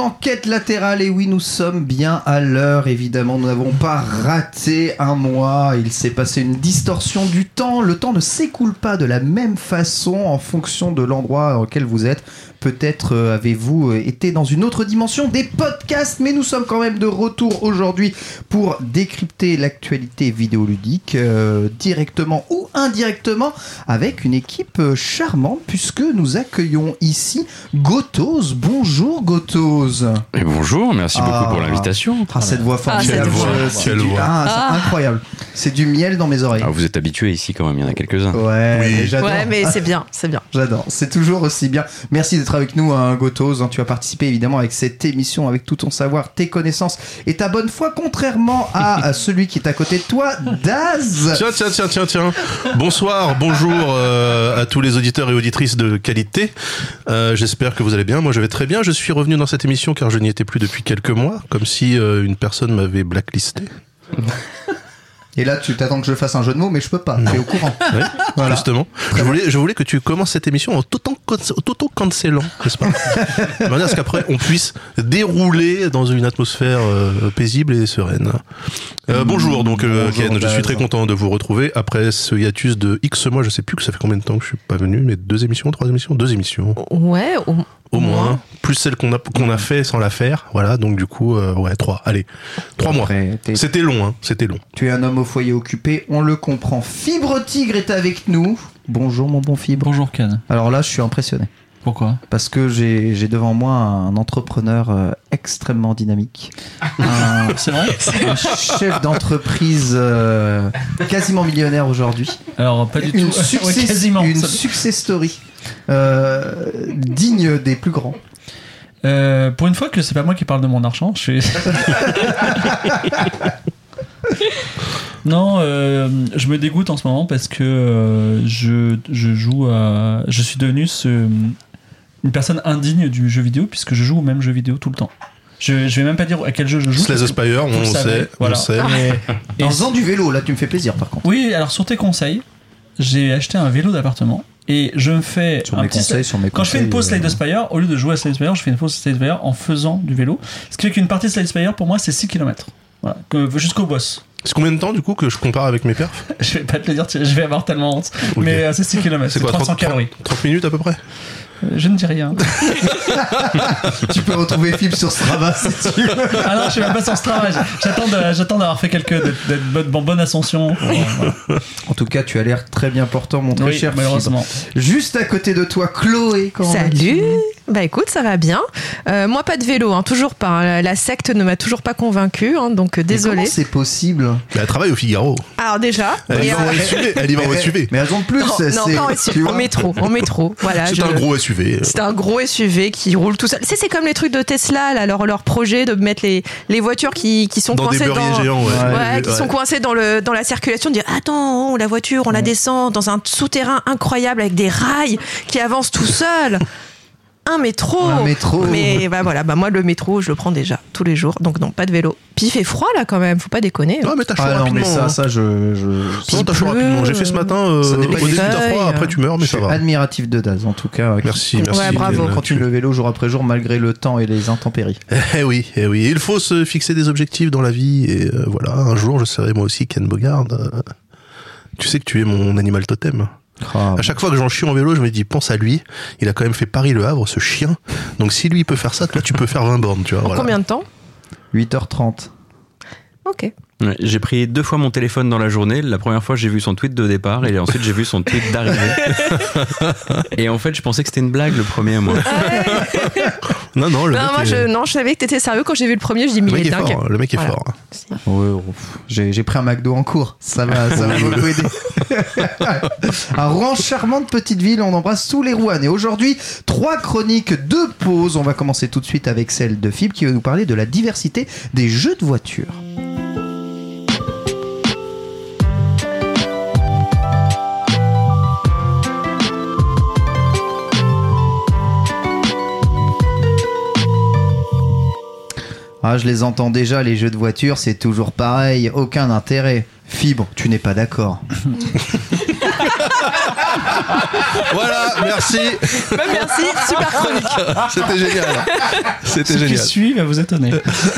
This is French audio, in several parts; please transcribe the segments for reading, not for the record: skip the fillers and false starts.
Enquête latérale, et oui, nous sommes bien à l'heure, évidemment, nous n'avons pas raté un mois, il s'est passé une distorsion du temps, le temps ne s'écoule pas de la même façon en fonction de l'endroit dans lequel vous êtes. Peut-être avez-vous été dans une autre dimension des podcasts, mais nous sommes quand même de retour aujourd'hui pour décrypter l'actualité vidéoludique directement ou indirectement avec une équipe charmante puisque nous accueillons ici Gotoz. Bonjour Gotoz. Et bonjour, merci beaucoup pour l'invitation. Cette voix formidable, c'est incroyable. C'est du miel dans mes oreilles. Vous êtes habitués ici quand même, il y en a quelques-uns. Ouais, oui. j'adore. Ouais, mais c'est bien. J'adore, c'est toujours aussi bien. Merci d'être avec nous, Gotoz. Tu as participé évidemment avec cette émission, avec tout ton savoir, tes connaissances et ta bonne foi, contrairement à celui qui est à côté de toi, Daz. Tiens. Bonsoir, bonjour à tous les auditeurs et auditrices de qualité. J'espère que vous allez bien. Moi, je vais très bien. Je suis revenu dans cette émission car je n'y étais plus depuis quelques mois, comme si une personne m'avait blacklisté. Et là, tu t'attends que je fasse un jeu de mots, mais je peux pas. Tu es au courant. Oui, voilà. Justement. Je voulais que tu commences cette émission en t'auto-cancellant, n'est-ce pas? De manière à ce qu'après, on puisse dérouler dans une atmosphère paisible et sereine. Bonjour, donc, Ken. Je suis très content de vous retrouver après ce hiatus de X mois. Je sais plus que ça fait combien de temps que je suis pas venu, mais 2 émissions. Ouais, au moins. Plus celle qu'on a fait sans la faire. Voilà, donc du coup, 3. Allez, 3 mois. C'était long, c'était long. Tu es un homme au foyer occupé, on le comprend. Fibre Tigre est avec nous. Bonjour mon bon Fibre. Bonjour Ken. Alors là, je suis impressionné. Pourquoi ? Parce que j'ai devant moi un entrepreneur extrêmement dynamique. C'est vrai ? Un chef d'entreprise quasiment millionnaire aujourd'hui. Alors, pas du tout. Quasiment. Une success story digne des plus grands. Pour une fois que c'est pas moi qui parle de mon argent, je suis... Non, je me dégoûte en ce moment parce que je suis devenu une personne indigne du jeu vidéo puisque je joue au même jeu vidéo tout le temps. Je vais même pas dire à quel jeu je joue. Slay the Spire, on sait. En faisant du vélo, là tu me fais plaisir par contre. Oui, alors sur tes conseils, j'ai acheté un vélo d'appartement. Et je me fais quand je fais une pause Slay the Spire, au lieu de jouer à Slay the Spire, je fais une pause Slay the Spire en faisant du vélo. Ce qui fait qu'une partie de Slay the Spire pour moi c'est 6 km. Voilà, jusqu'au boss. C'est combien de temps du coup que je compare avec mes perfs? Je vais pas te le dire, je vais avoir tellement honte. Okay. Mais c'est 6 km, c'est quoi, 300 calories. 30 minutes à peu près? Je ne dis rien. Tu peux retrouver Philippe sur Strava si tu veux. Ah non, je suis même pas sur Strava. J'attends d'avoir fait d'être bonne ascension. Voilà. En tout cas, tu as l'air très bien portant, mon très cher malheureusement. Juste à côté de toi, Chloé. Salut. Bah écoute, ça va bien. Moi, pas de vélo, toujours pas. La secte ne m'a toujours pas convaincue, donc désolé. Comment c'est possible? Elle travaille au Figaro. Alors déjà. Elle y va en SUV. Mais raison de plus. Non, pas en SUV, en métro. Voilà. C'est un gros SUV. C'est un gros SUV qui roule tout seul. C'est comme les trucs de Tesla, là, leur projet de mettre les voitures qui sont dans coincées des géants, sont coincées dans la circulation, de dire attends, la voiture, on la descend dans un souterrain incroyable avec des rails qui avancent tout seuls. Un métro. Mais voilà, moi le métro, je le prends déjà tous les jours. Donc non, pas de vélo. Puis il fait froid là quand même, faut pas déconner. Ouais, mais t'as chaud rapidement. Non, mais ça t'as chaud rapidement. J'ai fait ce matin au début t'as froid, après tu meurs, mais ça va. Admiratif de Daz en tout cas. Merci. Ouais, bravo. Continue le vélo jour après jour malgré le temps et les intempéries. Eh oui. Il faut se fixer des objectifs dans la vie et voilà, un jour je serai moi aussi Ken Bogard. Tu sais que tu es mon animal totem. À chaque fois que j'en chie en vélo, je me dis, pense à lui, il a quand même fait Paris-Le Havre, ce chien. Donc si lui peut faire ça, toi tu peux faire 20 bornes, tu vois. Voilà. Combien de temps? 8h30. Ok. Ouais, j'ai pris 2 fois mon téléphone dans la journée. La première fois, j'ai vu son tweet de départ et ensuite, j'ai vu son tweet d'arrivée. Et en fait, je pensais que c'était une blague le premier, moi. Non, je savais que t'étais sérieux quand j'ai vu le premier. Je dis, mais il est dingue. Le mec est fort. Ouais, j'ai pris un McDo en cours. Ça m'a beaucoup aidé. Un Rouen, charmante petite ville. On embrasse tous les Rouennais. Et aujourd'hui, 3 chroniques de pause. On va commencer tout de suite avec celle de Fib qui va nous parler de la diversité des jeux de voiture. Ah, je les entends déjà, les jeux de voiture, c'est toujours pareil, aucun intérêt. Fibre, tu n'es pas d'accord. Voilà, merci. Merci, super chronique. C'était génial. C'était Ce génial. qui suit va vous étonner.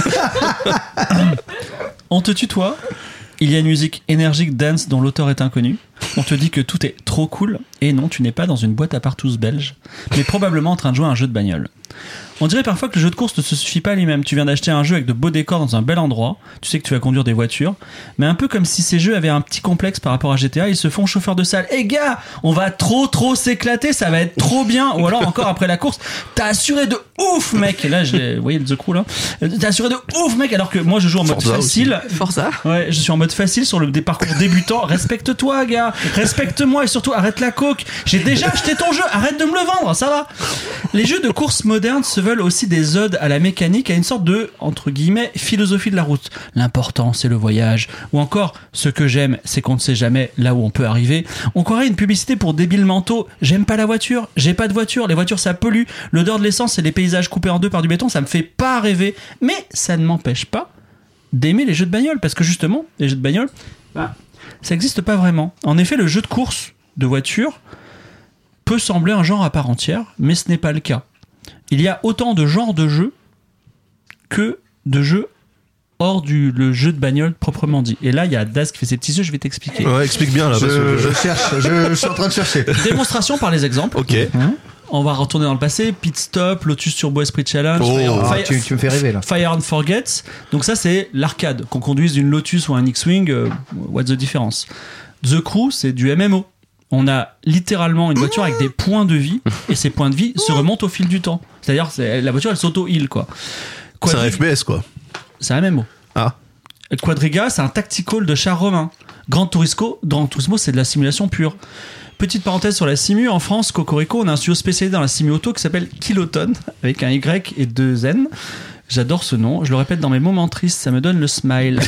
On te tutoie. Il y a une musique énergique dance dont l'auteur est inconnu. On te dit que tout est trop cool. Et non, tu n'es pas dans une boîte à partous belge, mais probablement en train de jouer à un jeu de bagnole. On dirait parfois que le jeu de course ne se suffit pas à lui-même. Tu viens d'acheter un jeu avec de beaux décors dans un bel endroit. Tu sais que tu vas conduire des voitures. Mais un peu comme si ces jeux avaient un petit complexe par rapport à GTA, ils se font chauffeur de salle. Eh gars, on va trop s'éclater, ça va être trop bien. Ou alors encore après la course, t'as assuré de ouf mec. Et là, vous voyez le The Crew là. T'as assuré de ouf mec, alors que moi je joue en mode facile. Forza. Ouais, je suis en mode facile sur des parcours débutants. Respecte-toi gars, respecte-moi et surtout arrête la coke. J'ai déjà acheté ton jeu, arrête de me le vendre, ça va. Les jeux de course modernes se veulent aussi des odes à la mécanique, à une sorte de, entre guillemets, philosophie de la route. L'important, c'est le voyage. Ou encore, ce que j'aime, c'est qu'on ne sait jamais là où on peut arriver. On croirait une publicité pour débiles mentaux. J'aime pas la voiture, j'ai pas de voiture, les voitures ça pollue, l'odeur de l'essence et les paysages coupés en deux par du béton, ça me fait pas rêver. Mais ça ne m'empêche pas d'aimer les jeux de bagnole, parce que justement, les jeux de bagnole, ça n'existe pas vraiment. En effet, le jeu de course de voiture peut sembler un genre à part entière, mais ce n'est pas le cas. Il y a autant de genres de jeux que de jeux hors le jeu de bagnole proprement dit. Et là, il y a Daz qui fait ses petits yeux, je vais t'expliquer. Ouais, explique bien là. Je cherche, je suis en train de chercher. Démonstration par les exemples. Ok. On va retourner dans le passé. Pit Stop, Lotus Turbo Esprit Challenge. Tu me fais rêver là. Fire and Forget. Donc ça, c'est l'arcade. Qu'on conduise une Lotus ou un X-Wing, what's the difference? The Crew, c'est du MMO. On a littéralement une voiture avec des points de vie et ces points de vie se remontent au fil du temps. C'est-à-dire la voiture elle s'auto-heal quoi. C'est un FPS quoi. C'est un MMO. Ah. Quadriga c'est un tactical de char romain. Gran Turismo c'est de la simulation pure. Petite parenthèse sur la simu, en France, Cocorico, on a un studio spécialisé dans la simu auto qui s'appelle Kiloton avec un Y et 2 N. J'adore ce nom, je le répète dans mes moments tristes, ça me donne le smile.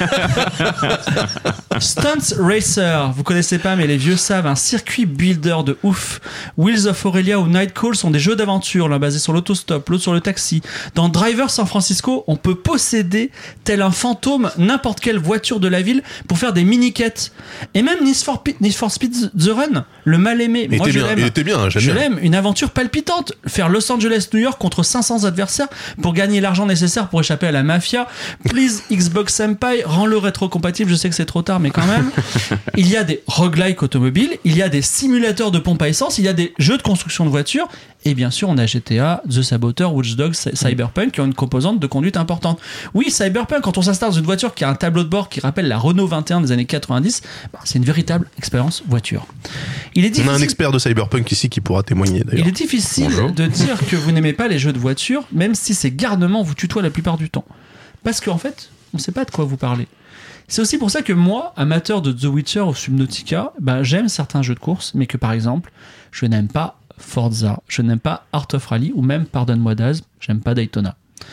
Stunts Racer, vous connaissez pas mais les vieux savent, un circuit builder de ouf. Wheels of Aurelia ou Night Call sont des jeux d'aventure, l'un basé sur l'autostop, l'autre sur le taxi. Dans Driver San Francisco, on peut posséder, tel un fantôme, n'importe quelle voiture de la ville pour faire des mini-quêtes. Et même Need for Speed The Run, le mal-aimé, moi je l'aime. Il était bien, j'aime bien. Je l'aime, une aventure palpitante. Faire Los Angeles-New York contre 500 adversaires pour gagner l'argent nécessaire pour échapper à la mafia. Please Xbox Senpai, rends-le rétro-compatible, je sais que c'est trop tard mais quand même. Il y a des roguelikes automobiles, il y a des simulateurs de pompe à essence, il y a des jeux de construction de voitures et bien sûr on a GTA, The Saboteur, Watch Dogs, Cyberpunk qui ont une composante de conduite importante. Oui, Cyberpunk, quand on s'installe dans une voiture qui a un tableau de bord qui rappelle la Renault 21 des années 90, c'est une véritable expérience voiture. On a un expert de Cyberpunk ici qui pourra témoigner d'ailleurs. Il est difficile de dire que vous n'aimez pas les jeux de voiture même si ces garnements vous tutoient la plupart du temps. Parce qu'en fait, on ne sait pas de quoi vous parlez. C'est aussi pour ça que moi, amateur de The Witcher ou Subnautica, j'aime certains jeux de course, mais que par exemple, je n'aime pas Forza, je n'aime pas Art of Rally, ou même, pardonne-moi Daz, j'aime pas Daytona.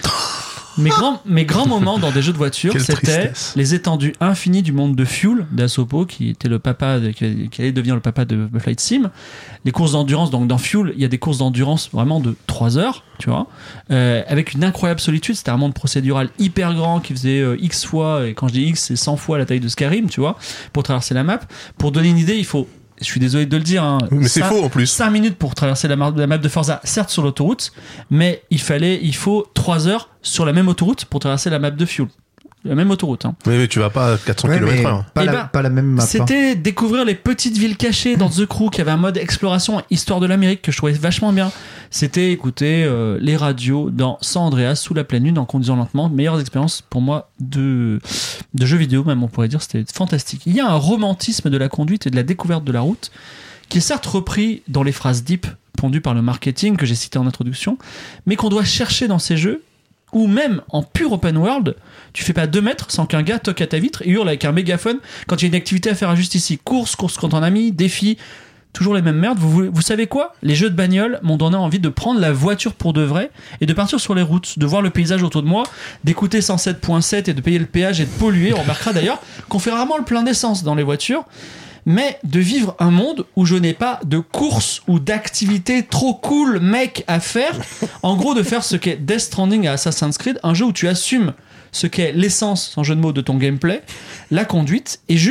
Mes grands moments dans des jeux de voiture, c'était les étendues infinies du monde de Fuel d'Asopo, qui était le papa, qui allait devenir le papa de Flight Sim. Les courses d'endurance, donc dans Fuel, il y a des courses d'endurance vraiment de 3 heures, tu vois, avec une incroyable solitude. C'était un monde procédural hyper grand qui faisait X fois, et quand je dis X, c'est 100 fois la taille de Skyrim, tu vois, pour traverser la map. Pour donner une idée, il faut, je suis désolé de le dire, hein, mais c'est faux en plus. 5 minutes pour traverser la map de Forza, certes sur l'autoroute, mais il faut 3 heures sur la même autoroute pour traverser la map de Fuel. La même autoroute. Hein. Mais tu vas pas à 400 km/h. Pas la même map. C'était découvrir les petites villes cachées dans The Crew qui avait un mode exploration histoire de l'Amérique que je trouvais vachement bien. C'était écouter les radios dans San Andreas sous la pleine lune en conduisant lentement. Meilleure expérience pour moi de jeux vidéo, même on pourrait dire, c'était fantastique. Il y a un romantisme de la conduite et de la découverte de la route qui est certes repris dans les phrases deep pondues par le marketing que j'ai cité en introduction, mais qu'on doit chercher dans ces jeux ou même en pure open world, tu fais pas 2 mètres sans qu'un gars toque à ta vitre et hurle avec un mégaphone quand il y a une activité à faire juste ici. Course contre un ami, défi, toujours les mêmes merdes. Vous savez quoi ? Les jeux de bagnole m'ont donné envie de prendre la voiture pour de vrai et de partir sur les routes, de voir le paysage autour de moi, d'écouter 107.7 et de payer le péage et de polluer. On remarquera d'ailleurs qu'on fait rarement le plein d'essence dans les voitures. Mais de vivre un monde où je n'ai pas de course ou d'activité trop cool mec à faire. En gros, de faire ce qu'est Death Stranding à Assassin's Creed, un jeu où tu assumes ce qu'est l'essence, sans jeu de mots, de ton gameplay, la conduite, et juste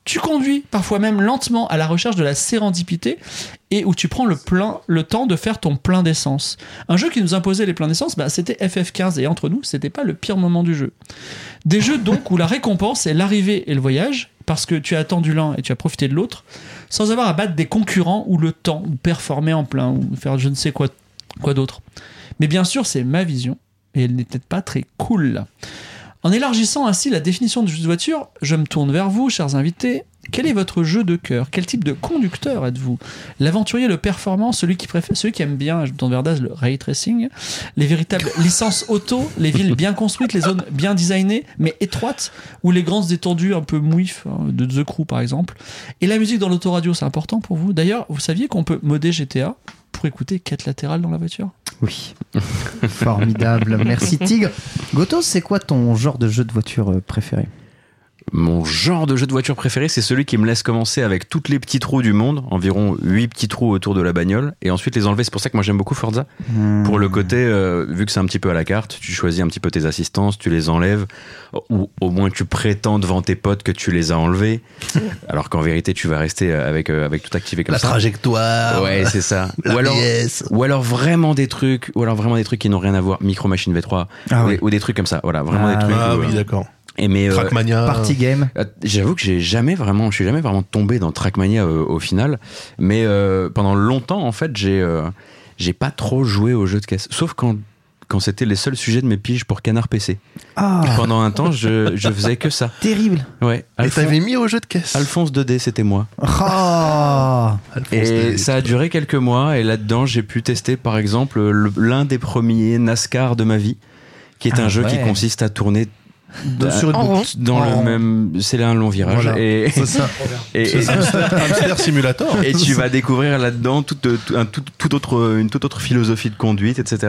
Tu conduis parfois même lentement à la recherche de la sérendipité et où tu prends le temps de faire ton plein d'essence. Un jeu qui nous imposait les pleins d'essence, c'était FF15 et entre nous, c'était pas le pire moment du jeu. Des jeux donc où la récompense est l'arrivée et le voyage, parce que tu as attendu l'un et tu as profité de l'autre, sans avoir à battre des concurrents ou le temps, ou performer en plein, ou faire je ne sais quoi d'autre. Mais bien sûr, c'est ma vision et elle n'est peut-être pas très cool. En élargissant ainsi la définition du jeu de voiture, je me tourne vers vous, chers invités. Quel est votre jeu de cœur ? Quel type de conducteur êtes-vous ? L'aventurier, le performant, celui qui aime bien, je me tourne vers Daz, le ray tracing, les véritables licences auto, les villes bien construites, les zones bien designées, mais étroites, ou les grandes étendues un peu mouif, de The Crew par exemple. Et la musique dans l'autoradio, c'est important pour vous ? D'ailleurs, vous saviez qu'on peut modder GTA pour écouter quête latérale dans la voiture ? Oui. Formidable. Merci Tigre. Gotos, c'est quoi ton genre de jeu de voiture préféré ? Mon genre de jeu de voiture préféré, c'est celui qui me laisse commencer avec toutes les petits trous du monde, environ 8 petits trous autour de la bagnole, et ensuite les enlever. C'est pour ça que moi j'aime beaucoup Forza. Pour le côté, vu que c'est un petit peu à la carte, tu choisis un petit peu tes assistances, tu les enlèves, ou au moins tu prétends devant tes potes que tu les as enlevés, alors qu'en vérité tu vas rester avec tout activé comme ça. La trajectoire. Ouais, c'est ça. Ou alors vraiment des trucs qui n'ont rien à voir. Micro Machine V3, ou des trucs comme ça. Voilà, vraiment des trucs. Ah oui, d'accord. Et mais Trackmania, Party Game. J'avoue que je suis jamais vraiment tombé dans Trackmania au final, mais pendant longtemps en fait j'ai pas trop joué aux jeux de caisse, sauf quand c'était les seuls sujets de mes piges pour Canard PC. Pendant un temps je faisais que ça. Terrible. Ouais. Et t'avais mis aux jeux de caisse. Alphonse 2D, c'était moi. Et 2D, ça a duré quelques mois, et là-dedans j'ai pu tester par exemple l'un des premiers NASCAR de ma vie, qui est un jeu qui consiste à tourner sur une boucle. C'est un long virage, voilà. et c'est ça. C'est Hamster Simulator. Et tu vas découvrir là-dedans une toute autre philosophie de conduite, etc.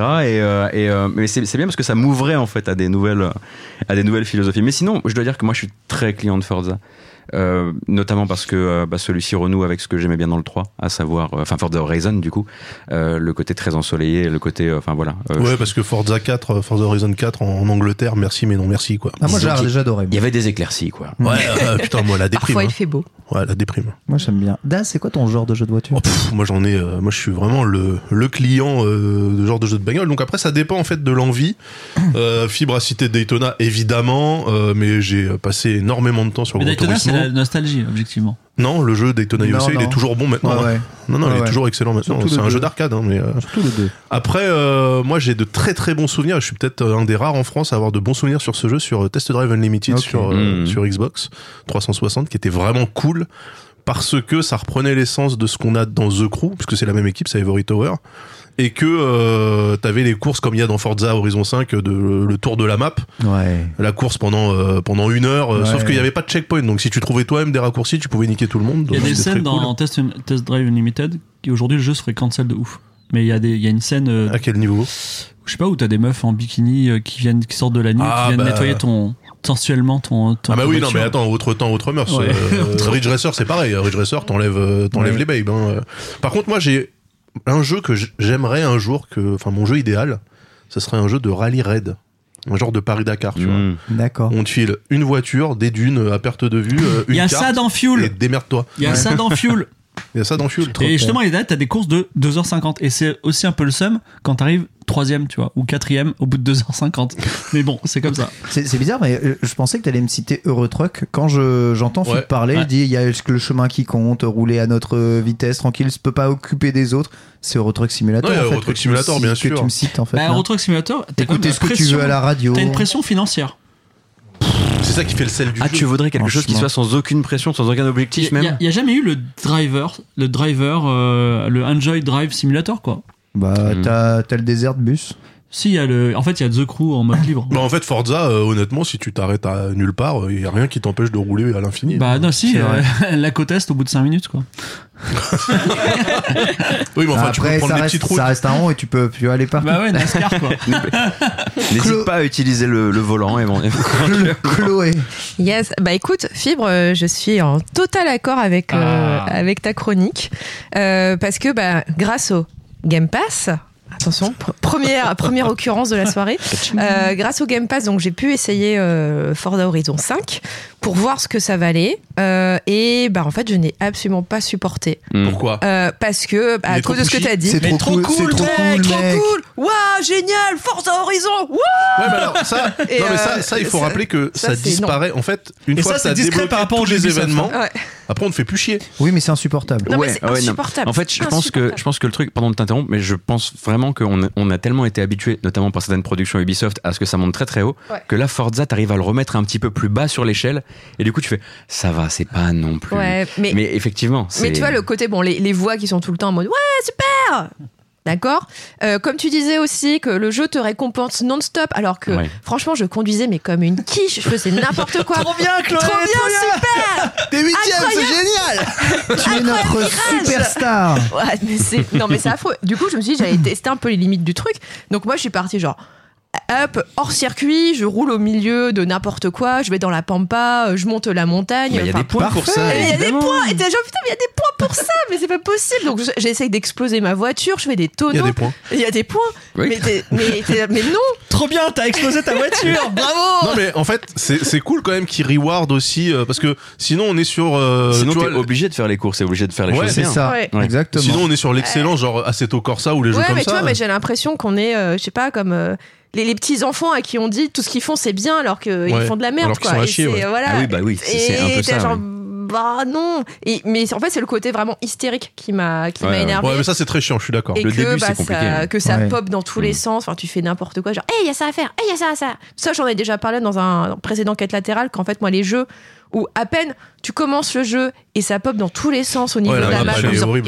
Mais c'est bien parce que ça m'ouvrait en fait à des nouvelles philosophies. Mais sinon, je dois dire que moi je suis très client de Forza. Notamment parce que celui-ci renoue avec ce que j'aimais bien dans le 3, à savoir Forza Horizon du coup, le côté très ensoleillé, le côté ouais, parce que Forza Horizon 4 en Angleterre, merci mais non merci quoi. Moi j'ai déjà adoré. Il y avait des éclaircies quoi. Ouais, putain, moi la déprime. Parfois il fait beau. Ouais, la déprime. Moi j'aime bien. Daz, c'est quoi ton genre de jeu de voiture ? Moi moi je suis vraiment le client de genre de jeu de bagnole. Donc après ça dépend en fait de l'envie. Fibre a cité Daytona évidemment, mais j'ai passé énormément de temps sur Gran Turismo. La nostalgie, objectivement. Non, le jeu Daytona USA, il est toujours bon maintenant. Ouais. Non, il est toujours excellent maintenant. C'est un jeu d'arcade. Mais surtout le 2. Après, moi, j'ai de très très bons souvenirs. Je suis peut-être un des rares en France à avoir de bons souvenirs sur ce jeu, sur Test Drive Unlimited, sur Xbox 360, qui était vraiment cool parce que ça reprenait l'essence de ce qu'on a dans The Crew, puisque c'est la même équipe, c'est Ivory Tower. Et que t'avais les courses comme il y a dans Forza Horizon 5 le tour de la map, la course pendant 1 heure, sauf qu'il n'y avait pas de checkpoint, donc si tu trouvais toi-même des raccourcis tu pouvais niquer tout le monde. Il y a des scènes dans Test Drive Unlimited qui aujourd'hui le jeu serait cancel de ouf, mais il y a une scène à quel niveau, je sais pas, où t'as des meufs en bikini qui sortent de la nuit, qui viennent nettoyer sensuellement ton ah bah oui, voiture. non mais attends, autre temps, autre mœurs. Ouais. Ridge Racer c'est pareil, Ridge Racer t'enlèves les babes. Par contre moi j'ai un jeu que j'aimerais un jour, mon jeu idéal, ça serait un jeu de rallye raid. Un genre de Paris-Dakar, tu vois. D'accord. On te file une voiture, des dunes à perte de vue, une carte. Il y a ça dans Fuel. Et démerde-toi. Il y a ça dans Fuel. Il y a ça dans Fuel. Et justement, t'as des courses de 2h50. Et c'est aussi un peu le seum quand t'arrives 3ème, tu vois, ou 4ème au bout de 2h50. Mais bon, c'est comme ça. C'est bizarre, mais je pensais que t'allais me citer Eurotruck. Quand j'entends Philippe parler, je dis il y a le chemin qui compte, rouler à notre vitesse, tranquille, je peux pas occuper des autres. C'est Eurotruck Simulator. Ouais, en fait, Eurotruck Simulator, bien sûr. Que tu me cites en fait. Eurotruck Simulator, t'écoutes ce que tu veux à la radio. T'as une pression financière. C'est ça qui fait le sel du jeu. Tu voudrais quelque chose qui soit sans aucune pression, sans aucun objectif même. Il y a jamais eu le Enjoy Drive Simulator quoi. T'as le Desert Bus. Si, il y a The Crew en mode libre. En fait, Forza, honnêtement, si tu t'arrêtes à nulle part, il y a rien qui t'empêche de rouler à l'infini. Non, si, la côte est au bout de 5 minutes, quoi. Oui, mais enfin, tu peux prendre des petites routes. Ça reste un rond et tu peux aller partout. Bah ouais, NASCAR, quoi. N'hésite pas à utiliser le volant. Chloé. Yes. Bah écoute, Fibre, je suis en total accord avec ta chronique. Parce que, grâce au Game Pass, attention, première occurrence de la soirée. Grâce au Game Pass, donc j'ai pu essayer Forza Horizon 5 pour voir ce que ça valait. Et en fait, je n'ai absolument pas supporté. Pourquoi Parce que, à cause de ce que tu as dit. C'est trop cool, mec. Waouh, génial, Forza Horizon. Waouh. Ouais, mais alors ça, il faut rappeler que ça disparaît. En fait, une fois que ça débloqué par rapport tous les événements, après on ne fait plus chier. Oui, mais c'est insupportable. Non, mais c'est insupportable. En fait, je pense que le truc, pardon de t'interrompre, mais je pense vraiment qu'on a tellement été habitué, notamment par certaines productions Ubisoft, à ce que ça monte très très haut, que là, Forza, t'arrives à le remettre un petit peu plus bas sur l'échelle, et du coup, tu fais, ça va, c'est pas non plus. Ouais, mais effectivement, mais tu vois le côté, les voix qui sont tout le temps en mode, ouais, super. D'accord. Comme tu disais aussi que le jeu te récompense non-stop, alors que franchement, je conduisais mais comme une quiche, je faisais n'importe quoi. Trop bien, Chloé. Trop bien, super. T'es 8ème, c'est génial. Tu es notre superstar. Ouais, mais c'est affreux. Du coup, je me suis dit, j'allais tester un peu les limites du truc. Donc moi, je suis partie genre. Hop, hors circuit, je roule au milieu de n'importe quoi, je vais dans la pampa, je monte la montagne. Il y a des points pour ça. Il y a des points. Et t'es genre, putain, mais il y a des points pour ça, mais c'est pas possible. Donc j'essaye d'exploser ma voiture, je fais des tonneaux. Il y a des points. Oui. Mais non. Trop bien, t'as explosé ta voiture. Bravo. Non, mais en fait, c'est cool quand même qu'ils reward aussi, parce que sinon on est sur. Sinon t'es obligé de faire les courses, t'es obligé de faire les choses. C'est ça. Ouais. Exactement. Sinon on est sur l'excellence, genre Assetto Corsa ou les jeux comme mais ça. tu vois, mais j'ai l'impression qu'on est, je sais pas, comme. Les petits enfants à qui on dit tout ce qu'ils font c'est bien alors qu'ils font de la merde, alors qu'ils quoi. sont à chier, voilà. Ah oui, c'est un peu ça. Genre, bah non. Mais en fait c'est le côté vraiment hystérique qui m'a énervé. Ouais, mais ça c'est très chiant, je suis d'accord. Et le que, début c'est compliqué. que ça pop dans tous les sens. Enfin, tu fais n'importe quoi. Genre, il y a ça à faire. Il y a ça. Ça, j'en ai déjà parlé dans un précédent quête latérale. Qu'en fait, moi, les jeux où à peine tu commences le jeu et ça pop dans tous les sens au niveau de la map. Il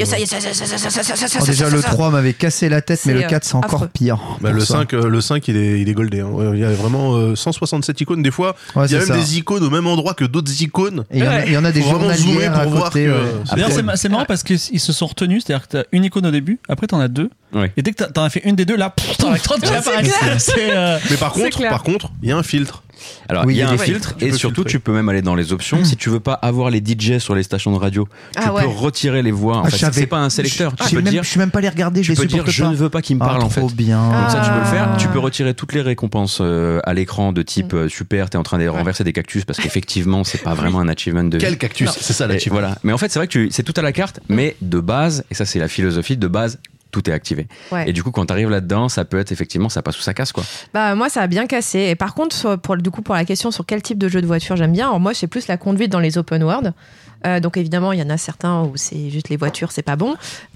y a ça. Déjà, le 3 m'avait cassé la tête, mais le 4 c'est encore pire. Le 5 il est goldé. Il y a vraiment 167 icônes. Des fois, il y a même des icônes au même endroit que d'autres icônes. Et il y en a des journalières à côté. D'ailleurs, c'est marrant parce qu'ils se sont retenus. C'est-à-dire que t'as une icône au début, après t'en as deux. Et dès que t'en as fait une des deux, là, t'en as 30 qui apparaissent. Mais par contre, il y a un filtre. Alors, il y a un filtre et surtout, tu peux même aller dans les options. Si tu veux pas avoir les DJ sur les stations de radio, tu peux retirer les voix. En fait, c'est pas un sélecteur. Je suis même pas les regarder. Je ne veux pas qu'ils me parlent en fait. Trop bien. Comme ça, tu peux le faire. Tu peux retirer toutes les récompenses à l'écran de type super, t'es en train de renverser des cactus parce qu'effectivement, c'est pas vraiment un achievement de. Quel cactus? C'est ça l'achievement. Voilà. Mais en fait, c'est vrai que c'est tout à la carte, mais de base, et ça, c'est la philosophie de base. Tout est activé. Et du coup, quand t'arrives là-dedans, ça peut être effectivement, ça passe ou ça casse, quoi. Bah, moi, ça a bien cassé. Et par contre, pour la question sur quel type de jeu de voiture j'aime bien, alors moi, c'est plus la conduite dans les open world. Donc évidemment, il y en a certains où c'est juste les voitures, c'est pas bon.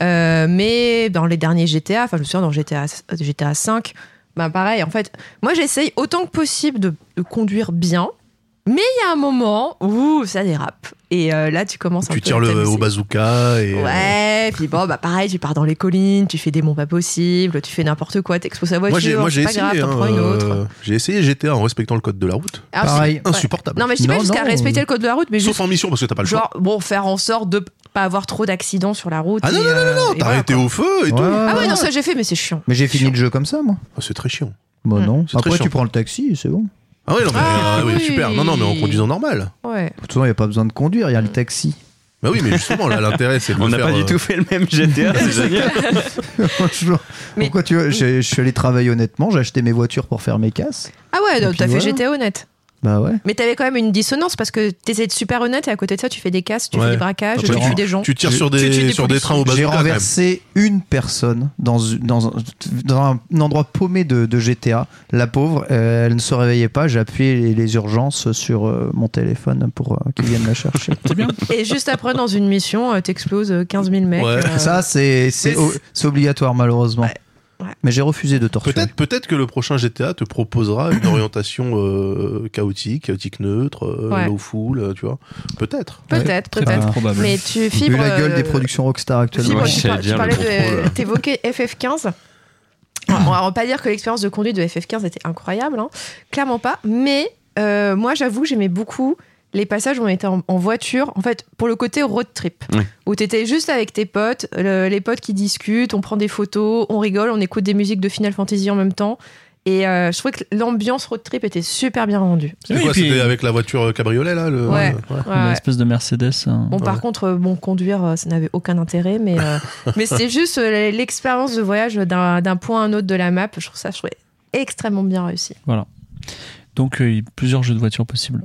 Mais dans les derniers GTA, enfin, je me souviens dans GTA 5, bah pareil. En fait, moi, j'essaye autant que possible de conduire bien. Mais il y a un moment où ça dérape. Et là, tu commences un peu. Tu tires au bazooka. Ouais, puis bon, bah pareil, tu pars dans les collines, tu fais des bombes pas possibles, tu fais n'importe quoi, t'exploses la voiture. Moi, j'ai pas essayé. grave, t'en prends une autre. J'ai essayé GTA en respectant le code de la route. Alors, pareil. Insupportable. Non, mais je dis pas jusqu'à respecter le code de la route, mais sauf juste. en mission, parce que t'as pas le choix. Genre, faire en sorte de pas avoir trop d'accidents sur la route. Ah non, t'as arrêté au feu et tout. Ah ouais, non, ça j'ai fait, mais c'est chiant. Mais j'ai fini le jeu comme ça, moi. C'est très chiant. Bah non. Après, tu prends le taxi et c'est bon. Ah ouais, non, mais super. Non, mais en conduisant normal. Ouais. De toute façon, il n'y a pas besoin de conduire, il y a le taxi. Bah oui, mais justement, là, l'intérêt, c'est de On n'a pas du tout fait le même GTA, c'est génial. Pourquoi tu vois, je suis allé travailler honnêtement, j'ai acheté mes voitures pour faire mes casses. Ah ouais, t'as fait GTA honnête. Bah ouais. Mais t'avais quand même une dissonance parce que t'essaies de super honnête et à côté de ça, tu fais des casses, tu fais des braquages, tu tues des gens. Tu tires sur des trains au bazooka. J'ai renversé une personne dans un endroit paumé de GTA. La pauvre, elle ne se réveillait pas. J'ai appuyé les urgences sur mon téléphone pour qu'ils viennent la chercher. C'est bien. Et juste après, dans une mission, t'exploses 15 000 mecs. Ça, c'est obligatoire, malheureusement. Ouais. Mais j'ai refusé de torturer. Peut-être que le prochain GTA te proposera une orientation chaotique neutre, low full, tu vois. Peut-être. Peut-être. Probable. Mais tu Vu la gueule des productions Rockstar actuellement. Tu parlais t'évoquais FF15. On va pas dire que l'expérience de conduite de FF15 était incroyable, hein. Clairement pas. Mais moi, j'avoue, j'aimais beaucoup les passages où on était en voiture, en fait, pour le côté road trip, où t'étais juste avec tes potes, les potes qui discutent, on prend des photos, on rigole, on écoute des musiques de Final Fantasy en même temps. Et je trouvais que l'ambiance road trip était super bien rendue. C'était avec la voiture cabriolet, là Une espèce de Mercedes. Bon, par contre, conduire, ça n'avait aucun intérêt, mais c'est juste l'expérience de voyage d'un point à un autre de la map, je trouvais extrêmement bien réussi. Voilà. Donc, plusieurs jeux de voiture possibles.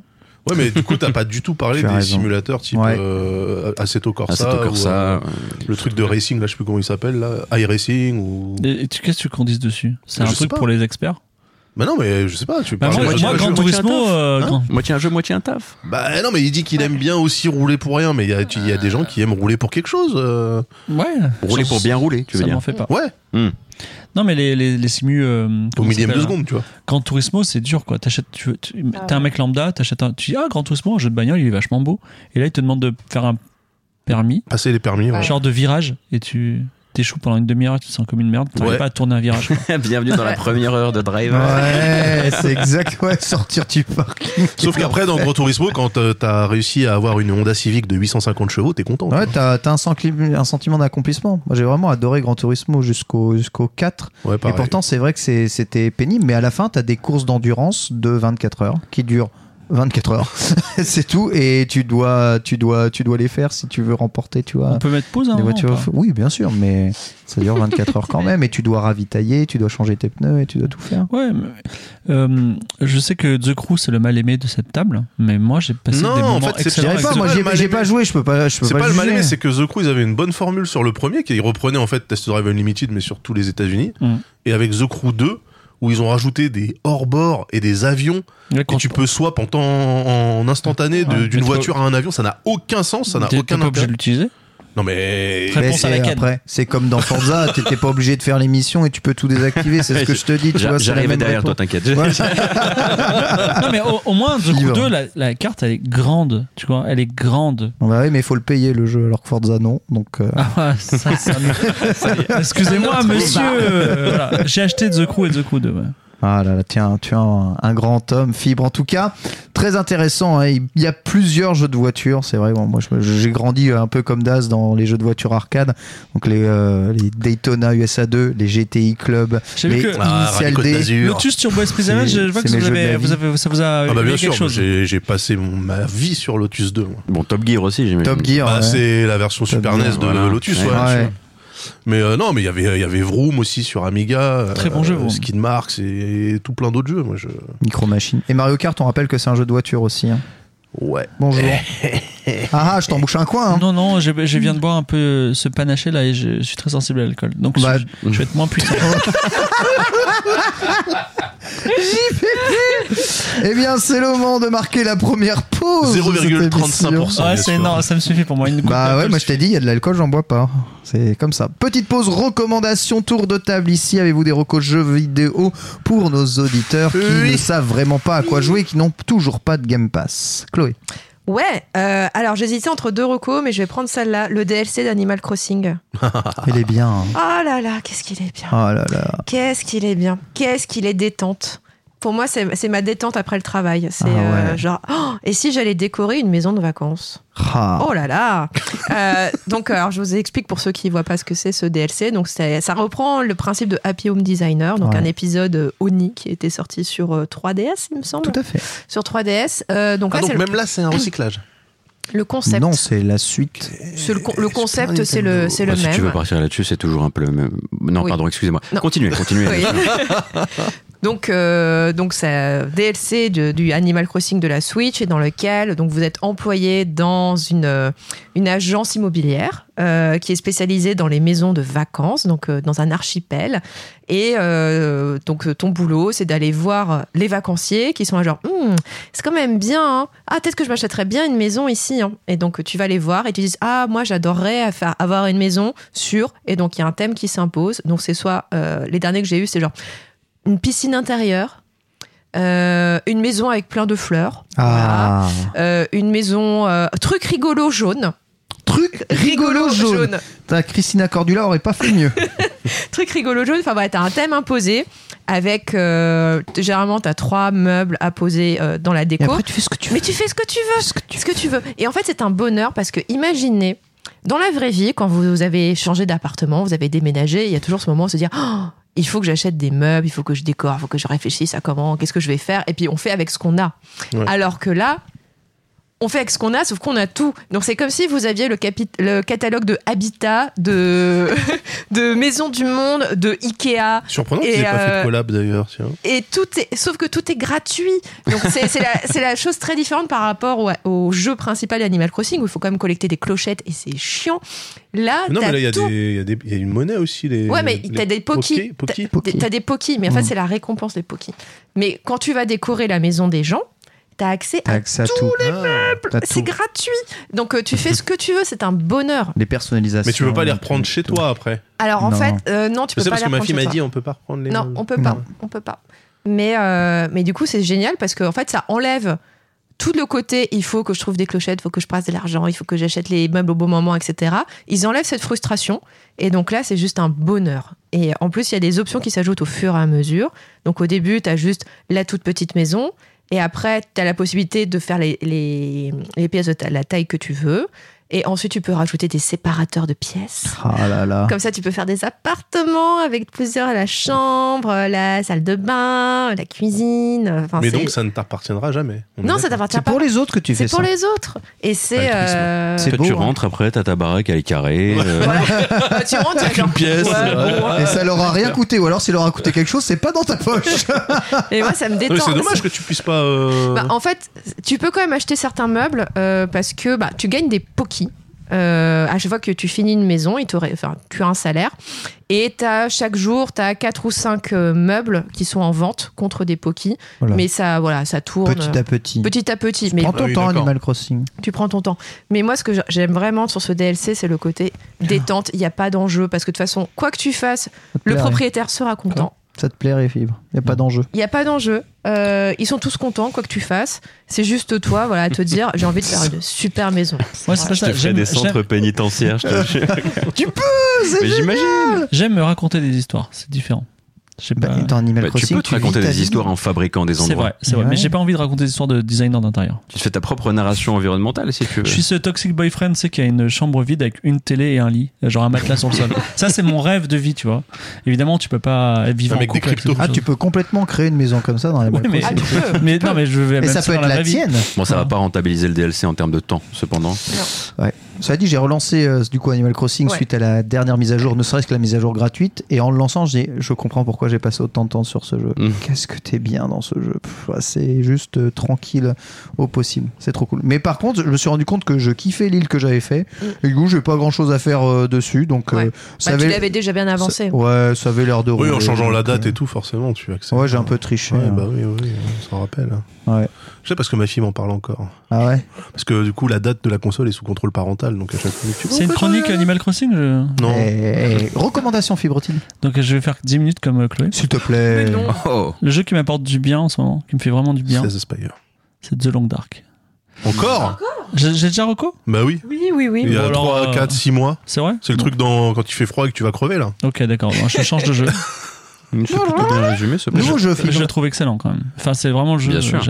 Ouais, mais du coup, t'as pas du tout parlé des simulateurs type Assetto Corsa, le truc de racing, là, je sais plus comment il s'appelle, là, iRacing ou. Et qu'est-ce que tu veux qu'on dise dessus? C'est un truc pour les experts? Bah non, mais je sais pas, tu parles moi, Gran Turismo, moitié un jeu, moitié un taf. Bah non, mais il dit qu'il aime bien aussi rouler pour rien, mais il y a des gens qui aiment rouler pour quelque chose. Ouais. Rouler pour bien rouler, tu veux dire. Ça m'en fait pas. Ouais. Non, mais les simus. Au millième de seconde, tu vois. Gran Turismo, c'est dur, quoi. T'es un mec lambda, tu dis, Gran Turismo, un jeu de bagnole, il est vachement beau. Et là, il te demande de faire un permis. Passer les permis, ouais. Genre de virage, et tu t'échoues pendant une demi-heure, tu te sens comme une merde, t'arrives pas à tourner un virage. Bienvenue dans la première heure de Drive. Ouais, c'est exact, sortir du parking. Sauf qu'après, dans Gran Turismo, quand t'as réussi à avoir une Honda Civic de 850 chevaux, t'es content. Ouais, t'as un sentiment d'accomplissement. Moi, j'ai vraiment adoré Gran Turismo jusqu'au 4. Ouais, et pourtant, c'est vrai que c'était pénible, mais à la fin, t'as des courses d'endurance de 24 heures qui durent 24 heures. C'est tout, et tu dois les faire si tu veux remporter, tu vois. On peut mettre pause, hein, voitures. Oui, bien sûr, mais ça dure 24 heures quand même, et tu dois ravitailler, tu dois changer tes pneus, et tu dois tout faire. Ouais, mais, je sais que The Crew c'est le mal aimé de cette table, mais moi j'ai passé des moments excellents. Moi j'ai pas joué, je peux pas. C'est pas le mal aimé, c'est que The Crew ils avaient une bonne formule sur le premier, qui reprenait en fait Test Drive Unlimited, mais sur tous les États-Unis, et avec The Crew 2. Où ils ont rajouté des hors-bord et des avions que tu peux swap en instantané d'une voiture à un avion. Ça n'a aucun sens, ça n'a aucun intérêt. T'es pas obligé de l'utiliser. Non mais après, c'est comme dans Forza, t'étais pas obligé de faire les missions et tu peux tout désactiver, c'est ce que je te dis, tu vois. J'arrive derrière toi, t'inquiète. Ouais. Non mais au moins The Crew 2, la carte elle est grande, tu vois, elle est grande. Bah oui, mais il faut le payer le jeu, alors que Forza non, donc. Excusez-moi monsieur, voilà. J'ai acheté The Crew et The Crew 2. Ouais. Ah là là, tiens, tu as un grand homme, Fibre. En tout cas, très intéressant. Hein. Il y a plusieurs jeux de voitures, c'est vrai. Bon, moi, j'ai grandi un peu comme Daz dans les jeux de voitures arcade. Donc les Daytona USA 2, les GTI Club, les Initial D. Lotus Turbo Esprit, je vois que ça vous a bien sûr, quelque chose. J'ai passé ma vie sur Lotus 2. Moi. Bon, Top Gear aussi, j'imagine. Top Gear, c'est la version Super NES de Lotus, ouais. Mais non, mais il y avait Vroom aussi sur Amiga, très bon jeu, Skid Marks et tout plein d'autres jeux. Micro Machine. Et Mario Kart, on rappelle que c'est un jeu de voiture aussi. Hein. Ouais. Bonjour. Je t'embouche un coin. Hein. Non, je viens de boire un peu ce panaché là et je suis très sensible à l'alcool. Donc je vais être moins puissant. Eh bien, c'est le moment de marquer la première pause. 0,35%. Ouais, c'est énorme, ça me suffit pour moi. Moi je t'ai dit, il y a de l'alcool, j'en bois pas. C'est comme ça. Petite pause, recommandation, tour de table ici. Avez-vous des recos jeux vidéo pour nos auditeurs qui ne savent vraiment pas à quoi jouer et qui n'ont toujours pas de Game Pass? Chloé. Ouais, alors j'hésitais entre deux recos, mais je vais prendre celle-là, le DLC d'Animal Crossing. Il est bien. Hein. Oh là là, qu'est-ce qu'il est bien. Oh là là. Qu'est-ce qu'il est bien. Qu'est-ce qu'il est détente. Pour moi, c'est ma détente après le travail. C'est genre, et si j'allais décorer une maison de vacances? Oh là là. Donc, alors, je vous explique pour ceux qui ne voient pas ce que c'est ce DLC. Donc, ça reprend le principe de Happy Home Designer, donc un épisode Oni qui était sorti sur 3DS, il me semble. Tout à fait. Sur 3DS. Donc là, c'est un recyclage. Le concept. Non, c'est la suite. Le concept, c'est le même. Si tu veux partir là-dessus, c'est toujours un peu le même. Non, pardon, excusez-moi. Non. Continuez. Oui. Donc c'est DLC du Animal Crossing de la Switch, et dans lequel donc vous êtes employé dans une agence immobilière qui est spécialisée dans les maisons de vacances, donc dans un archipel. Et donc ton boulot, c'est d'aller voir les vacanciers qui sont genre c'est quand même bien. Hein. Ah, peut-être que je m'achèterais bien une maison ici. Hein. Et donc tu vas les voir et tu dis moi j'adorerais avoir une maison sur. Et donc il y a un thème qui s'impose. Donc c'est soit les derniers que j'ai eu, c'est genre une piscine intérieure, une maison avec plein de fleurs, voilà. Une maison truc rigolo jaune. Truc rigolo jaune. Christina Cordula aurait pas fait mieux. Truc rigolo jaune. Enfin t'as un thème imposé avec généralement t'as 3 meubles à poser dans la déco. Et après tu fais ce que tu veux. Mais tu fais ce que tu veux. Et en fait c'est un bonheur parce que imaginez dans la vraie vie quand vous avez changé d'appartement, vous avez déménagé, il y a toujours ce moment où se dire il faut que j'achète des meubles, il faut que je décore, il faut que je réfléchisse à qu'est-ce que je vais faire, et puis on fait avec ce qu'on a. Ouais. Alors que là, on fait avec ce qu'on a, sauf qu'on a tout. Donc c'est comme si vous aviez le catalogue de Habitat, de Maison du Monde, de Ikea. Surprenant qu'ils aient pas fait de collab d'ailleurs. Tiens. Et sauf que tout est gratuit. Donc c'est la chose très différente par rapport au jeu principal d'Animal Crossing où il faut quand même collecter des clochettes et c'est chiant. Là, mais là, il y a une monnaie aussi. Ouais, mais t'as des Poki. T'as des Poki, mais en fait c'est la récompense des Poki. Mais quand tu vas décorer la maison des gens, t'as accès à tous les meubles. C'est gratuit. Donc tu fais ce que tu veux, c'est un bonheur. Les personnalisations. Mais tu peux pas les reprendre chez toi après. Alors en fait, non, tu peux pas les reprendre. C'est parce que ma fille m'a dit on peut pas reprendre les. Non, on peut pas. Mais du coup, c'est génial parce que en fait, ça enlève tout le côté. Il faut que je trouve des clochettes, il faut que je passe de l'argent, il faut que j'achète les meubles au bon moment, etc. Ils enlèvent cette frustration et donc là, c'est juste un bonheur. Et en plus, il y a des options qui s'ajoutent au fur et à mesure. Donc au début, t'as juste la toute petite maison. Et après, tu as la possibilité de faire les pièces de la taille que tu veux. Et ensuite, tu peux rajouter des séparateurs de pièces. Ah là là. Comme ça, tu peux faire des appartements avec plusieurs, la chambre, la salle de bain, la cuisine. Enfin, mais donc, ça ne t'appartiendra jamais. Non, ça t'appartient pas. C'est pour les autres que tu fais ça. C'est pour les autres. Et c'est beau. Tu rentres après, t'as ta baraque, elle est carrée. Tu rentres, tu as une pièce. Et ça leur a rien coûté. Ou alors, s'il leur a coûté quelque chose, c'est pas dans ta poche. Et moi, ça me détend. Mais c'est dommage que tu puisses pas. En fait, tu peux quand même acheter certains meubles parce que tu gagnes des Poki. À chaque fois que tu finis une maison, tu as un salaire et chaque jour tu as 4 ou 5 meubles qui sont en vente contre des Poki. Voilà. Mais ça tourne petit à petit. Mais prends ton temps. Animal Crossing, tu prends ton temps. Mais moi, ce que j'aime vraiment sur ce DLC, c'est le côté détente. Il n'y a pas d'enjeu parce que de toute façon, quoi que tu fasses, le propriétaire sera content. Ça te plairait, Fibre. Il n'y a pas d'enjeu. Il n'y a pas d'enjeu. Ils sont tous contents, quoi que tu fasses. C'est juste toi, à te dire, j'ai envie de faire une super maison. Moi, c'est pas ça. J'aime des centres pénitentiaires. Tu peux, c'est génial. J'imagine. J'aime me raconter des histoires. C'est différent. Dans Animal Crossing, tu peux te raconter des histoires en fabriquant des endroits. C'est vrai. Mais j'ai pas envie de raconter des histoires de designer d'intérieur. Tu te fais ta propre narration environnementale si tu veux. Je suis ce toxic boyfriend, c'est qui a une chambre vide avec une télé et un lit, genre un matelas sur le sol. Ça, c'est mon rêve de vie, tu vois. Évidemment, tu peux pas vivre en couple. Tu peux complètement créer une maison comme ça dans Animal Crossing. Mais non, mais je vais. Mais ça peut être la tienne. Bon, ça va pas rentabiliser le DLC en termes de temps, cependant. Ouais. Cela dit, j'ai relancé du coup Animal Crossing suite à la dernière mise à jour, ne serait-ce que la mise à jour gratuite, et en le lançant, je comprends pourquoi j'ai passé autant de temps sur ce jeu. Qu'est-ce que t'es bien dans ce jeu. C'est juste tranquille au possible. C'est trop cool. Mais par contre, je me suis rendu compte que je kiffais l'île que j'avais fait, et du coup, j'ai pas grand-chose à faire dessus. Donc, tu l'avais déjà bien avancé. Ça avait l'air de rouler. Oui, en changeant la date et tout, forcément, tu accèdes. Ouais, j'ai un peu triché. Oui, on s'en rappelle. Ouais. Je sais parce que ma fille m'en parle encore. Ah ouais. Parce que du coup, la date de la console est sous contrôle parental, donc à chaque fois. C'est une chronique Animal Crossing Non. Recommandation Fibre-t-il. Donc je vais faire 10 minutes comme Chloé. S'il te plaît. Mais non. Oh. Le jeu qui m'apporte du bien en ce moment, qui me fait vraiment du bien. C'est The Spire. C'est The Long Dark. Encore J'ai déjà reco. Bah oui. Oui. Il y a 3, 4, 6 mois. C'est vrai. C'est le truc quand il fait froid et que tu vas crever là. Ok, d'accord. Je change de jeu. C'est plutôt bien résumé ce jeu. Je le trouve excellent quand même. Enfin, c'est vraiment le jeu. Bien sûr.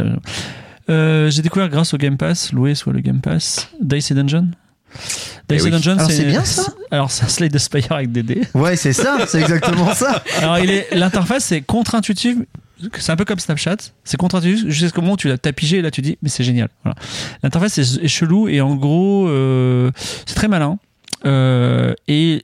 J'ai découvert grâce au Game Pass, loué soit le Game Pass, Dicey Dungeon. Dicey Dungeon, c'est bien ça. Alors c'est un Slay the Spire avec des dés. Ouais, c'est ça, c'est exactement ça. Alors l'interface c'est contre-intuitive. C'est un peu comme Snapchat, c'est contre-intuitif jusqu'au moment où tu l'as pigé et là tu dis mais c'est génial. Voilà. L'interface est chelou et en gros c'est très malin et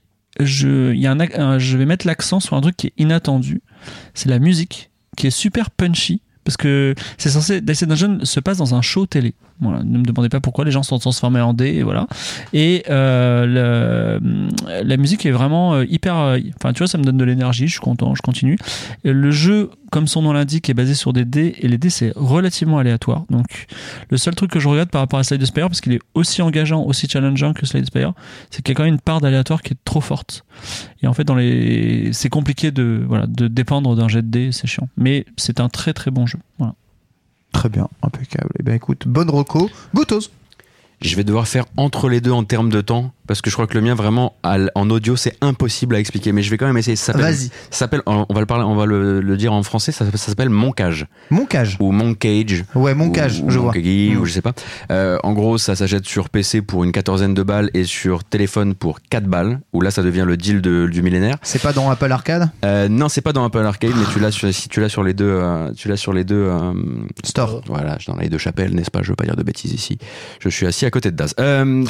je vais mettre l'accent sur un truc qui est inattendu, c'est la musique qui est super punchy. Parce que c'est censé, Dicey Dungeon se passe dans un show télé. Voilà, ne me demandez pas pourquoi, les gens sont transformés en dés, et voilà. Et la musique est vraiment hyper. Enfin, tu vois, ça me donne de l'énergie, je suis content, je continue. Le jeu, comme son nom l'indique, est basé sur des dés, et les dés, c'est relativement aléatoire. Donc, le seul truc que je regarde par rapport à Slay the Spire, parce qu'il est aussi engageant, aussi challengeant que Slay the Spire, c'est qu'il y a quand même une part d'aléatoire qui est trop forte. Et en fait, c'est compliqué de dépendre d'un jet de dés, c'est chiant. Mais c'est un très très bon jeu. Voilà. Très bien, impeccable. Eh bien écoute, bonne reco. Gotos. Je vais devoir faire entre les deux en termes de temps. parce que je crois que le mien vraiment en audio c'est impossible à expliquer, mais je vais quand même essayer. Ça s'appelle, on va le dire en français, ça s'appelle Moncage. Moncage ou Moncage. Ouais, Moncage, je vois. Ou je sais pas. En gros, ça s'achète sur PC pour une 14aine de balles et sur téléphone pour 4 balles, où là ça devient le deal du millénaire. C'est pas dans Apple Arcade? Non, c'est pas dans Apple Arcade, mais si tu l'as sur les deux Store. Voilà, dans les deux chapelles, n'est-ce pas? Je veux pas dire de bêtises ici. Je suis assis à côté de Daz.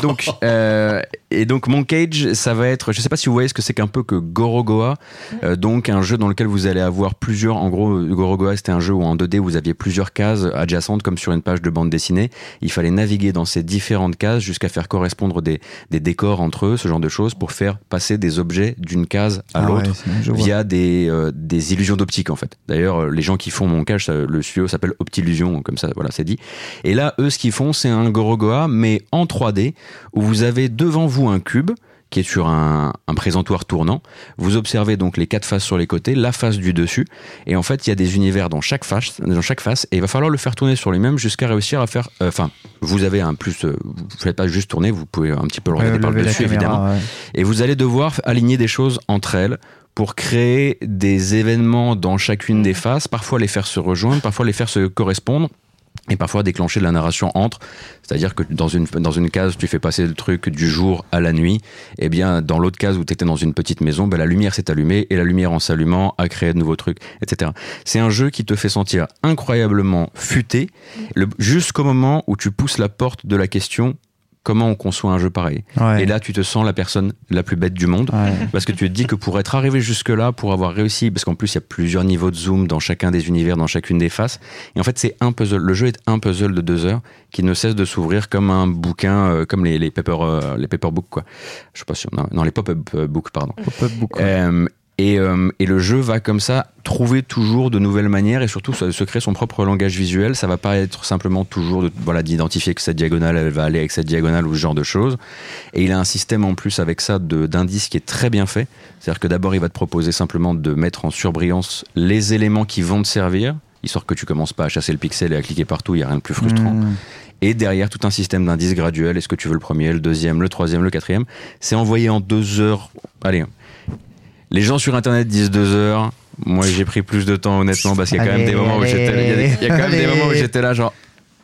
Donc Moncage, ça va être, je sais pas si vous voyez ce que c'est qu'un peu que Gorogoa, donc un jeu dans lequel vous allez avoir plusieurs, en gros Gorogoa c'était un jeu où en 2D vous aviez plusieurs cases adjacentes comme sur une page de bande dessinée, il fallait naviguer dans ces différentes cases jusqu'à faire correspondre des décors entre eux, ce genre de choses, pour faire passer des objets d'une case à l'autre via des illusions d'optique en fait. D'ailleurs les gens qui font Moncage, le studio s'appelle Optilusion, comme ça voilà c'est dit. Et là eux ce qu'ils font c'est un Gorogoa mais en 3D où vous avez devant vous un cube qui est sur un présentoir tournant. Vous observez donc les 4 faces sur les côtés, la face du dessus, et en fait il y a des univers dans chaque face, et il va falloir le faire tourner sur lui-même jusqu'à réussir à faire. Vous avez un plus, vous ne faites pas juste tourner, vous pouvez un petit peu le regarder par le dessus évidemment, et vous allez devoir aligner des choses entre elles pour créer des événements dans chacune des faces, parfois les faire se rejoindre, parfois les faire se correspondre. Et parfois déclencher de la narration entre, c'est-à-dire que dans une case tu fais passer le truc du jour à la nuit, et bien dans l'autre case où tu étais dans une petite maison, la lumière s'est allumée et la lumière en s'allumant a créé de nouveaux trucs, etc. C'est un jeu qui te fait sentir incroyablement futé jusqu'au moment où tu pousses la porte de la question comment on conçoit un jeu pareil. Et là, tu te sens la personne la plus bête du monde, parce que tu te dis que pour être arrivé jusque-là, pour avoir réussi, parce qu'en plus, il y a plusieurs niveaux de zoom dans chacun des univers, dans chacune des faces, et en fait, c'est un puzzle. Le jeu est un puzzle de 2 heures qui ne cesse de s'ouvrir comme un bouquin, comme les paper books, quoi. Je sais pas si on a... Non, les pop-up books, pardon. Pop-up books, Et le jeu va comme ça trouver toujours de nouvelles manières et surtout se créer son propre langage visuel. Ça va pas être simplement toujours d'identifier que cette diagonale elle va aller avec cette diagonale ou ce genre de choses. Et il a un système en plus avec ça d'indices qui est très bien fait. C'est-à-dire que d'abord il va te proposer simplement de mettre en surbrillance les éléments qui vont te servir, histoire que tu commences pas à chasser le pixel et à cliquer partout, il y a rien de plus frustrant. Et derrière tout un système d'indices graduels. Est-ce que tu veux le premier, le deuxième, le troisième, le quatrième? C'est envoyé en 2 heures. Allez. Les gens sur internet disent 2 heures. Moi, j'ai pris plus de temps, honnêtement, parce qu'il y a quand même des moments où j'étais là, genre.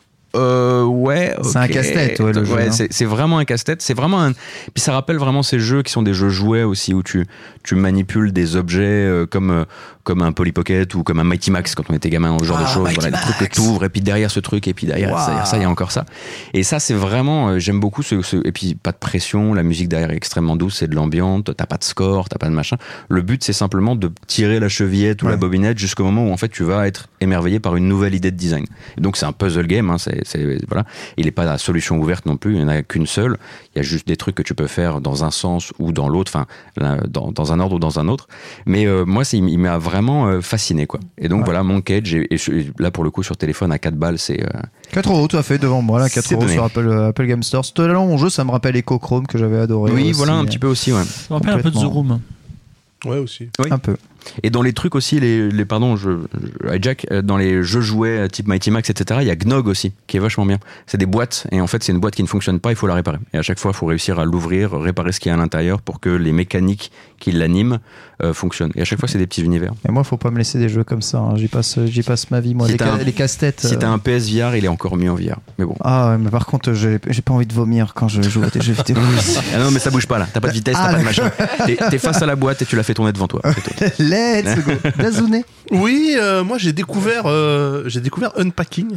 Ouais. Okay. C'est un casse-tête, le jeu. Ouais, c'est vraiment un casse-tête. C'est vraiment un. Puis ça rappelle vraiment ces jeux qui sont des jeux jouets aussi, où tu manipules des objets comme un Polly Pocket ou comme un Mighty Max quand on était gamin, ce genre de choses. Voilà, le truc que t'ouvres, et puis derrière ce truc, et puis derrière ça, il y a encore ça. Et ça, c'est vraiment, j'aime beaucoup et puis pas de pression, la musique derrière est extrêmement douce, c'est de l'ambiance, t'as pas de score, t'as pas de machin. Le but, c'est simplement de tirer la chevillette ou la bobinette jusqu'au moment où en fait tu vas être émerveillé par une nouvelle idée de design. Et donc c'est un puzzle game, hein, voilà. Il n'est pas à solution ouverte non plus, il n'y en a qu'une seule. Il y a juste des trucs que tu peux faire dans un sens ou dans l'autre, enfin, dans un ordre ou dans un autre. Mais moi, il m'a vraiment fasciné, quoi. Et donc voilà, Moncage, et là pour le coup sur téléphone à 4 balles, c'est 4 €, tout à fait, devant moi, là, 4 € sur Apple Game Store. C'est tellement mon jeu, ça me rappelle Echochrome que j'avais adoré. Oui, aussi, voilà, un petit peu aussi, ouais. Ça me rappelle un peu de The Room. Ouais, aussi. Oui. Un peu. Et dans les trucs aussi, pardon, hijack, dans les jeux jouets type Mighty Max, etc., il y a Gnog aussi, qui est vachement bien. C'est des boîtes, et en fait, c'est une boîte qui ne fonctionne pas, il faut la réparer. Et à chaque fois, il faut réussir à l'ouvrir, réparer ce qu'il y a à l'intérieur pour que les mécaniques qui l'animent fonctionnent. Et à chaque fois, c'est des petits univers. Et moi, il faut pas me laisser des jeux comme ça. Hein. J'y passe ma vie, moi. Les casse-têtes. Si t'as un PSVR, il est encore mieux en VR. Mais bon. Ah, ouais, mais par contre, j'ai pas envie de vomir quand je joue à des jeux vidéo. Ah non, mais ça bouge pas là. T'as pas de vitesse, t'as pas de machin. T'es face à la boîte et tu la fais tourner devant toi. Let's go. Dazouné. Oui, moi j'ai découvert Unpacking.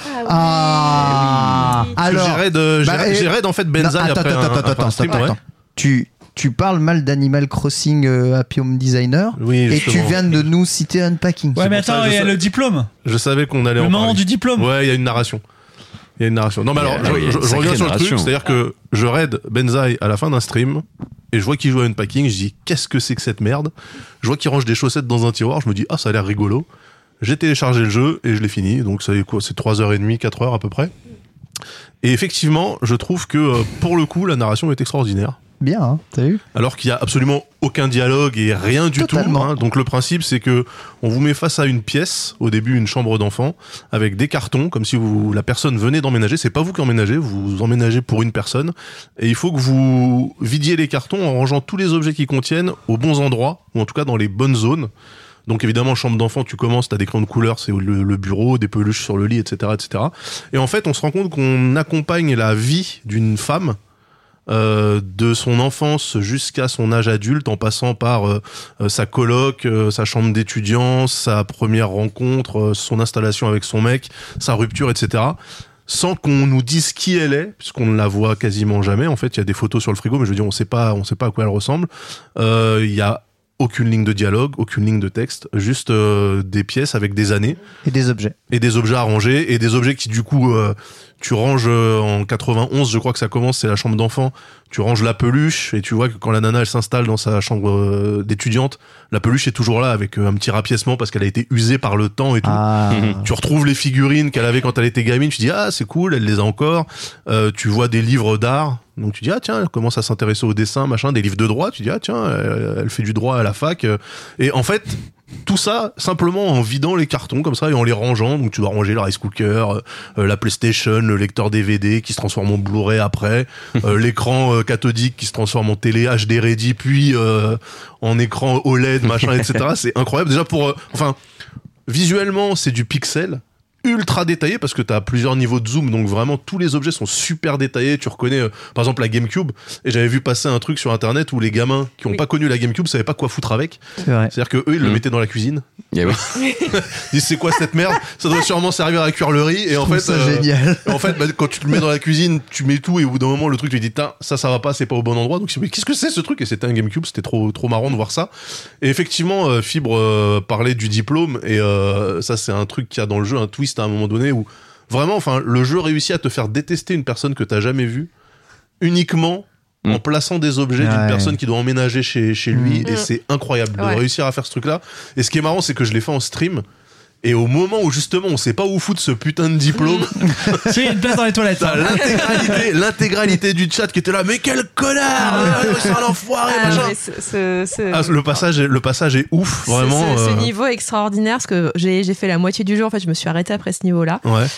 Alors, j'ai raid en fait Benzaï après un stream. Attends. Tu parles mal d'Animal Crossing Happy Home Designer, oui, et tu viens de nous citer Unpacking. Ouais, mais attends, il y a le diplôme. Je savais qu'on allait le moment du diplôme. Ouais, il y a une narration. Non, mais alors, je reviens sur le truc, c'est-à-dire que je raid Benzaï à la fin d'un stream, et je vois qu'il joue à Unpacking, je dis, qu'est-ce que c'est que cette merde? Je vois qu'il range des chaussettes dans un tiroir, je me dis, ça a l'air rigolo. J'ai téléchargé le jeu, et je l'ai fini, donc ça est quoi, c'est 3h30, 4h à peu près. Et effectivement, je trouve que, pour le coup, la narration est extraordinaire. bien, hein, t'as vu ? Alors qu'il y a absolument aucun dialogue et rien du Totalement. tout. Hein. Donc le principe, c'est que on vous met face à une pièce, au début une chambre d'enfant, avec des cartons, comme si la personne venait d'emménager. C'est pas vous qui emménagez, vous emménagez pour une personne. Et il faut que vous vidiez les cartons en rangeant tous les objets qui contiennent aux bons endroits, ou en tout cas dans les bonnes zones. Donc évidemment, chambre d'enfant, tu commences, t'as des crayons de couleur, c'est le bureau, des peluches sur le lit, etc., etc. Et en fait, on se rend compte qu'on accompagne la vie d'une femme de son enfance jusqu'à son âge adulte, en passant par sa coloc, sa chambre d'étudiant, sa première rencontre, son installation avec son mec, sa rupture, etc. Sans qu'on nous dise qui elle est, puisqu'on ne la voit quasiment jamais. En fait, il y a des photos sur le frigo, mais je veux dire, on sait pas à quoi elle ressemble. Il y a aucune ligne de dialogue, aucune ligne de texte, juste des pièces avec des années. Et des objets. Et des objets à ranger, et des objets qui du coup, tu ranges en 91, je crois que ça commence, c'est la chambre d'enfant, tu ranges la peluche, et tu vois que quand la nana elle s'installe dans sa chambre d'étudiante, la peluche est toujours là avec un petit rapiècement parce qu'elle a été usée par le temps et tout. Tu retrouves les figurines qu'elle avait quand elle était gamine, tu dis ah c'est cool, elle les a encore. Tu vois des livres d'art. Donc tu dis ah tiens, elle commence à s'intéresser au dessin, machin, des livres de droit, tu dis ah tiens, elle fait du droit à la fac. Et en fait, tout ça simplement en vidant les cartons comme ça et en les rangeant. Donc tu dois ranger le rice cooker, la PlayStation, le lecteur DVD qui se transforme en Blu-ray après, l'écran cathodique qui se transforme en télé HD ready, puis en écran OLED, machin, etc. C'est incroyable. Déjà visuellement, c'est du pixel. Ultra détaillé parce que t'as plusieurs niveaux de zoom, donc vraiment tous les objets sont super détaillés. Tu reconnais par exemple la GameCube, et j'avais vu passer un truc sur internet où les gamins qui ont pas connu la GameCube savaient pas quoi foutre avec. C'est-à-dire que eux ils le mettaient dans la cuisine. Yeah, oui. Ils disent c'est quoi cette merde, ça doit sûrement servir à cuire le riz. Et en fait génial. En fait quand tu le mets dans la cuisine, tu mets tout et au bout d'un moment le truc tu te dis ça va pas, c'est pas au bon endroit. Donc mais qu'est-ce que c'est ce truc, et c'était un GameCube, c'était trop marrant de voir ça. Et effectivement Fibre parlait du diplôme, et ça c'est un truc qu'il y a dans le jeu, un twist à un moment donné où vraiment, le jeu réussit à te faire détester une personne que t'as jamais vue uniquement en plaçant des objets d'une personne qui doit emménager chez lui, et c'est incroyable de réussir à faire ce truc-là. Et ce qui est marrant, c'est que je l'ai fait en stream. Et au moment où justement on sait pas où foutre ce putain de diplôme, c'est une place dans les toilettes. T'as l'intégralité du chat qui était là, mais quel connard, c'est un enfoiré, machin. Le passage est ouf, vraiment. Ce niveau extraordinaire, parce que j'ai fait la moitié du jeu, en fait, je me suis arrêtée après ce niveau-là.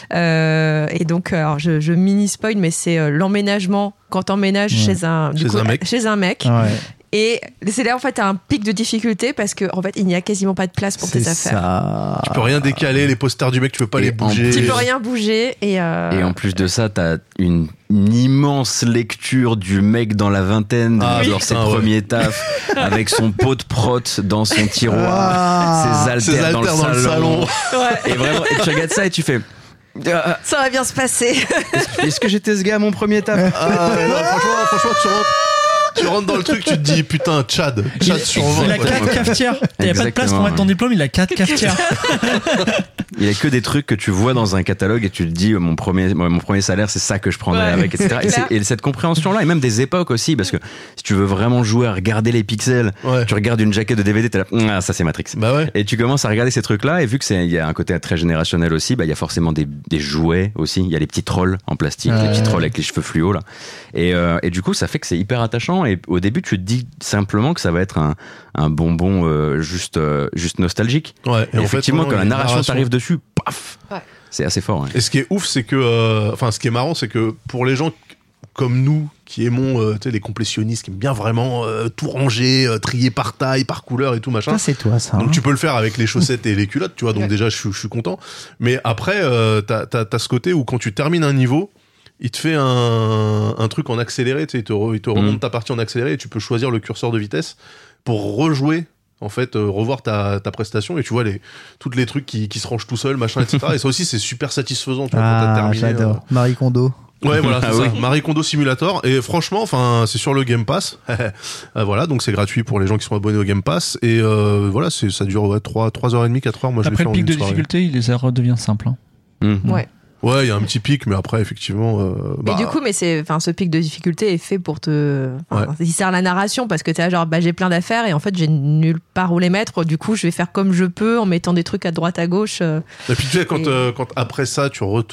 Et donc, alors je mini spoil, mais c'est l'emménagement quand t'emménages chez un mec. Et c'est là en fait t'as un pic de difficulté parce que en fait il n'y a quasiment pas de place pour tes affaires. Tu peux rien décaler, les posters du mec tu peux pas les bouger. Tu peux rien bouger et en plus de ça t'as une immense lecture du mec dans la vingtaine dans ses premiers tafs avec son pot de prot dans son tiroir, ses haltères dans le salon. Et vraiment et tu regardes ça et tu fais ça va bien se passer. Est-ce que j'étais ce gars à mon premier taf? Franchement tu rentres dans le truc, tu te dis putain, Tchad sur 20. Il a 4 cafetières. Il n'y a pas de place pour mettre ton diplôme, il a 4 cafetières. Il y a que des trucs que tu vois dans un catalogue et tu te dis mon premier salaire c'est ça que je prendrais avec, etc. Et cette compréhension là, et même des époques aussi, parce que si tu veux vraiment jouer à regarder les pixels, tu regardes une jaquette de DVD, t'es là, ça c'est Matrix. Et tu commences à regarder ces trucs là, et vu que il y a un côté très générationnel aussi, il y a forcément des jouets aussi, il y a les petits trolls en plastique, les petits trolls avec les cheveux fluo là, et du coup ça fait que c'est hyper attachant. Et au début tu te dis simplement que ça va être un bonbon juste nostalgique. Et effectivement quand la narration t'arrive dessus, paf, c'est assez fort. Et ce qui est ouf, c'est que ce qui est marrant, c'est que pour les gens comme nous qui aimons les complétionnistes, qui aiment bien vraiment tout ranger, trier par taille, par couleur et tout machin. Ça c'est toi ça. Donc tu peux le faire avec les chaussettes et les culottes, tu vois. Donc déjà je suis content. Mais après t'as ce côté où quand tu termines un niveau, il te fait un truc en accéléré, tu sais, il te remonte ta partie en accéléré et tu peux choisir le curseur de vitesse pour rejouer, en fait, revoir ta prestation, et tu vois toutes les trucs qui se rangent tout seul, machin, etc. Et ça aussi, c'est super satisfaisant, tu vois, quand t'as terminé. J'adore. Marie Kondo. Ouais, voilà, c'est ça. Marie Kondo Simulator. Et franchement, c'est sur le Game Pass. Voilà, donc c'est gratuit pour les gens qui sont abonnés au Game Pass. Et voilà, ça dure 3h30, 4h. Moi, après le pic de difficulté, il redevient simple. Ouais, il y a un petit pic, mais après, effectivement. Et du coup, ce pic de difficulté est fait pour il sert à la narration, parce que t'es là, genre, j'ai plein d'affaires et en fait, j'ai nulle part où les mettre. Du coup, je vais faire comme je peux en mettant des trucs à droite, à gauche. Et puis, tu sais, quand après ça, tu retournes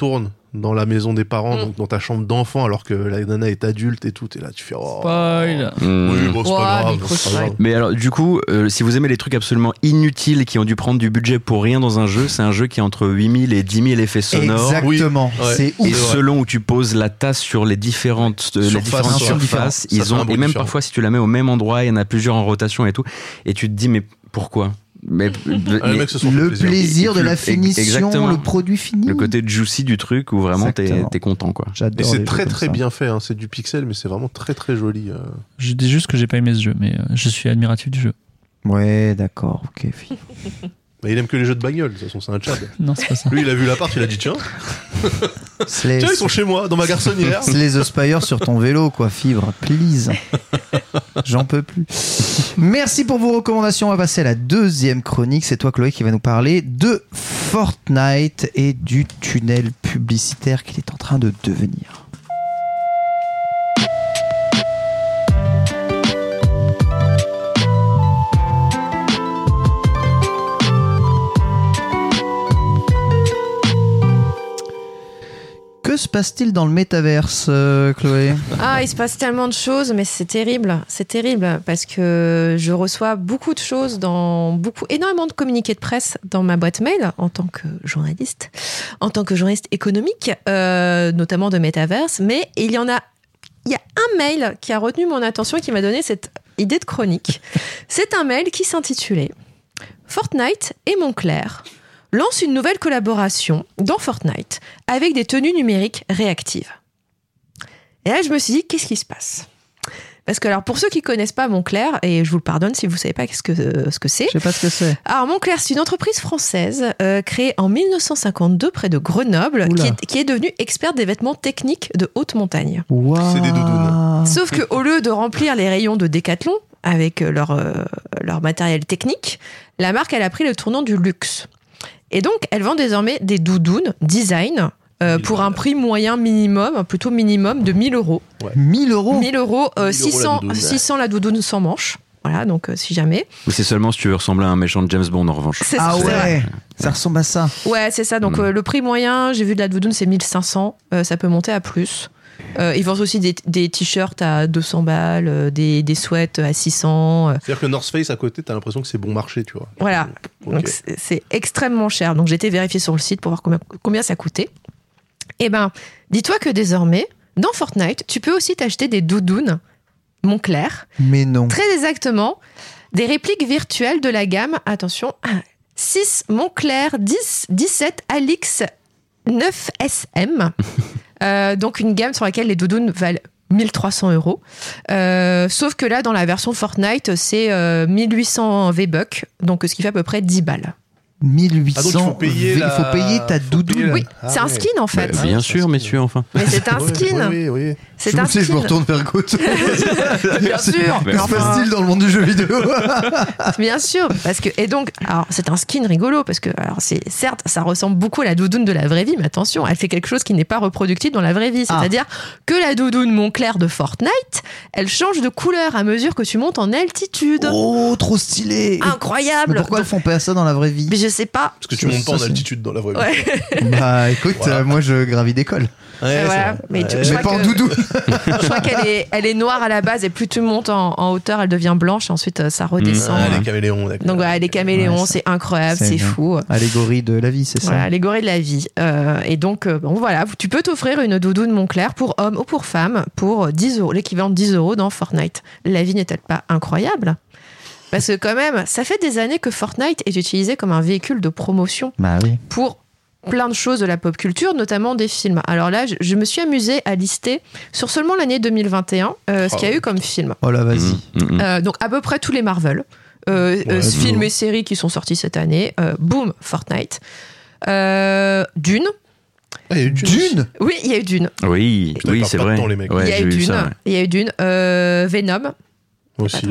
dans la maison des parents, donc dans ta chambre d'enfant, alors que la nana est adulte et tout, et là tu fais spoil. Oui, bon, c'est pas grave. Mais alors, du coup, si vous aimez les trucs absolument inutiles qui ont dû prendre du budget pour rien dans un jeu, c'est un jeu qui est entre 8000 et 10 000 effets sonores. Exactement. Oui. C'est ouf. Et selon où tu poses la tasse sur les différentes surfaces, ils ont, et même parfois si tu la mets au même endroit, il y en a plusieurs en rotation et tout, et tu te dis mais pourquoi? Le plaisir de la finition, exactement. Le produit fini, le côté juicy du truc où vraiment t'es content quoi. Et c'est très très bien fait, hein. C'est du pixel mais c'est vraiment très très joli. Je dis juste que j'ai pas aimé ce jeu, mais je suis admiratif du jeu. Ouais, d'accord, ok. Mais il aime que les jeux de bagnole, de toute façon c'est un Tchad. Non, c'est pas ça. Lui il a vu l'appart, il a dit tiens, tiens ils sont chez moi dans ma garçonnière. Slay the Spire sur ton vélo quoi, Fibre, please. J'en peux plus. Merci pour vos recommandations. On va passer à la deuxième chronique. C'est toi Chloé qui va nous parler de Fortnite et du tunnel publicitaire qu'il est en train de devenir. Que se passe-t-il dans le métaverse, Chloé ? Il se passe tellement de choses, mais c'est terrible parce que je reçois beaucoup de choses énormément de communiqués de presse dans ma boîte mail en tant que journaliste économique, notamment de métaverse. Mais il y a un mail qui a retenu mon attention et qui m'a donné cette idée de chronique. C'est un mail qui s'intitulait Fortnite et Moncler lance une nouvelle collaboration dans Fortnite avec des tenues numériques réactives. Et là, je me suis dit, qu'est-ce qui se passe ? Parce que, alors, pour ceux qui ne connaissent pas Moncler, et je vous le pardonne si vous ne savez pas ce que c'est. Je ne sais pas ce que c'est. Alors, Moncler, c'est une entreprise française créée en 1952 près de Grenoble, qui est devenue experte des vêtements techniques de haute montagne. Wow. C'est des doudounes. Sauf qu'au lieu de remplir les rayons de Decathlon avec leur matériel technique, la marque, elle a pris le tournant du luxe. Et donc, elle vend désormais des doudounes design pour un prix moyen minimum, plutôt minimum de 1 000 €. Ouais. 1 000 €. 1 000 €, 600 la doudoune sans manche. Voilà, donc si jamais. Mais c'est seulement si tu veux ressembler à un méchant de James Bond en revanche. C'est ouais, ça ressemble à ça. Ouais, c'est ça. Donc le prix moyen, j'ai vu de la doudoune, c'est 1 500. Ça peut monter à plus. Ils vendent aussi des t-shirts à 200 balles, des sweats à 600. C'est-à-dire que North Face à côté, t'as l'impression que c'est bon marché, tu vois. Voilà, okay. Donc c'est extrêmement cher. Donc j'ai été vérifier sur le site pour voir combien ça coûtait. Et ben, dis-toi que désormais, dans Fortnite, tu peux aussi t'acheter des doudounes Moncler. Mais non. Très exactement, des répliques virtuelles de la gamme, attention, 6 Moncler 17 Alix 9 SM. Donc une gamme sur laquelle les doudounes valent 1 300 €. Sauf que là, dans la version Fortnite, c'est 1800 V-Bucks, donc ce qui fait à peu près 10 balles. 1800. Donc il faut payer ta doudoune. Oui, c'est un skin en fait. Bien sûr, messieurs, enfin. Mais c'est un skin. Oui. C'est un skin. Je me retourne vers Goto. Bien sûr. Que se passe-t-il dans le monde du jeu vidéo ? Bien sûr, parce que alors c'est un skin rigolo parce que alors certes ça ressemble beaucoup à la doudoune de la vraie vie, mais attention, elle fait quelque chose qui n'est pas reproductible dans la vraie vie, c'est-à-dire que la doudoune Moncler de Fortnite, elle change de couleur à mesure que tu montes en altitude. Oh, trop stylé. Incroyable. Mais pourquoi elles font pas ça dans la vraie vie ? Mais je sais pas. Parce que tu montes pas en altitude dans la vraie vie. Ouais. Bah écoute, moi je gravis d'école. Ouais, voilà. Mais pas en doudou. Je crois qu'elle est noire à la base et plus tu montes en hauteur, elle devient blanche et ensuite ça redescend. Les caméléons, d'accord. Donc voilà, les caméléons, c'est incroyable, c'est fou. Allégorie de la vie, c'est ça. Voilà, allégorie de la vie. Et donc, bon voilà, tu peux t'offrir une doudoune Moncler pour homme ou pour femme pour 10 €, l'équivalent de 10 € dans Fortnite. La vie n'est-elle pas incroyable ? Parce que quand même, ça fait des années que Fortnite est utilisé comme un véhicule de promotion pour plein de choses de la pop culture, notamment des films. Alors là, je me suis amusée à lister sur seulement l'année 2021 ce qu'il y a eu comme film. Oh là, vas-y. Donc à peu près tous les Marvel, films et séries qui sont sortis cette année. Boom, Fortnite. Dune. Il y a eu Dune. Oui, il y a eu Dune. Oui, c'est vrai. Il y a eu Dune. Il y a eu Dune. Venom. Aussi,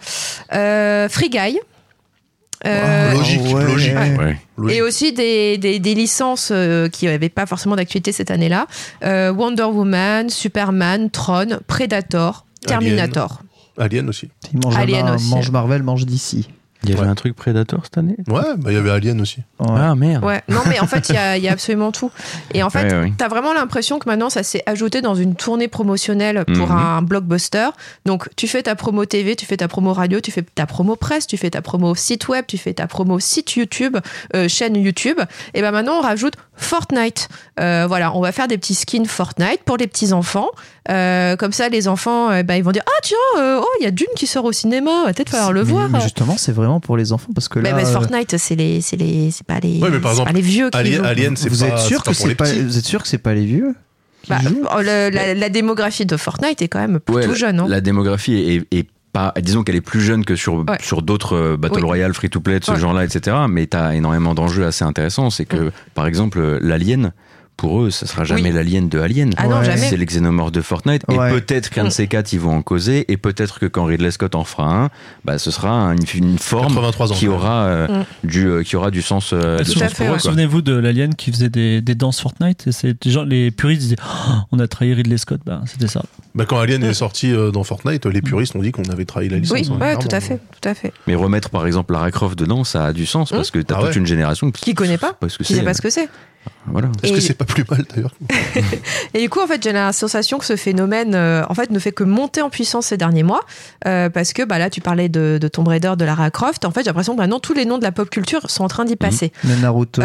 Free Guy. Logique. Ouais. Et aussi des licences qui n'avaient pas forcément d'actualité cette année-là. Wonder Woman, Superman, Tron, Predator, Terminator. Alien aussi. Mange Marvel, mange DC. Il y avait un truc Predator cette année. Ouais, il y avait Alien aussi. Ah merde. Ouais, non mais en fait il y a absolument tout. Et en fait, t'as vraiment l'impression que maintenant ça s'est ajouté dans une tournée promotionnelle pour un blockbuster. Donc tu fais ta promo TV, tu fais ta promo radio, tu fais ta promo presse, tu fais ta promo site web, tu fais ta promo site YouTube, chaîne YouTube. Et ben maintenant on rajoute Fortnite. Voilà, on va faire des petits skins Fortnite pour les petits enfants. Comme ça les enfants ils vont dire ah tiens il y a Dune qui sort au cinéma, va peut-être falloir le voir. Mais justement c'est vraiment pour les enfants parce que là Fortnite c'est pas les mais par exemple, pas les vieux qui jouent. Alien c'est vous pas êtes sûr que c'est pas vous êtes sûr que c'est pas les vieux la démographie de Fortnite est quand même plutôt jeune. La démographie est pas, disons qu'elle est plus jeune que sur d'autres Battle Royale, free-to-play de ce genre-là, etc. Mais t'as énormément d'enjeux assez intéressants. C'est que, par exemple, l'Alien, pour eux, ça sera jamais l'Alien de Alien. Ah non, jamais. C'est les xénomorphes de Fortnite. Et peut-être qu'un de ces quatre, ils vont en causer. Et peut-être que quand Ridley Scott en fera un, ce sera une forme qui aura du sens. Souvenez-vous de l'Alien qui faisait des danses Fortnite. Et c'est des gens, les puristes disaient on a trahi Ridley Scott. C'était ça. Quand Alien est sorti dans Fortnite, les puristes ont dit qu'on avait trahi la licence. Oui, tout à fait. Mais remettre par exemple Lara Croft dedans, ça a du sens parce que t'as toute une génération qui connaît pas, qui sait pas ce que c'est. Voilà. Est-ce que c'est pas plus mal d'ailleurs? Et du coup, en fait, j'ai la sensation que ce phénomène, ne fait que monter en puissance ces derniers mois, parce que là, tu parlais de Tomb Raider, de Lara Croft. En fait, j'ai l'impression que maintenant tous les noms de la pop culture sont en train d'y passer. Mais Naruto.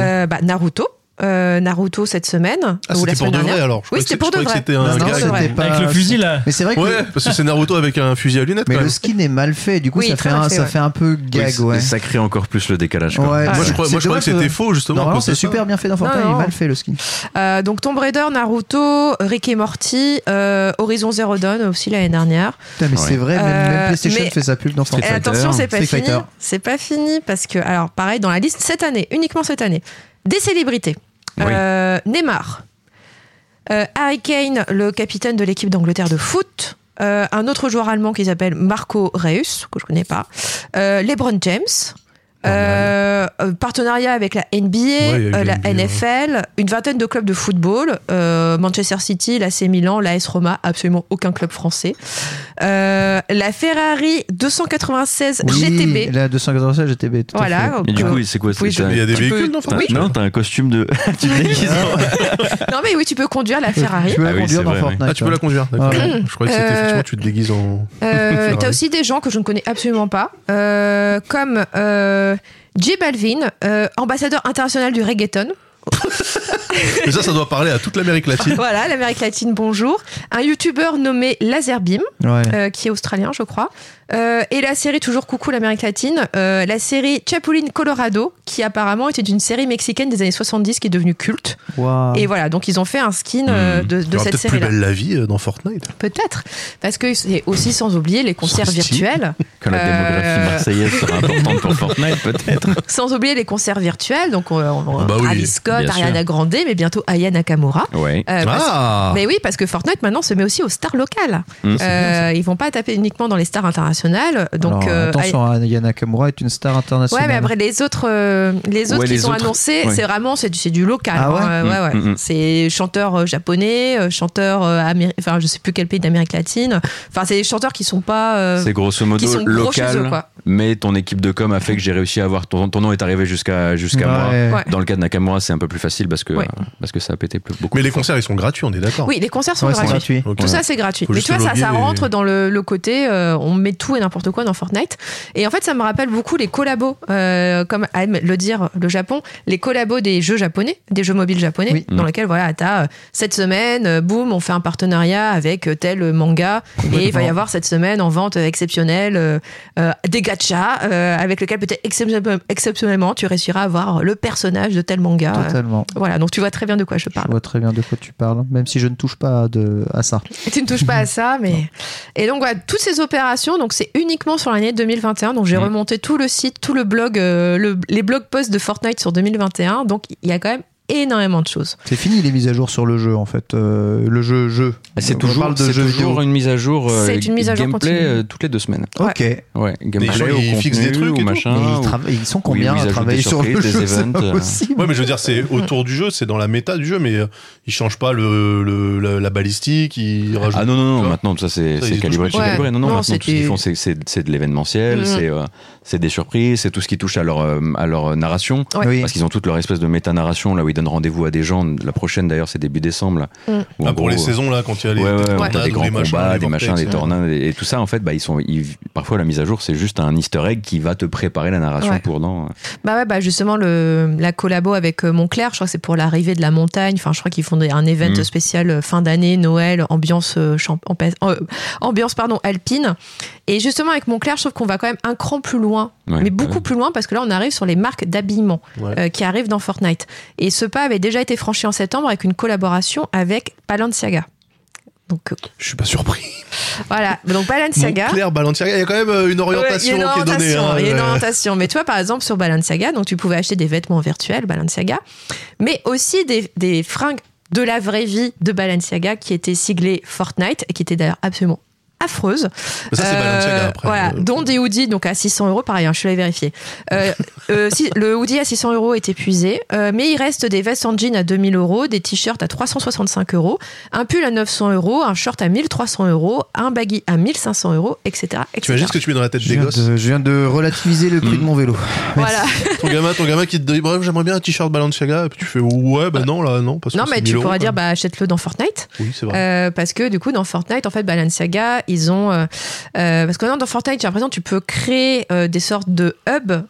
Naruto cette semaine ou la semaine dernière. C'était alors. C'était pour de vrai. C'était un gag avec le fusil là. Mais c'est vrai que parce que c'est Naruto avec un fusil à lunettes. Mais le skin est mal fait, du coup ça fait un peu gag. Ça crée encore plus le décalage. Ouais. Moi je crois que c'était faux justement. Non, c'est super bien fait dans Fortnite, il est mal fait le skin. Donc Tomb Raider, Naruto, Rick et Morty, Horizon Zero Dawn aussi l'année dernière. Putain, mais c'est vrai, même PlayStation fait sa pub dans Fortnite. Attention, c'est pas fini. C'est pas fini parce que alors pareil dans la liste cette année, uniquement cette année, des célébrités. Neymar, Harry Kane, le capitaine de l'équipe d'Angleterre de foot, un autre joueur allemand qui s'appelle Marco Reus, que je connais pas, LeBron James, partenariat avec la NBA, la NFL, une vingtaine de clubs de football, Manchester City, l'AC Milan, l'AS Roma, absolument aucun club français, la Ferrari 296 GTB. La 296 GTB, tout voilà, à fait. Et du coup, c'est quoi? Il y a des véhicules dans Fortnite. Non, t'as un costume de... tu te déguises. Non mais oui, tu peux conduire la Ferrari. Tu peux la conduire dans Fortnite. Ah, tu peux la conduire, d'accord. Je croyais que c'était effectivement tu te déguises en... T'as aussi des gens que je ne connais absolument pas, comme J Balvin, ambassadeur international du reggaeton. Mais ça doit parler à toute l'Amérique latine. Voilà, l'Amérique latine, bonjour. Un youtubeur nommé Lazerbeam, qui est australien, je crois. Et la série, toujours coucou l'Amérique latine, la série Chapulín Colorado, qui apparemment était une série mexicaine des années 70 qui est devenue culte. Wow. Et voilà, donc ils ont fait un skin de cette série-là. Plus belle la vie dans Fortnite. Peut-être, parce que c'est aussi sans oublier les concerts virtuels. Quand la démographie marseillaise sera importante pour Fortnite, peut-être. Sans oublier les concerts virtuels, donc Travis Scott, bien Ariana sûr. Grande, mais bientôt Aya Nakamura. Ouais. Mais oui, parce que Fortnite maintenant se met aussi aux stars locales. Ils vont pas taper uniquement dans les stars internationales. Donc, attention, Aya Nakamura est une star internationale. Ouais, mais après les autres qui sont annoncés, c'est vraiment c'est du local. Ah ouais. C'est chanteur japonais, chanteur enfin je sais plus quel pays d'Amérique latine. Enfin c'est des chanteurs qui sont pas. C'est grosso modo local. Mais ton équipe de com a fait que j'ai réussi à avoir ton nom est arrivé jusqu'à moi. Ouais. Dans le cas de Nakamura, c'est un peu plus facile parce que ça a pété beaucoup. Mais les concerts ils sont gratuits, on est d'accord. Oui, les concerts sont gratuits. Tout ça c'est gratuit. Mais tu vois ça rentre dans le côté on met tout et n'importe quoi dans Fortnite. Et en fait ça me rappelle beaucoup les collabos comme aime le dire le Japon, les collabos des jeux japonais, des jeux mobiles japonais, dans lesquels t'as cette semaine, boum, on fait un partenariat avec tel manga et il va y avoir cette semaine en vente exceptionnelle des gachas avec lequel peut-être exceptionnellement tu réussiras à avoir le personnage de tel manga. Totalement. Voilà, donc tu vois très bien de quoi je parle. Je vois très bien de quoi tu parles, même si je ne touche pas à ça. Tu ne touches pas à ça, mais... Et donc voilà, toutes ces opérations, donc c'est uniquement sur l'année 2021, donc j'ai remonté tout le site, tout le blog, les blog posts de Fortnite sur 2021, donc il y a quand même énormément de choses. C'est fini les mises à jour sur le jeu en fait. Le jeu. C'est toujours une mise à jour. C'est une mise à jour gameplay toutes les 2 semaines. Ok. Ouais, gameplay ou contenu, fixent des trucs ou machin. Ils sont combien à travailler sur le jeu, ouais, mais je veux dire, c'est autour du jeu, c'est dans la méta du jeu, mais ils changent pas la balistique, ils rajoutent. Ah non, maintenant tout ça c'est calibré. Ouais. Non, maintenant tout ce qu'ils font c'est de l'événementiel, c'est des surprises, c'est tout ce qui touche à leur narration, parce qu'ils ont toute leur espèce de méta-narration là où ils donnent rendez-vous à des gens. La prochaine d'ailleurs c'est début décembre là. Pour les saisons là, quand il y a les grands combats, des machins, des tornades et tout ça en fait, parfois la mise à jour c'est juste un easter egg qui va te préparer la narration pour dans. Justement la collabo avec Montclair, je crois que c'est pour l'arrivée de la montagne. Enfin, je crois qu'ils font un event spécial fin d'année, Noël, ambiance alpine. Et justement avec Montclair, je trouve qu'on va quand même un cran plus loin, mais beaucoup plus loin, parce que là on arrive sur les marques d'habillement qui arrivent dans Fortnite. Et ce pas avait déjà été franchi en septembre avec une collaboration avec Balenciaga. Donc, je suis pas surpris. Voilà, donc Balenciaga. Montclair, Balenciaga, il y a quand même une orientation qui est donnée. Il y a une orientation. Mais tu vois, par exemple, sur Balenciaga, donc tu pouvais acheter des vêtements virtuels Balenciaga, mais aussi des fringues de la vraie vie de Balenciaga qui étaient siglées Fortnite et qui étaient d'ailleurs absolument affreuse. Mais ça, c'est Balenciaga après. Voilà, dont des hoodies donc à 600 €, pareil, je te l'ai vérifié. Le hoodie à 600 € est épuisé, mais il reste des vestes en jean à 2000 €, des t-shirts à 365 €, un pull à 900 €, un short à 1300 €, un baggy à 1500 €, etc. Tu imagines ce que tu mets dans la tête des gosses. Je viens de relativiser le prix de mon vélo. Voilà. Ton gamin qui te dit j'aimerais bien un t-shirt Balenciaga, et puis tu fais non. Parce non, que mais tu pourras dire achète-le dans Fortnite. Oui, c'est vrai. Parce que du coup, dans Fortnite, en fait, Balenciaga, ils ont. Parce que dans Fortnite, j'ai l'impression que tu peux créer des sortes de hubs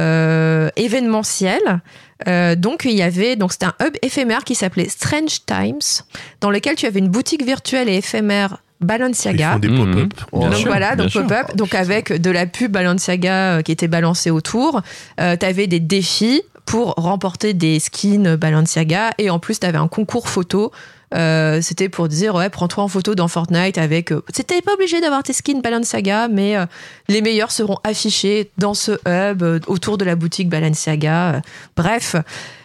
événementiels. Donc c'était un hub éphémère qui s'appelait Strange Times, dans lequel tu avais une boutique virtuelle et éphémère Balenciaga. Ils font des pop-up. Donc pop-up, donc avec de la pub Balenciaga qui était balancée autour. T'avais des défis pour remporter des skins Balenciaga, et en plus t'avais un concours photo. C'était pour dire prends-toi en photo dans Fortnite avec. C'était pas obligé d'avoir tes skins Balenciaga, mais les meilleurs seront affichés dans ce hub autour de la boutique Balenciaga. Bref,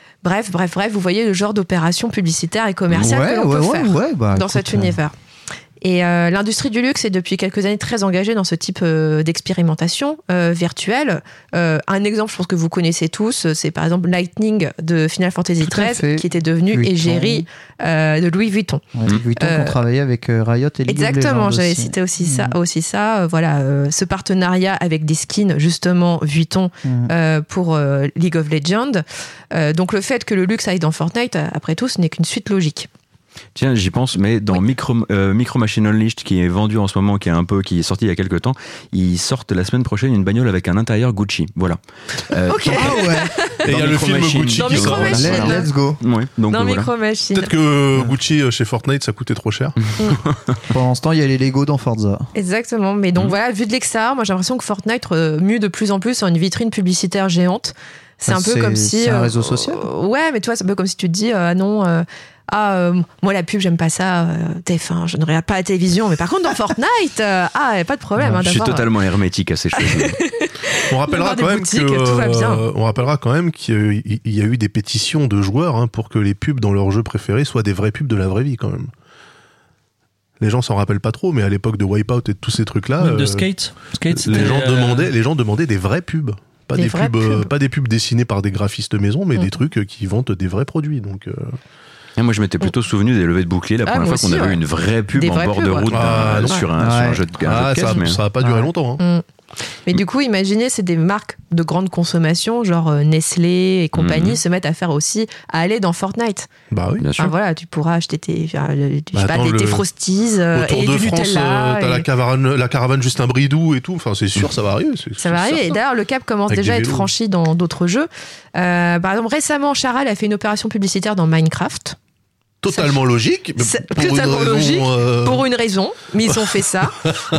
vous voyez le genre d'opération publicitaire et commerciale que l'on peut faire dans cet univers. Et l'industrie du luxe est depuis quelques années très engagée dans ce type d'expérimentation virtuelle. Un exemple, je pense que vous connaissez tous, c'est par exemple Lightning de Final Fantasy XIII, qui était devenu égérie de Louis Vuitton. Louis Vuitton qui ont travaillé avec Riot et League of Legends. Exactement, j'avais cité aussi ça. Ce partenariat avec des skins, justement, Vuitton pour League of Legends. Donc le fait que le luxe aille dans Fortnite, après tout, ce n'est qu'une suite logique. Tiens, j'y pense, mais dans Micro Machine Unleashed, qui est vendu en ce moment, qui est sorti il y a quelques temps, ils sortent la semaine prochaine une bagnole avec un intérieur Gucci. Voilà. Ok. Et il y a le film Gucci dans qui sort. Let's go. Ouais, donc dans voilà. Micro Machine. Peut-être que Gucci chez Fortnite, ça coûtait trop cher. Pendant ce temps, il y a les Lego dans Forza. Exactement. Mais donc voilà, vu de l'extérieur, moi j'ai l'impression que Fortnite mue de plus en plus sur une vitrine publicitaire géante. C'est un peu comme si. C'est un réseau social. Ouais, mais toi, c'est un peu comme si tu te dis moi la pub j'aime pas ça, TF1 je ne regarde pas la télévision, mais par contre dans Fortnite y a pas de problème. Je suis totalement hermétique à ces choses. On rappellera quand même qu'il y a eu des pétitions de joueurs pour que les pubs dans leurs jeux préférés soient des vraies pubs de la vraie vie quand même. Les gens s'en rappellent pas trop, mais à l'époque de Wipeout et de tous ces trucs-là, de Skate, les gens demandaient des vraies pubs. Pas des pubs dessinées par des graphistes maison, mais des trucs qui vendent des vrais produits. Donc Et moi, je m'étais plutôt souvenu des levées de boucliers la première fois qu'on avait eu une vraie pub en bord de route sur un jeu de caisse. Ça n'a pas duré longtemps. Mais du coup, imaginez, c'est des marques de grande consommation, genre Nestlé et compagnie, se mettent à aller dans Fortnite. Bah oui, bien sûr. Voilà, tu pourras acheter tes Frosties et Autour de du France, Nutella. T'as la caravane Justin Bridou et tout. Enfin, c'est sûr, ça va arriver. Ça va arriver. Et d'ailleurs, le cap commence déjà à être franchi dans d'autres jeux. Par exemple, récemment, Charal a fait une opération publicitaire dans Minecraft. Totalement logique. Pour une raison, mais ils ont fait ça.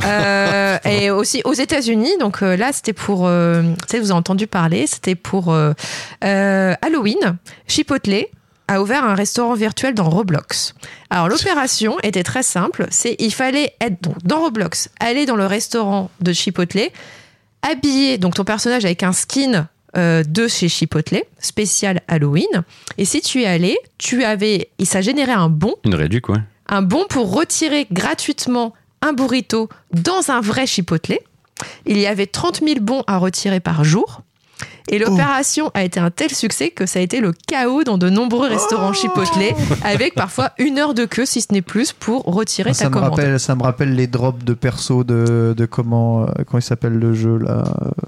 Et aussi aux États-Unis, donc là, c'était pour. Vous avez entendu parler, c'était pour Halloween. Chipotle a ouvert un restaurant virtuel dans Roblox. Alors, l'opération était très simple. Il fallait être donc, dans Roblox, aller dans le restaurant de Chipotle, habiller donc ton personnage avec un skin de chez Chipotle, spécial Halloween. Et si tu y allais, et ça générait un bon. Une réduc, ouais. Un bon pour retirer gratuitement un burrito dans un vrai Chipotle. Il y avait 30 000 bons à retirer par jour. Et l'opération a été un tel succès que ça a été le chaos dans de nombreux restaurants Chipotle, avec parfois 1 heure de queue, si ce n'est plus, pour retirer ta commande. Ça me rappelle les drops de perso de comment il s'appelle le jeu là,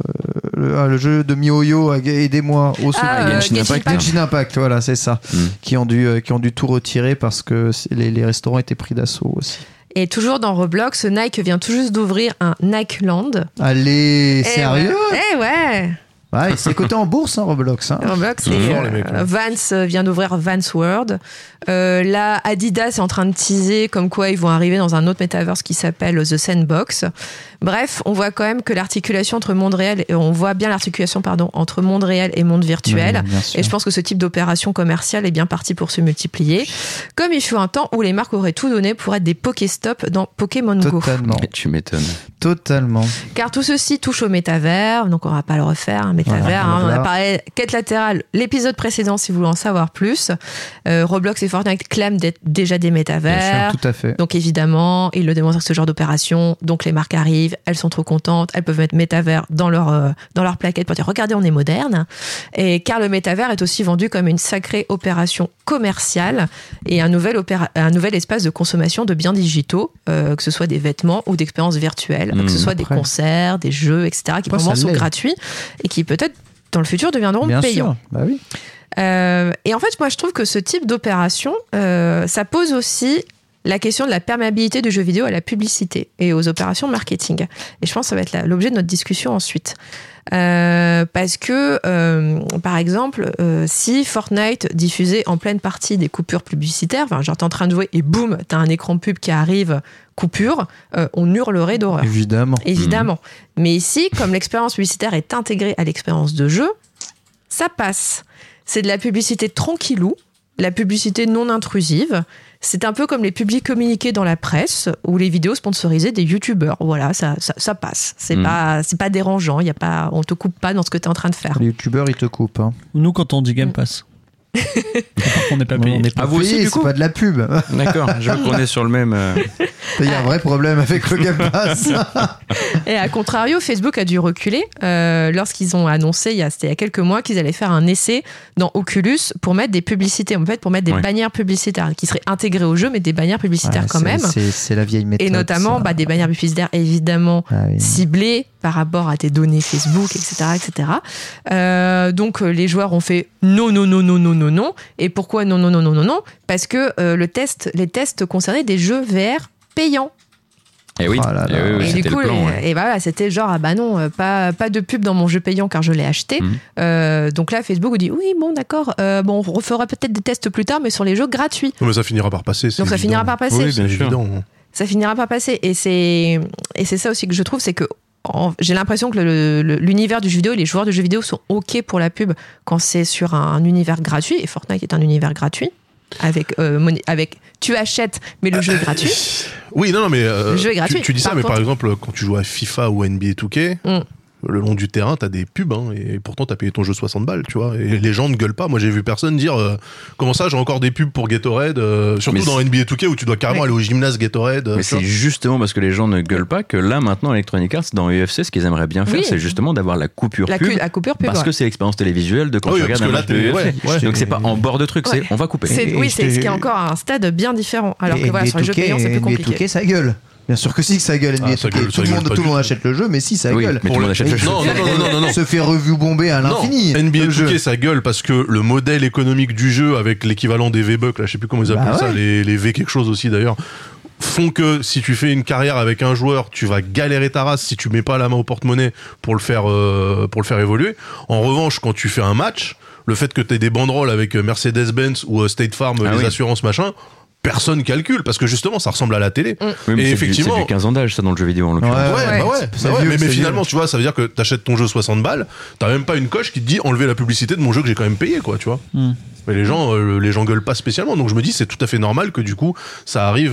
le jeu de MiHoYo, aidez-moi au Genshin Impact, voilà, c'est ça, qui ont dû tout retirer parce que les restaurants étaient pris d'assaut aussi. Et toujours dans Roblox, Nike vient tout juste d'ouvrir un Nike Land. Allez, sérieux ? Ouais. Ouais, c'est coté en bourse, hein, Roblox. Roblox, Vans vient d'ouvrir Vans World. Là, Adidas est en train de teaser comme quoi ils vont arriver dans un autre metaverse qui s'appelle The Sandbox. Bref, on voit quand même que l'articulation entre monde réel, on voit bien l'articulation, entre monde réel et monde virtuel. Et je pense que ce type d'opération commerciale est bien parti pour se multiplier. Comme il fut un temps où les marques auraient tout donné pour être des Pokéstop dans Pokémon Go. Totalement. Tu m'étonnes. Totalement. Car tout ceci touche au métavers, donc on va pas le refaire, un métavers. On a parlé quête latérale, l'épisode précédent si vous voulez en savoir plus. Roblox et Fortnite clament d'être déjà des métavers. Bien sûr, tout à fait. Donc évidemment, ils le démontrent avec ce genre d'opération. Donc les marques arrivent, elles sont trop contentes, elles peuvent mettre métavers dans leur plaquette pour dire regardez, on est moderne. Et car le métavers est aussi vendu comme une sacrée opération commerciale et un nouvel espace de consommation de biens digitaux, que ce soit des vêtements ou d'expériences virtuelles, que ce soit des concerts, des jeux, etc., qui pour le moment sont gratuits et qui peut-être dans le futur deviendront payants. Sûr. Bah oui. Et en fait, moi, je trouve que ce type d'opération, ça pose aussi la question de la perméabilité du jeu vidéo à la publicité et aux opérations marketing. Et je pense que ça va être l'objet de notre discussion ensuite. Parce que, par exemple, si Fortnite diffusait en pleine partie des coupures publicitaires, genre t'es en train de jouer et boum, t'as un écran pub qui arrive, coupure, on hurlerait d'horreur. Évidemment. Mais ici, comme l'expérience publicitaire est intégrée à l'expérience de jeu, ça passe. C'est de la publicité tranquillou, la publicité non intrusive. C'est un peu comme les publics communiqués dans la presse ou les vidéos sponsorisées des youtubeurs. Voilà, ça passe. C'est pas dérangeant. On te coupe pas dans ce que tu es en train de faire. Les youtubeurs, ils te coupent. Hein. Nous, quand on dit Game Pass. On n'est pas payé. On n'est pas payé, c'est pas de la pub. D'accord, je veux qu'on est sur le même. Il y a un vrai problème avec le Game Pass. Et à contrario, Facebook a dû reculer lorsqu'ils ont annoncé, c'était il y a quelques mois, qu'ils allaient faire un essai dans Oculus pour mettre des publicités, en fait, pour mettre des bannières publicitaires qui seraient intégrées au jeu, mais des bannières publicitaires quand même. C'est la vieille méthode. Et notamment des bannières publicitaires évidemment ciblées par rapport à tes données Facebook, etc. Donc les joueurs ont fait non. Et pourquoi non? Parce que les tests concernaient des jeux VR payants. Et oui, et du coup, c'était genre pas de pub dans mon jeu payant car je l'ai acheté. Donc là, Facebook vous dit oui, bon d'accord, on refera peut-être des tests plus tard, mais sur les jeux gratuits. Mais ça finira par passer. Donc ça finira par passer. Oui, bien évident. Ça finira par passer, et c'est ça aussi que je trouve, c'est que j'ai l'impression que l'univers du jeu vidéo et les joueurs de jeux vidéo sont OK pour la pub quand c'est sur un univers gratuit, et Fortnite est un univers gratuit avec tu achètes mais le jeu est gratuit. Oui, non mais le jeu est gratuit. Tu dis ça, mais par exemple quand tu joues à FIFA ou NBA 2K, le long du terrain t'as des pubs, et pourtant t'as payé ton jeu 60 balles, tu vois, et les gens ne gueulent pas. Moi j'ai vu personne dire comment ça, j'ai encore des pubs pour Gatorade, surtout dans NBA 2K où tu dois carrément aller au gymnase Gatorade. Mais c'est justement parce que les gens ne gueulent pas que là maintenant Electronic Arts dans UFC, ce qu'ils aimeraient bien faire, c'est justement d'avoir la coupure pub, parce que c'est l'expérience télévisuelle de quand tu regardes un match de UFC. Donc c'est pas en bord de truc, c'est on va couper. C'est ce qui est encore un stade bien différent, alors que voilà, sur les jeux payants c'est plus compliqué. NBA 2K, ça gueule. Bien sûr que si, que ça gueule. NBA 2K. Tout le monde achète le jeu, mais si, ça gueule. Mais tout le monde achète le jeu. Non. Se fait review bomber à l'infini. NBA 2K, ça gueule parce que le modèle économique du jeu, avec l'équivalent des V-Bucks, là, je sais plus comment ils appellent ça, les V quelque chose aussi d'ailleurs, font que si tu fais une carrière avec un joueur, tu vas galérer ta race si tu mets pas la main au porte-monnaie pour le faire évoluer. En revanche, quand tu fais un match, le fait que tu aies des banderoles avec Mercedes-Benz ou State Farm, les assurances machin, personne calcule, parce que justement ça ressemble à la télé. Oui, et effectivement, c'est du 15 ans d'âge ça dans le jeu vidéo en l'occurrence. Mais finalement tu vois, ça veut dire que t'achètes ton jeu 60 balles, t'as même pas une coche qui te dit enlever la publicité de mon jeu que j'ai quand même payé, quoi, tu vois. Mais les gens gueulent pas spécialement, donc je me dis c'est tout à fait normal que du coup ça arrive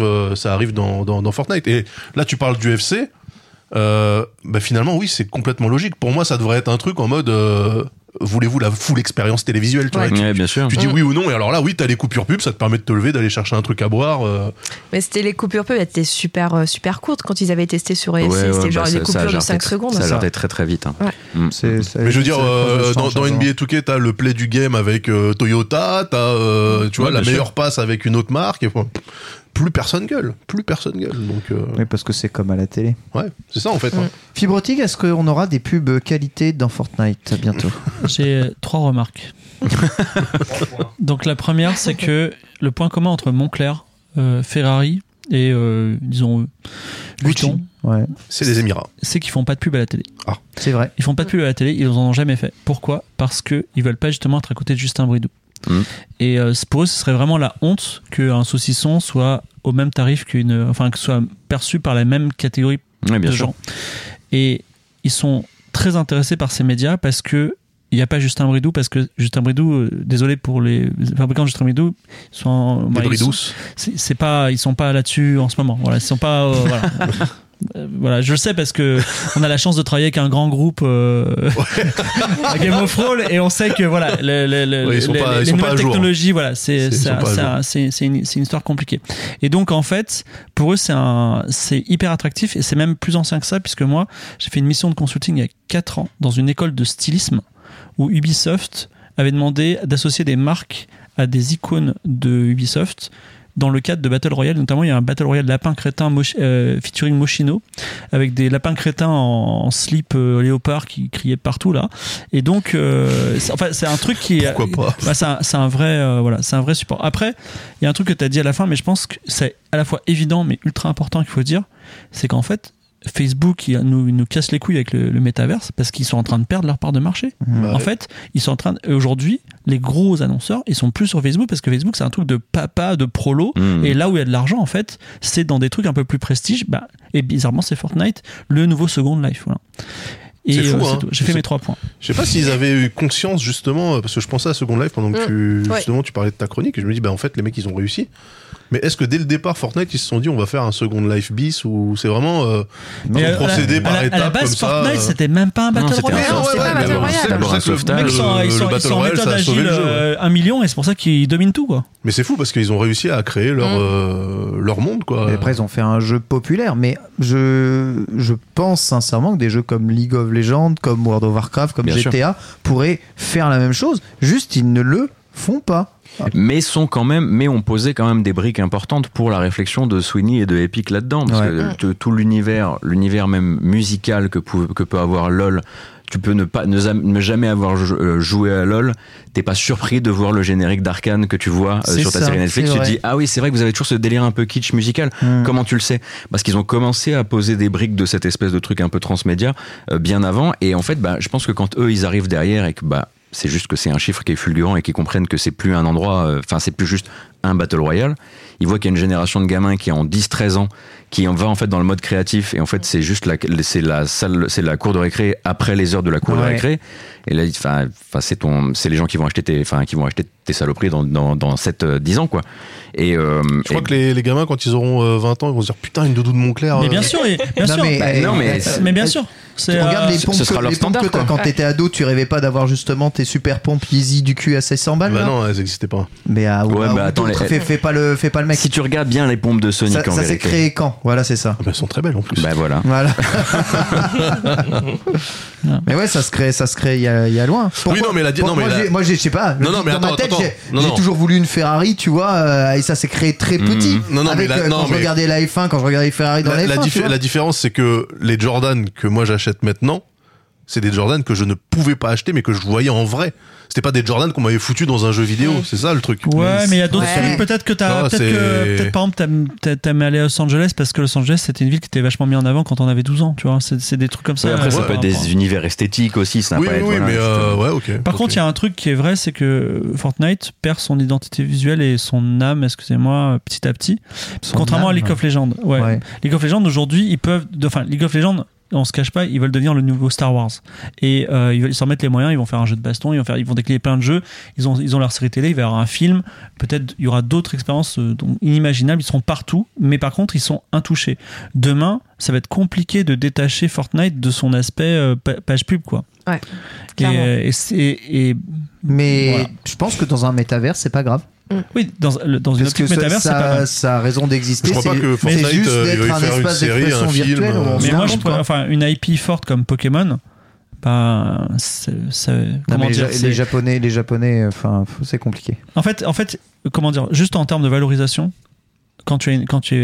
dans Fortnite. Et là tu parles du FC, finalement oui, c'est complètement logique. Pour moi ça devrait être un truc en mode voulez-vous la full expérience télévisuelle, tu vois, bien sûr. Tu dis oui ou non, et alors là, oui, t'as les coupures pub, ça te permet de te lever, d'aller chercher un truc à boire. Mais c'était les coupures pub, elles étaient super courtes quand ils avaient testé sur ESC, c'était genre des coupures de 5 secondes. Ça a l'air très très vite. Hein. Ouais. Mais je veux dire, dans NBA 2K, t'as le play du game avec Toyota, t'as tu vois, la meilleure passe avec une autre marque, et plus personne gueule. Donc, oui, parce que c'est comme à la télé. Ouais, c'est ça en fait. Fibrotique, est-ce qu'on aura des pubs qualité dans Fortnite bientôt? J'ai 3 remarques. Donc la première, c'est que le point commun entre Moncler, Ferrari et disons Vuitton, c'est les Émirats. C'est qu'ils font pas de pub à la télé. Ah, c'est vrai. Ils font pas de pub à la télé, ils en ont jamais fait. Pourquoi ? Parce que ils veulent pas justement être à côté de Justin Bridou. Et pour eux, ce serait vraiment la honte qu'un saucisson soit au même tarif que soit perçu par la même catégorie de gens. Et ils sont très intéressés par ces médias parce que il n'y a pas Justin Bridou, parce que Justin Bridou, désolé pour les fabricants de Justin Bridou, ils sont pas là-dessus en ce moment. Voilà, ils sont pas. Voilà. Voilà, je le sais parce que on a la chance de travailler avec un grand groupe à Game of Thrones, et on sait que voilà les nouvelles technologies, voilà, c'est une histoire compliquée. Et donc en fait, pour eux c'est hyper attractif, et c'est même plus ancien que ça, puisque moi j'ai fait une mission de consulting il y a 4 ans dans une école de stylisme où Ubisoft avait demandé d'associer des marques à des icônes de Ubisoft dans le cadre de Battle Royale. Notamment il y a un Battle Royale lapin crétin featuring Moschino, avec des lapins crétins en slip léopard qui criaient partout là, et donc c'est un truc qui est c'est un vrai support. Après il y a un truc que tu as dit à la fin, mais je pense que c'est à la fois évident mais ultra important qu'il faut dire, c'est qu'en fait Facebook nous casse les couilles avec le métaverse parce qu'ils sont en train de perdre leur part de marché. En fait, ils sont en train aujourd'hui, les gros annonceurs, ils sont plus sur Facebook parce que Facebook c'est un truc de papa, de prolo, et là où il y a de l'argent en fait, c'est dans des trucs un peu plus prestige, et bizarrement c'est Fortnite, le nouveau Second Life, voilà. Et c'est fou, j'ai fait mes 3 points. Je sais pas s'ils avaient eu conscience justement, parce que je pensais à Second Life pendant que tu parlais de ta chronique, et je me dis en fait les mecs ils ont réussi. Mais est-ce que dès le départ Fortnite ils se sont dit on va faire un Second Life bis, ou c'est vraiment procédé par étapes? À la base comme Fortnite ça, c'était même pas un Battle Royale. C'était pas un Battle Royale. Ils sont en méthode agile 1 million, et c'est pour ça qu'ils dominent tout, quoi. Mais c'est fou parce qu'ils ont réussi à créer leur monde, quoi. Et après ils ont fait un jeu populaire, mais je pense sincèrement que des jeux comme League of Legends, comme World of Warcraft, comme GTA pourraient faire la même chose, juste ils ne le font pas. Mais ont posé quand même des briques importantes pour la réflexion de Sweeney et de Epic là-dedans, parce que tout l'univers même musical que peut avoir LoL, tu peux ne jamais avoir joué à LoL, t'es pas surpris de voir le générique d'Arcane que tu vois sur ta série Netflix, tu te dis ah oui c'est vrai que vous avez toujours ce délire un peu kitsch musical. Comment tu le sais? Parce qu'ils ont commencé à poser des briques de cette espèce de truc un peu transmédia bien avant, et en fait je pense que quand eux ils arrivent derrière et que c'est juste que c'est un chiffre qui est fulgurant et qu'ils comprennent que c'est plus un endroit, c'est plus juste un Battle Royale. Ils voient qu'il y a une génération de gamins qui ont 10-13 ans, qui va en fait dans le mode créatif, et en fait c'est juste c'est la cour de récré après les heures de la cour de récré. Et là, c'est les gens qui vont acheter tes saloperies dans 7-10 ans, quoi. Et je crois que les gamins, quand ils auront 20 ans, ils vont se dire putain, une doudou de Moncler. Mais bien sûr, mais bien sûr. Regarde les pompes que t'as quand t'étais ado, tu rêvais pas d'avoir justement tes super pompes Yeezy du cul à 1600 balles. Non, elles existaient pas. Mais attends, fais pas le mec. Si tu regardes bien les pompes de Sonic, ça s'est créé quand? Voilà, c'est ça. Elles sont très belles en plus. Voilà. Mais ouais, ça se crée il y a loin. Pourquoi? Moi, je sais pas. Dans ma tête, j'ai toujours voulu une Ferrari, tu vois, et ça s'est créé très petit. Quand je regardais la F1, quand je regardais Ferrari dans la F1. La différence, c'est que les Jordan que moi j'achète maintenant, c'est des Jordan que je ne pouvais pas acheter, mais que je voyais en vrai. C'était pas des Jordan qu'on m'avait foutu dans un jeu vidéo, c'est ça le truc. Ouais, mais il y a d'autres trucs. Peut-être que peut-être par exemple t'aimes aller à Los Angeles parce que Los Angeles c'était une ville qui était vachement mise en avant quand on avait 12 ans, tu vois. C'est des trucs comme ça. Après ça peut être des univers esthétiques aussi, ça n'a pas être. Oui, mais ok. Par contre, il y a un truc qui est vrai, c'est que Fortnite perd son identité visuelle et son âme, excusez-moi, petit à petit. Contrairement à League of Legends. Ouais. League of Legends aujourd'hui, League of Legends, on se cache pas, ils veulent devenir le nouveau Star Wars, et ils veulent s'en mettre les moyens. Ils vont faire un jeu de baston, ils vont décliner plein de jeux, ils ont leur série télé, il va y avoir un film, peut-être il y aura d'autres expériences inimaginables, ils seront partout, mais par contre ils sont intouchés. Demain ça va être compliqué de détacher Fortnite de son aspect page pub, quoi. Ouais. Mais voilà. Je pense que dans un métavers, c'est pas grave. Oui, dans une optique métavers, c'est pas mal. Ça a raison d'exister. Je crois pas que Fortnite c'est juste d'être un espace d'expression virtuelle. Mais moi, une IP forte comme Pokémon, les Japonais, enfin, c'est compliqué. En fait, comment dire, juste en termes de valorisation, quand tu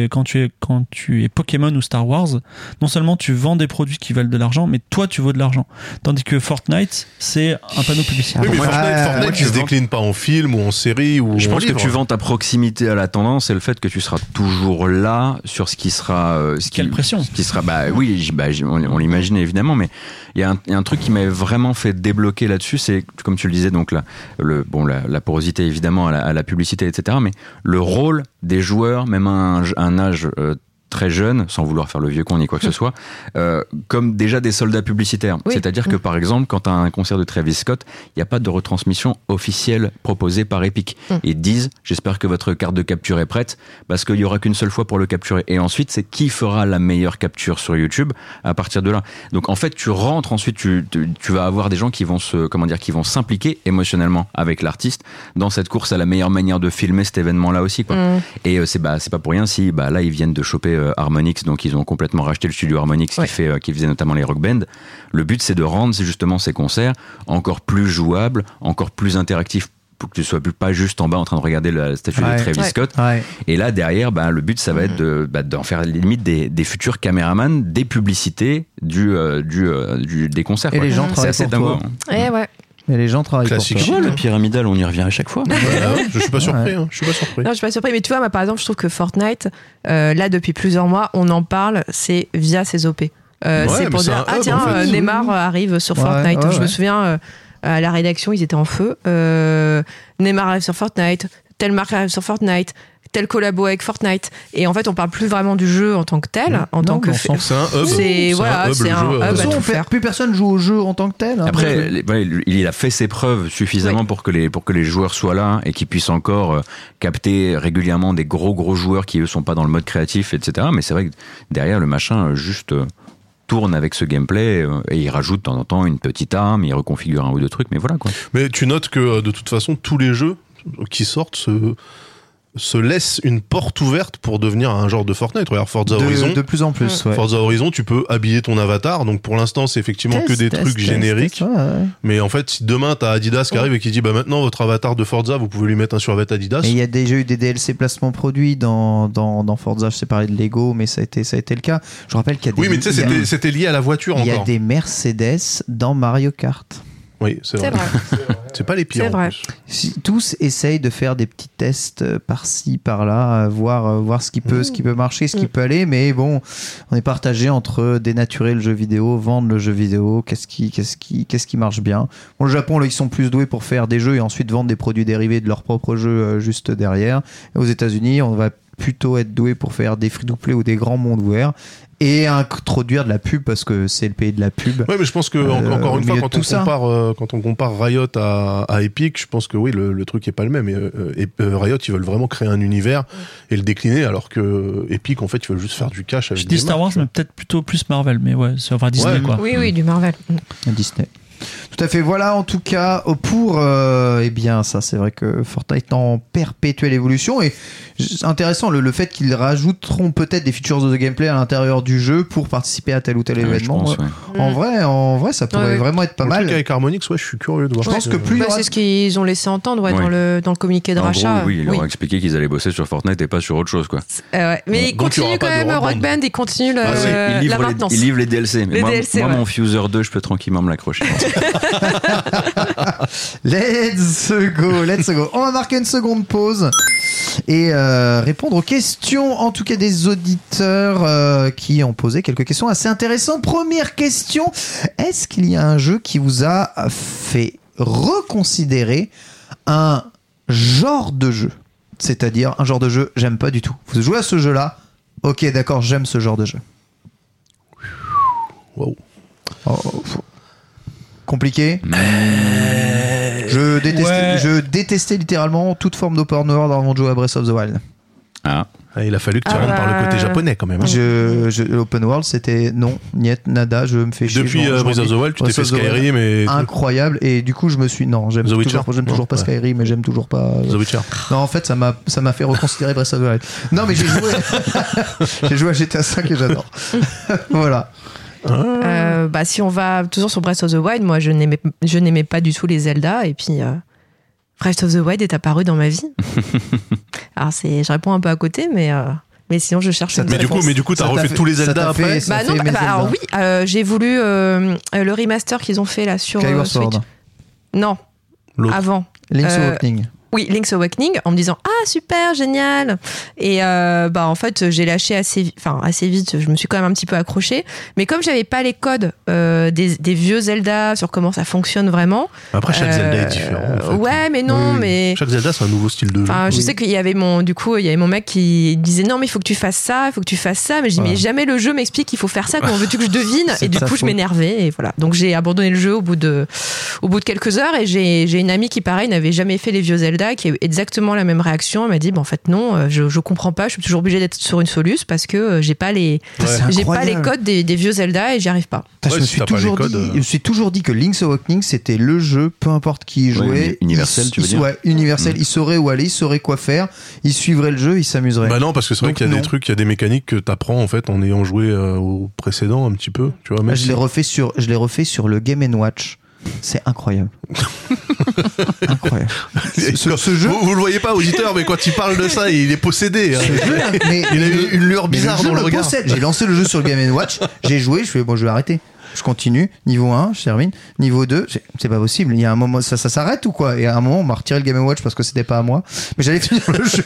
es Pokémon ou Star Wars, non seulement tu vends des produits qui valent de l'argent, mais toi tu vaux de l'argent. Tandis que Fortnite, c'est un panneau publicitaire. Oui, mais Fortnite qui se décline pas en film ou en série ou. Je pense que tu vends ta proximité à la tendance et le fait que tu seras toujours là sur ce qui sera. Quelle pression. Ce qui sera. On l'imagine évidemment, mais il y a un truc qui m'avait vraiment fait débloquer là-dessus, c'est comme tu le disais, donc la porosité évidemment à la publicité, etc. Mais le rôle des joueurs, même à un âge très jeune, sans vouloir faire le vieux con ni quoi que ce soit, comme déjà des soldats publicitaires. Oui. C'est-à-dire que par exemple, quand tu as un concert de Travis Scott, il n'y a pas de retransmission officielle proposée par Epic. Ils disent, j'espère que votre carte de capture est prête, parce qu'il n'y aura qu'une seule fois pour le capturer. Et ensuite, c'est qui fera la meilleure capture sur YouTube à partir de là. Donc en fait, tu rentres, ensuite tu vas avoir des gens qui vont qui vont s'impliquer émotionnellement avec l'artiste dans cette course à la meilleure manière de filmer cet événement-là aussi, quoi. Et c'est pas pour rien si là ils viennent de choper Harmonix, donc ils ont complètement racheté le studio Harmonix qui faisait notamment les Rock Band. Le but, c'est de rendre justement ces concerts encore plus jouables, encore plus interactifs, pour que tu sois pas juste en bas en train de regarder la statue de Travis Scott. Et là derrière, le but, ça va être d'en faire limite des futurs caméramans, des publicités des concerts. Et les gens c'est assez dingue. Et les gens travaillent classique pour toi. La pyramidale, on y revient à chaque fois. Je suis pas surpris. Je suis pas surpris. Non, je suis pas surpris. Mais tu vois, moi, par exemple, je trouve que Fortnite, là, depuis plusieurs mois, on en parle, c'est via ses OP. C'est pour dire, Neymar arrive sur Fortnite. Je me souviens, à la rédaction, ils étaient en feu. Neymar arrive sur Fortnite, telle marque arrive sur Fortnite, tel collabo avec Fortnite. Et en fait, on parle plus vraiment du jeu en tant que tel, c'est un hub. C'est un hub à tout faire. Plus personne joue au jeu en tant que tel. Après, il a fait ses preuves suffisamment pour que les joueurs soient là et qu'ils puissent encore capter régulièrement des gros joueurs qui eux sont pas dans le mode créatif, etc. Mais c'est vrai que derrière, le machin juste tourne avec ce gameplay et il rajoute de temps en temps une petite arme, il reconfigure un ou deux trucs, mais voilà quoi. Mais tu notes que de toute façon, tous les jeux qui sortent se laisse une porte ouverte pour devenir un genre de Fortnite. Regarde Forza Horizon. De plus en plus, Forza Horizon, tu peux habiller ton avatar. Donc pour l'instant, c'est effectivement que des trucs génériques. Mais en fait, si demain t'as Adidas qui arrive et qui dit maintenant votre avatar de Forza, vous pouvez lui mettre un survêt Adidas. Et il y a déjà eu des DLC placement produits dans Forza. Je sais parler de Lego, mais ça a été le cas. Je rappelle qu'il y a mais tu sais, c'était lié à la voiture encore. Il y a des Mercedes dans Mario Kart. Oui, c'est vrai. C'est pas les pires. C'est vrai. Tous essayent de faire des petits tests par-ci, par-là, voir ce qui peut marcher, ce qui peut aller, mais bon, on est partagé entre dénaturer le jeu vidéo, vendre le jeu vidéo, qu'est-ce qui marche bien. Bon, le Japon, là, ils sont plus doués pour faire des jeux et ensuite vendre des produits dérivés de leur propre jeu juste derrière. Et aux États-Unis, on va plutôt être doué pour faire des free-to-play ou des grands mondes ouverts et introduire de la pub parce que c'est le pays de la pub. Ouais, mais je pense que encore une fois, quand on compare Riot à Epic, je pense que oui, le truc est pas le même. Et Riot, ils veulent vraiment créer un univers et le décliner, alors que Epic, en fait, ils veulent juste faire du cash avec. Je dis Star Wars, mais peut-être plutôt plus Marvel, mais c'est Disney quoi. Oui, du Marvel. Disney. Tout à fait, voilà en tout cas pour ça c'est vrai que Fortnite en perpétuelle évolution et intéressant le fait qu'ils rajouteront peut-être des features de gameplay à l'intérieur du jeu pour participer à tel ou tel événement. En vrai ça pourrait vraiment être pas mal. Le truc avec Harmonix, je suis curieux de voir. Je pense que plus c'est ce qu'ils ont laissé entendre dans le communiqué de rachat. Gros, ils leur ont expliqué qu'ils allaient bosser sur Fortnite et pas sur autre chose quoi. Mais ils continuent quand même Rock Band, ils continuent la maintenance. Ils livrent les DLC. Mais moi mon Fuser 2, je peux tranquillement me l'accrocher. Let's go. On va marquer une seconde pause et répondre aux questions, en tout cas des auditeurs qui ont posé quelques questions assez intéressantes. Première question, est-ce qu'il y a un jeu qui vous a fait reconsidérer un genre de jeu? C'est-à-dire un genre de jeu, j'aime pas du tout. Vous jouez à ce jeu-là, ok d'accord, j'aime ce genre de jeu. Wow. Compliqué. Je détestais littéralement toute forme d'open world avant de jouer à Breath of the Wild. Il a fallu que tu rentres par le côté japonais quand même. Open World, c'était non, niet, nada, je me fais chier. Depuis Breath of the Wild, tu t'es fait Skyrim et... Incroyable, et du coup je me suis... Non, j'aime toujours pas Skyrim, mais j'aime toujours pas... The Witcher. Non, en fait, ça m'a fait reconsidérer Breath of the Wild. Non, mais j'ai joué à GTA 5 et j'adore. Voilà. Si on va toujours sur Breath of the Wild, moi je n'aimais pas du tout les Zelda, et puis Breath of the Wild est apparu dans ma vie. Alors je réponds un peu à côté, mais sinon je cherche une réponse. Mais du coup, t'as refait tous les Zelda après. Alors oui, j'ai voulu le remaster qu'ils ont fait là sur Switch. Non, avant. Link's Awakening. Oui, Link's Awakening, en me disant super, génial. Et en fait, j'ai lâché assez vite. Je me suis quand même un petit peu accrochée. Mais comme j'avais pas les codes des vieux Zelda sur comment ça fonctionne vraiment. Après, chaque Zelda est différent. En fait. Ouais, mais non, mais chaque Zelda c'est un nouveau style de jeu. Je sais qu'il y avait mon mec qui disait non, mais il faut que tu fasses ça, il faut que tu fasses ça. Mais je dis mais jamais le jeu m'explique qu'il faut faire ça. Comment veux-tu que je devine? Et du coup, je m'énervais. Et voilà. Donc j'ai abandonné le jeu au bout de quelques heures. Et j'ai une amie qui pareil n'avait jamais fait les vieux Zelda, qui a eu exactement la même réaction. Elle m'a dit en fait non, je comprends pas, je suis toujours obligée d'être sur une soluce parce que j'ai pas les codes des vieux Zelda et j'y arrive pas. Je me suis toujours dit que Link's Awakening c'était le jeu, peu importe qui y jouait, universel, tu veux dire. Ouais, universel, il saurait où aller, il saurait quoi faire, il suivrait le jeu, il s'amuserait. Bah non, parce que c'est vrai qu'il y a des trucs, il y a des mécaniques que t'apprends en fait en ayant joué au précédent un petit peu, tu vois. Je l'ai refait sur le Game & Watch. C'est incroyable. Incroyable. Ce jeu, vous le voyez pas, auditeur, mais quand il parle de ça, il est possédé. Il a une lueur bizarre dans le regard. J'ai lancé le jeu sur le Game & Watch, j'ai joué, je fais je vais arrêter. Je continue, niveau 1, je termine. Niveau 2, c'est pas possible. Il y a un moment, ça s'arrête ou quoi? Et à un moment, on m'a retiré le Game & Watch parce que c'était pas à moi. Mais j'allais finir le jeu.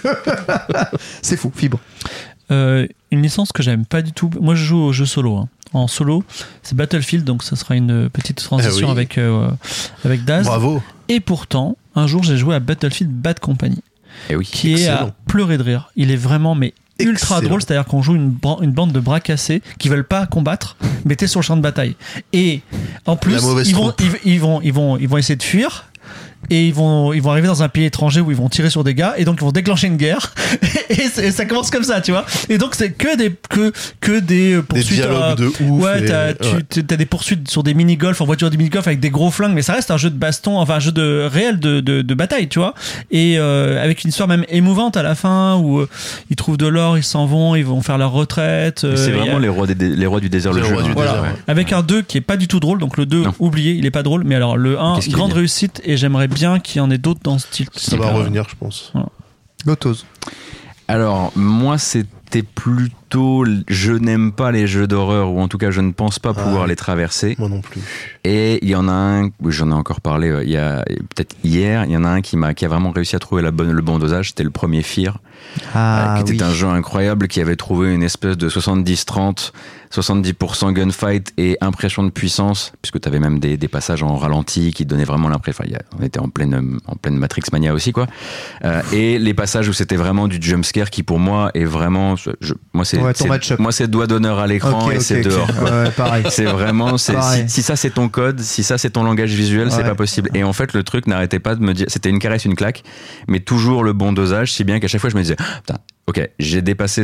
C'est fou, fibre. Une licence que j'aime pas du tout. Moi, je joue au jeu solo. En solo, c'est Battlefield, donc ça sera une petite transition avec Daz. Bravo. Et pourtant, un jour, j'ai joué à Battlefield Bad Company, qui est à pleurer de rire. Il est vraiment ultra drôle, c'est-à-dire qu'on joue une bande de bras cassés qui veulent pas combattre, mais t'es sur le champ de bataille. Et en plus, ils vont essayer de fuir. Et ils vont arriver dans un pays étranger où ils vont tirer sur des gars et donc ils vont déclencher une guerre et ça commence comme ça, tu vois. Et donc c'est que des poursuites, des dialogues de ouf. Ouais, t'as des poursuites sur des mini-golf, en voiture de mini-golf avec des gros flingues, mais ça reste un jeu de baston, enfin un jeu réel de bataille, tu vois. Et avec une histoire même émouvante à la fin où ils trouvent de l'or, ils s'en vont, ils vont faire leur retraite. C'est vraiment les rois du désert, le jeu. Avec un 2 qui est pas du tout drôle, donc le 2 oublié, il est pas drôle, mais alors le 1 grande réussite et j'aimerais bien qu'il y en ait d'autres dans ce style. Ça va revenir, je pense. Gotos. Alors, moi, c'était plutôt... Je n'aime pas les jeux d'horreur, ou en tout cas, je ne pense pas pouvoir les traverser. Moi non plus. Et il y en a un, j'en ai encore parlé peut-être hier, il y en a un qui a vraiment réussi à trouver le bon dosage, c'était le premier Fear. Qui était un jeu incroyable, qui avait trouvé une espèce de 70-30, 70% gunfight et impression de puissance, puisque tu avais même des passages en ralenti qui donnaient vraiment l'impression. On était en pleine Matrix Mania aussi, quoi. Et les passages où c'était vraiment du jumpscare qui, pour moi, est vraiment. Moi, c'est doigt d'honneur à l'écran et c'est dehors. Ouais, pareil. C'est vraiment. Si ça, c'est ton code, si ça, c'est ton langage visuel, c'est pas possible. Et en fait, le truc n'arrêtait pas de me dire. C'était une caresse, une claque, mais toujours le bon dosage, si bien qu'à chaque fois, je me disais, putain, ok, j'ai dépassé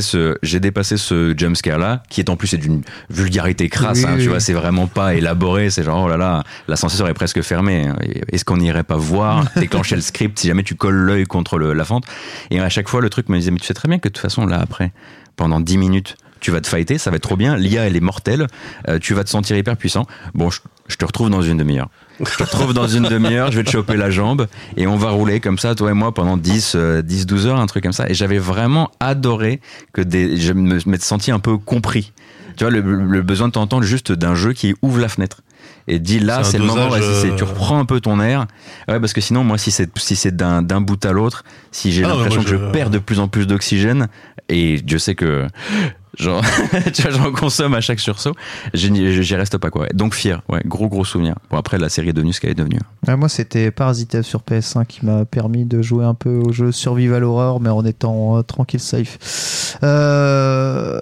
ce jumpscare là, qui est en plus c'est d'une vulgarité crasse, tu vois, c'est vraiment pas élaboré, c'est genre oh là là, l'ascenseur est presque fermé, est-ce qu'on n'irait pas voir, déclencher le script si jamais tu colles l'œil contre la fente. Et à chaque fois le truc me disait mais tu sais très bien que de toute façon là après, pendant 10 minutes tu vas te fighter, ça va être trop bien, l'IA elle est mortelle, tu vas te sentir hyper puissant, bon je te retrouve dans une demi-heure. Je te retrouve dans une demi-heure, je vais te choper la jambe et on va rouler comme ça, toi et moi, pendant 10-12 heures, un truc comme ça. Et j'avais vraiment adoré je m'étais senti un peu compris. Tu vois, le besoin de t'entendre juste d'un jeu qui ouvre la fenêtre. Et dit là, c'est le moment, tu reprends un peu ton air. Ouais, parce que sinon, moi, si c'est d'un bout à l'autre, si j'ai l'impression que je perds de plus en plus d'oxygène, et Dieu sait que genre, tu vois, j'en consomme à chaque sursaut, j'y reste pas, quoi. Donc Fear, ouais, gros souvenir. Bon, après, la série est devenue ce qu'elle est devenue. Moi, c'était Parasite sur PS1 qui m'a permis de jouer un peu au jeu Survival Horror, mais en étant tranquille, safe. Daz ?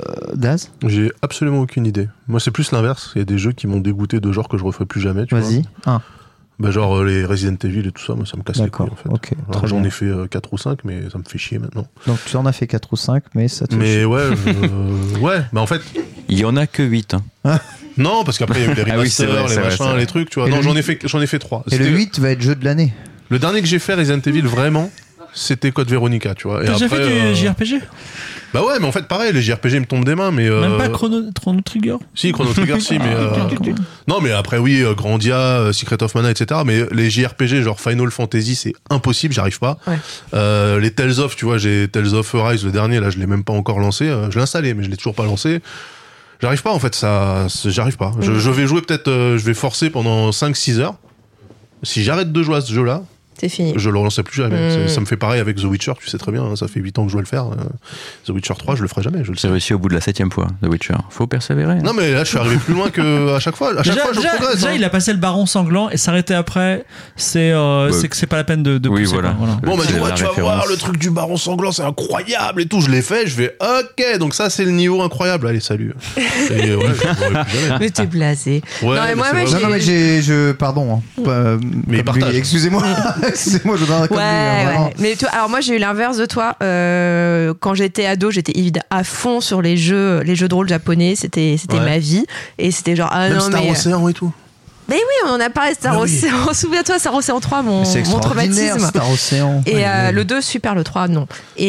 J'ai absolument aucune idée. Moi, c'est plus l'inverse. Il y a des jeux qui m'ont dégoûté de genre que je referai plus jamais. Vas-y. Bah genre les Resident Evil et tout ça, moi ça me casse les couilles en fait. Okay, alors, j'en ai fait 4 ou 5 mais ça me fait chier maintenant. Donc tu en as fait 4 ou 5 mais ça te Mais chie. ouais, ouais, mais en fait... Il y en a que 8. Hein. Non, parce qu'après il y a eu les remasters, les machins, les trucs, tu vois. Et non, j'en ai fait 3. Et le 8 va être jeu de l'année. Le dernier que j'ai fait Resident Evil vraiment, c'était Code Veronica, tu vois. T'as déjà fait du JRPG ? Bah ouais, mais en fait pareil, les JRPG me tombent des mains, mais même pas Chrono Trigger. Si, Chrono Trigger, si, mais non, mais après oui, Grandia, Secret of Mana, etc. Mais les JRPG genre Final Fantasy, c'est impossible, j'arrive pas. Ouais. Les Tales of, tu vois, j'ai Tales of Arise, le dernier, là, je l'ai même pas encore lancé. Je l'ai installé, mais je l'ai toujours pas lancé. J'arrive pas en fait, j'arrive pas. Je vais jouer peut-être, je vais forcer pendant 5-6 heures. Si j'arrête de jouer à ce jeu-là, c'est fini. Je le relancerai plus jamais. Ça me fait pareil avec The Witcher, tu sais très bien, hein, ça fait 8 ans que je dois le faire. The Witcher 3, je le ferai jamais. J'ai réussi au bout de la 7ème fois, The Witcher. Faut persévérer. Hein. Non, mais là, je suis arrivé plus loin qu'à chaque fois. À chaque fois, je progresse. Déjà, il a passé le baron sanglant et s'arrêter après, c'est que c'est pas la peine de oui, pousser. Voilà. Voilà. Bon, on m'a dit, ouais, tu vas voir le truc du baron sanglant, c'est incroyable et tout. Je l'ai fait, je vais, ok, donc ça, c'est le niveau incroyable. Allez, salut. Et ouais, mais t'es blasé. Ouais, non, mais moi, pardon. Mais partage. Excusez-moi, je dois ouais. Mais alors moi j'ai eu l'inverse de toi. Quand j'étais ado, j'étais à fond sur les jeux de rôle japonais. C'était ma vie et c'était genre même Star Ocean et tout. Mais oui, on en a parlé Star Ocean. Souviens-toi, Star Ocean 3, mon traumatisme. Star Ocean. Et le 2 super, le 3 non. Et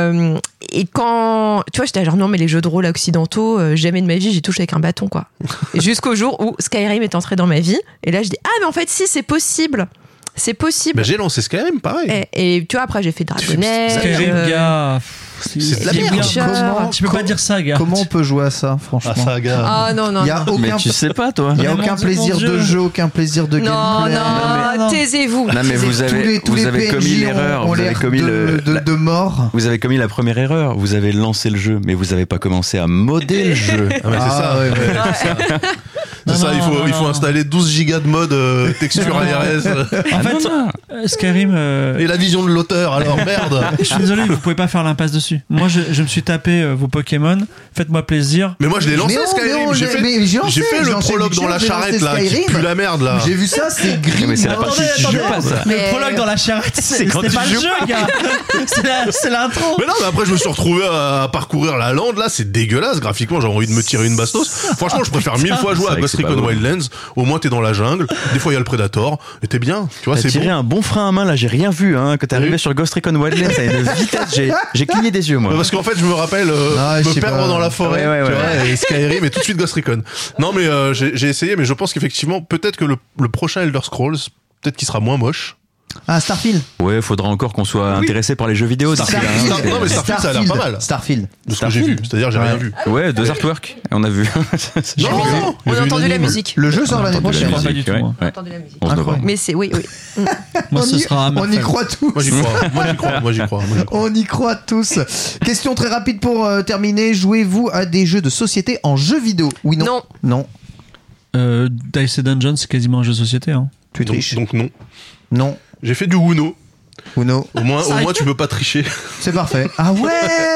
quand tu vois, j'étais genre non mais les jeux de rôle occidentaux, jamais de ma vie j'ai touché avec un bâton quoi. Et jusqu'au jour où Skyrim est entré dans ma vie et là je dis ah mais en fait si c'est possible. C'est possible. Bah, j'ai lancé Skyrim, pareil. Et tu vois, après, j'ai fait Dragon Age. Skyrim, gars. C'est de la merde. Tu peux pas dire ça, gars. Comment on peut jouer à ça, franchement? Ah, ça, gars. Ah, non. Mais tu sais pas, toi. Il n'y a aucun plaisir de jeu, aucun plaisir de gameplay. Non, taisez-vous. Non, mais vous avez commis l'erreur. Vous avez commis de mort. Vous avez commis la première erreur. Vous avez lancé le jeu, mais vous n'avez pas commencé à modder le jeu. Ah, mais c'est ça. Ouais. C'est ça, il faut installer 12 gigas de mode texture ARS. En fait, Skyrim. Et la vision de l'auteur, alors merde. Je suis désolé, vous pouvez pas faire l'impasse dessus. Moi, je me suis tapé vos Pokémon. Faites-moi plaisir. Mais moi, je l'ai lancé Skyrim. J'ai fait le prologue dans la charrette là, qui pue la merde là. J'ai vu ça, c'est gris. Mais c'est la partie qui joue pas ça. Le prologue dans la charrette, c'est pas le jeu, gars. C'est l'intro. Mais non, mais après, je me suis retrouvé à parcourir la lande là. C'est dégueulasse graphiquement. J'ai envie de me tirer une bastos. Franchement, je préfère 1000 fois jouer à Ghost Recon Wildlands. Au moins, t'es dans la jungle. Des fois, il y a le Predator. Et t'es bien. Tu vois, c'est tiré un bon frein à main là. J'ai rien vu. Quand t'es arrivé sur Ghost Recon Wildlands, à une vitesse, j'ai cligné des yeux moi. Parce qu'en fait, je me rappelle me perdre dans la forêt. Tu vois, et Skyrim et tout de suite Ghost Recon. Non, mais j'ai essayé, mais je pense qu'effectivement, peut-être que le prochain Elder Scrolls, peut-être qu'il sera moins moche. Ah, Starfield. Ouais, faudra encore qu'on soit intéressé par les jeux vidéo. Non, mais Starfield, ça a l'air pas mal. Starfield. De ce que j'ai vu. C'est-à-dire, j'ai rien vu. Ouais, 2 artworks. On a vu. Non, on a entendu la musique. Le jeu sort l'année prochaine. Je crois pas du tout. On a entendu la musique. Incroyable. Mais c'est, oui. Moi, ce sera on y croit tous. Moi, j'y crois. On y croit tous. Question très rapide pour terminer. Jouez-vous à des jeux de société en jeux vidéo? Oui, non. Non. Dice & Dungeons, c'est quasiment un jeu de société. Hein. Tu triches. Donc non. Non. J'ai fait du Uno. Au moins, tu peux pas tricher. C'est parfait. Ah ouais.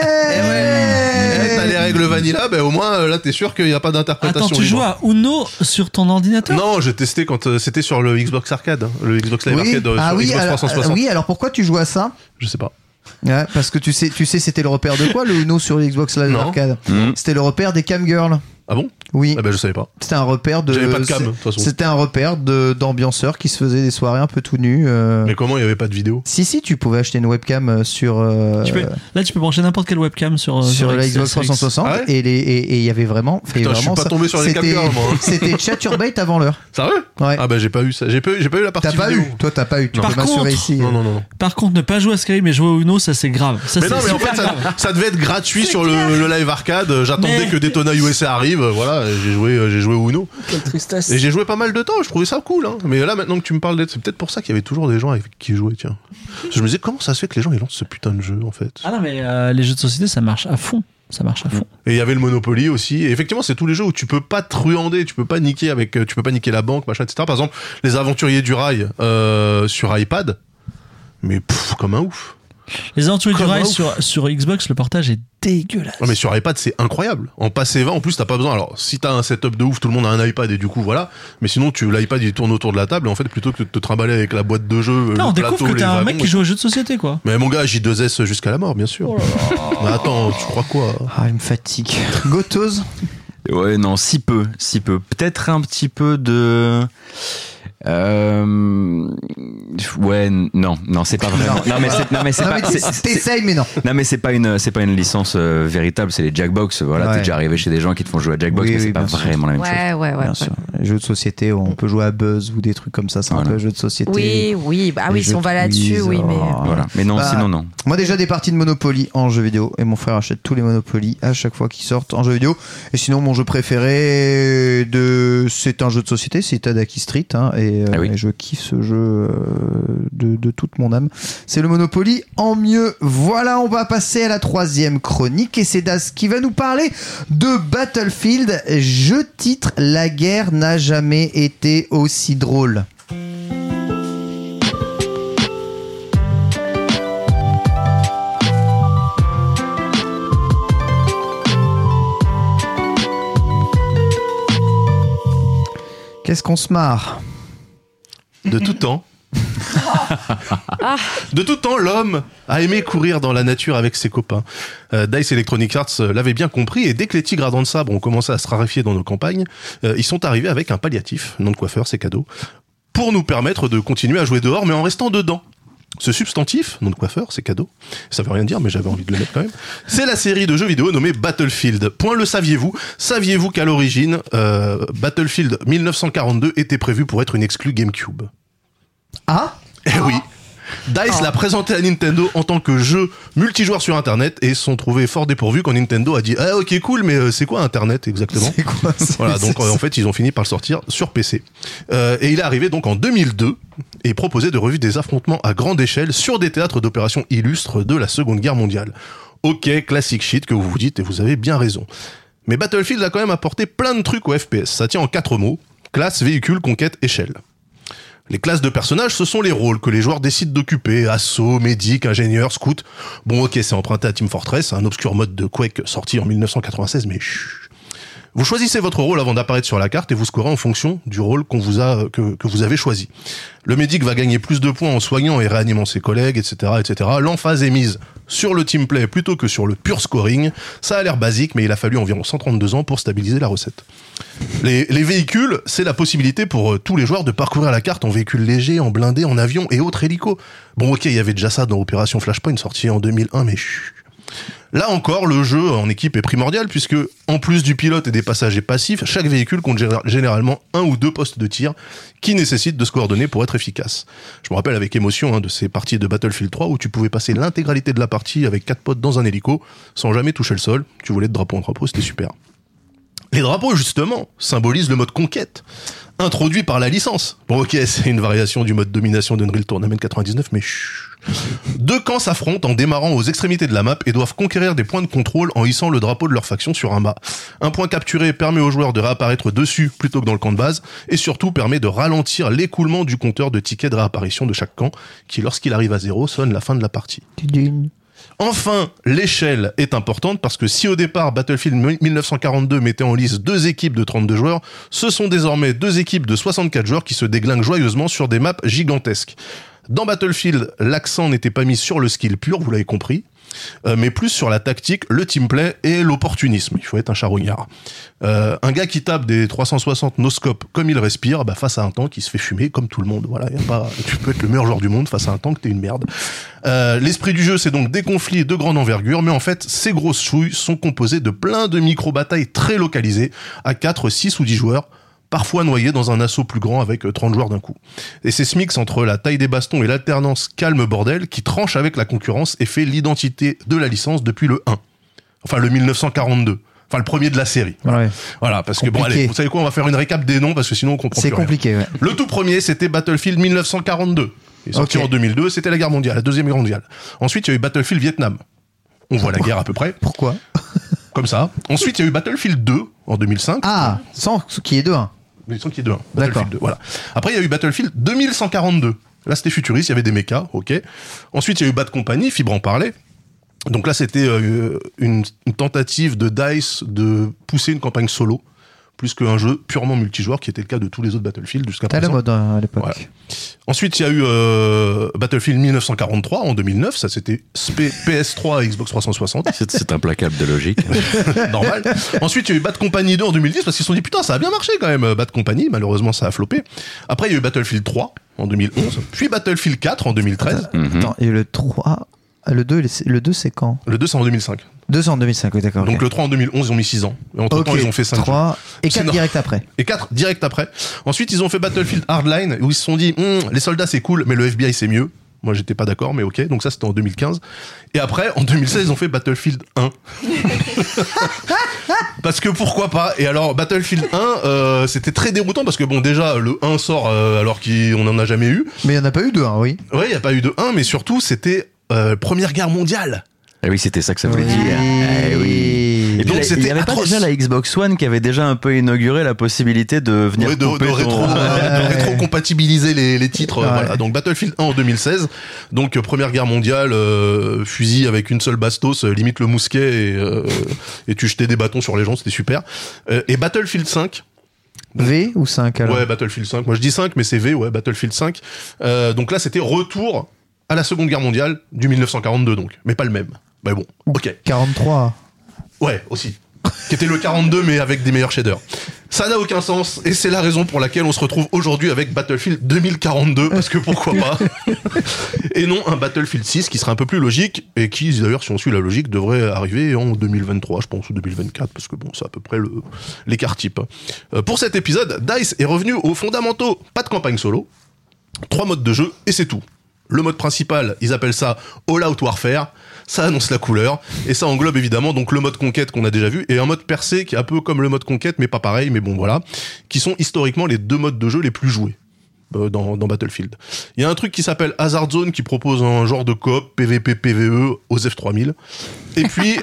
T'as les règles vanilla, au moins là t'es sûr qu'il n'y a pas d'interprétation. Attends, tu joues à Uno sur ton ordinateur? Non, j'ai testé quand c'était sur le Xbox Arcade, le Xbox Live Arcade sur Xbox 360. Oui, alors pourquoi tu joues à ça? Je sais pas. Ouais, parce que tu sais, c'était le repère de quoi le Uno sur le Xbox Live Arcade? C'était le repère des camgirls. Ah bon? Oui. Ah bah je savais pas. C'était un repère de. J'avais pas de cam, de toute façon. C'était un repère d'ambianceurs qui se faisaient des soirées un peu tout nus. Mais comment il y avait pas de vidéo? Si, tu pouvais acheter une webcam sur. Là, tu peux brancher n'importe quelle webcam sur la Xbox 360 et il y avait vraiment. Putain, je suis pas tombé sur les camgirls, moi. C'était chaturbate avant l'heure. Sérieux? Ouais. Ah bah j'ai pas eu ça. J'ai pas eu la partie vidéo. T'as pas eu? Toi t'as pas eu. Tu peux m'assurer ici. Non. Par contre, ne pas jouer à Skyrim mais jouer au Uno, ça c'est grave. Mais non, mais en fait ça devait être gratuit sur le Live Arcade. J'attendais que Daytona USA arrive. Voilà, j'ai joué au Uno. Quelle tristesse. Et j'ai joué pas mal de temps, je trouvais ça cool. Mais là, maintenant que tu me parles d'être, c'est peut-être pour ça qu'il y avait toujours des gens avec qui jouer, tiens. Je me disais, comment ça se fait que les gens ils lancent ce putain de jeu, en fait? Ah non, mais les jeux de société, ça marche à fond. Et il y avait le Monopoly aussi. Et effectivement, c'est tous les jeux où tu peux pas truander, tu peux pas niquer la banque, machin, etc. Par exemple, les Aventuriers du Rail sur iPad. Mais comme un ouf. Les aventuriers du rail sur Xbox, le portage est dégueulasse. Non, mais sur iPad, c'est incroyable. En passé 20, en plus, t'as pas besoin. Alors, si t'as un setup de ouf, tout le monde a un iPad et du coup, voilà. Mais sinon, l'iPad, il tourne autour de la table et en fait, plutôt que de te trimballer avec la boîte de jeu, on découvre que t'es un mec qui joue aux jeux de société, quoi. Mais mon gars, J2S jusqu'à la mort, bien sûr. Mais attends, tu crois quoi? Ah, il me fatigue. Gotos? Ouais, non, si peu. Peut-être un petit peu de... Ouais, non, c'est pas vraiment. T'essayes, mais non. Non, mais c'est pas une licence véritable, c'est les Jackbox. Voilà, t'es déjà arrivé chez des gens qui te font jouer à Jackbox, mais c'est pas vraiment la même chose. Ouais. Bien sûr. Les jeux de société, on peut jouer à Buzz ou des trucs comme ça, c'est un peu jeu de société. Oui, si on va là-dessus, oui, mais. Voilà, mais non, sinon, non. Moi, déjà, des parties de Monopoly en jeu vidéo, et mon frère achète tous les Monopoly à chaque fois qu'ils sortent en jeu vidéo. Et sinon, mon jeu préféré, c'est un jeu de société, c'est Tadaki Street, hein, et je kiffe ce jeu de toute mon âme. C'est le Monopoly en mieux. Voilà, on va passer à la 3e chronique et c'est Das qui va nous parler de Battlefield. Jeu titre, la guerre n'a jamais été aussi drôle. Qu'est-ce qu'on se marre? De tout temps. De tout temps, l'homme a aimé courir dans la nature avec ses copains. Dice Electronic Arts l'avait bien compris et dès que les tigres à dents de sabre ont commencé à se raréfier dans nos campagnes, ils sont arrivés avec un palliatif, nom de coiffeur, c'est cadeau, pour nous permettre de continuer à jouer dehors mais en restant dedans. Ce substantif, nom de coiffeur, c'est cadeau, ça veut rien dire mais j'avais envie de le mettre quand même, c'est la série de jeux vidéo nommée Battlefield. Point le saviez-vous? Saviez-vous qu'à l'origine, Battlefield 1942 était prévu pour être une exclue GameCube? Ah? Eh oui. DICE l'a présenté à Nintendo en tant que jeu multijoueur sur Internet et se sont trouvés fort dépourvus quand Nintendo a dit ah ok cool mais c'est quoi Internet exactement? C'est quoi ça? Voilà, donc en fait ils ont fini par le sortir sur PC et il est arrivé donc en 2002 et proposait de revivre des affrontements à grande échelle sur des théâtres d'opérations illustres de la Seconde Guerre mondiale. Ok, classic shit que vous vous dites et vous avez bien raison. Mais Battlefield a quand même apporté plein de trucs au FPS. Ça tient en 4 mots: classe, véhicule, conquête, échelle. Les classes de personnages, ce sont les rôles que les joueurs décident d'occuper. Assaut, médic, ingénieur, scout. Bon, ok, c'est emprunté à Team Fortress, un obscur mode de Quake sorti en 1996, mais chut. Vous choisissez votre rôle avant d'apparaître sur la carte et vous scorez en fonction du rôle que vous avez choisi. Le médic va gagner plus de points en soignant et réanimant ses collègues, etc., etc. L'emphase est mise sur le teamplay plutôt que sur le pur scoring. Ça a l'air basique, mais il a fallu environ 132 ans pour stabiliser la recette. Les véhicules, c'est la possibilité pour tous les joueurs de parcourir la carte en véhicule léger, en blindé, en avion et autres hélicos. Bon, ok, il y avait déjà ça dans Opération Flashpoint, sorti en 2001, mais chut. Là encore, le jeu en équipe est primordial puisque, en plus du pilote et des passagers passifs, chaque véhicule compte généralement 1 ou 2 postes de tir qui nécessitent de se coordonner pour être efficace. Je me rappelle avec émotion de ces parties de Battlefield 3 où tu pouvais passer l'intégralité de la partie avec 4 potes dans un hélico sans jamais toucher le sol. Tu volais de drapeau en drapeau, c'était super. Les drapeaux, justement, symbolisent le mode conquête, introduit par la licence. Bon, ok, c'est une variation du mode domination d'Unreal Tournament 99, mais chut. 2 camps s'affrontent en démarrant aux extrémités de la map et doivent conquérir des points de contrôle en hissant le drapeau de leur faction sur un mât. Un point capturé permet aux joueurs de réapparaître dessus plutôt que dans le camp de base, et surtout permet de ralentir l'écoulement du compteur de tickets de réapparition de chaque camp, qui, lorsqu'il arrive à 0, sonne la fin de la partie. Enfin, l'échelle est importante parce que si au départ Battlefield 1942 mettait en lice 2 équipes de 32 joueurs, ce sont désormais 2 équipes de 64 joueurs qui se déglinguent joyeusement sur des maps gigantesques. Dans Battlefield, l'accent n'était pas mis sur le skill pur, vous l'avez compris, mais plus sur la tactique, le teamplay et l'opportunisme. Il faut être un charognard. Un gars qui tape des 360 no-scope comme il respire, face à un tank, il se fait fumer comme tout le monde. Voilà, tu peux être le meilleur joueur du monde face à un tank, t'es une merde. L'esprit du jeu, c'est donc des conflits de grande envergure, mais en fait, ces grosses chouilles sont composées de plein de micro-batailles très localisées à 4, 6 ou 10 joueurs, parfois noyés dans un assaut plus grand avec 30 joueurs d'un coup. Et c'est ce mix entre la taille des bastons et l'alternance calme bordel qui tranche avec la concurrence et fait l'identité de la licence depuis le 1. Enfin, le 1942. Enfin, le premier de la série. Ouais. Voilà, parce compliqué. que bon, allez, vous savez quoi, on va faire une récap des noms parce que sinon on comprend c'est plus compliqué, rien. Ouais. Le tout premier, c'était Battlefield 1942. Il est sorti en 2002, c'était la guerre mondiale, la deuxième guerre mondiale. Ensuite, il y a eu Battlefield Vietnam. On voit la guerre à peu près. Pourquoi? Comme ça. Ensuite, il y a eu Battlefield 2 en 2005. Ah, sans qu'il y ait 2-1. Mais sans qu'il y ait 2-1. D'accord. 2, voilà. Après, il y a eu Battlefield 2142. Là, c'était futuriste, il y avait des mechas, ok. Ensuite, il y a eu Bad Company, Fibre en parlait. Donc là, c'était une tentative de DICE de pousser une campagne solo, plus qu'un jeu purement multijoueur, qui était le cas de tous les autres Battlefield jusqu'à présent. C'était la mode à l'époque. Voilà. Ensuite, il y a eu Battlefield 1943 en 2009, ça c'était PS3 et Xbox 360. C'est implacable de logique. Normal. Ensuite, il y a eu Bad Company 2 en 2010, parce qu'ils se sont dit, putain, ça a bien marché quand même, Bad Company, malheureusement ça a floppé. Après, il y a eu Battlefield 3 en 2011, puis Battlefield 4 en 2013. Attends, et le 3... Le 2, c'est quand ? Le 2, c'est en 2005. 2, c'est en 2005, oui, d'accord. Donc le 3 en 2011, ils ont mis 6 ans. Et entre temps, ils ont fait 5 3 et 4 direct après. Et 4 direct après. Ensuite, ils ont fait Battlefield Hardline, où ils se sont dit, les soldats c'est cool, mais le FBI c'est mieux. Moi, j'étais pas d'accord, mais ok. Donc ça, c'était en 2015. Et après, en 2016, ils ont fait Battlefield 1. Parce que pourquoi pas. Et alors, Battlefield 1, c'était très déroutant parce que bon, déjà, le 1 sort alors qu'on en a jamais eu. Mais il n'y en a pas eu de 1, oui. Ouais, il n'y a pas eu de 1, mais surtout, c'était Première Guerre mondiale. Ah oui, c'était ça que ça voulait dire. Eh oui. Et donc, il n'y avait pas déjà la Xbox One qui avait déjà un peu inauguré la possibilité de venir de rétro-compatibiliser les titres. Ouais. Voilà. Donc Battlefield 1 en 2016. Donc Première Guerre mondiale, fusil avec une seule bastos, limite le mousquet et tu jetais des bâtons sur les gens, c'était super. Et Battlefield 5. V ou 5 alors ? Ouais, Battlefield 5. Moi je dis 5, mais c'est V, ouais, Battlefield 5. Donc là, c'était retour à la Seconde Guerre mondiale du 1942 donc, mais pas le même. Mais bon, ok. 43. Ouais, aussi. Qui était le 42 mais avec des meilleurs shaders. Ça n'a aucun sens et c'est la raison pour laquelle on se retrouve aujourd'hui avec Battlefield 2042 parce que pourquoi pas. Et non un Battlefield 6 qui serait un peu plus logique et qui d'ailleurs si on suit la logique devrait arriver en 2023 je pense ou 2024 parce que bon c'est à peu près l'écart type. Pour cet épisode, DICE est revenu aux fondamentaux, pas de campagne solo, 3 modes de jeu et c'est tout. Le mode principal, ils appellent ça All Out Warfare, ça annonce la couleur, et ça englobe évidemment donc le mode conquête qu'on a déjà vu, et un mode percé qui est un peu comme le mode conquête, mais pas pareil, mais bon voilà, qui sont historiquement les 2 modes de jeu les plus joués dans Battlefield. Il y a un truc qui s'appelle Hazard Zone qui propose un genre de coop PVP PVE aux F3000, et puis...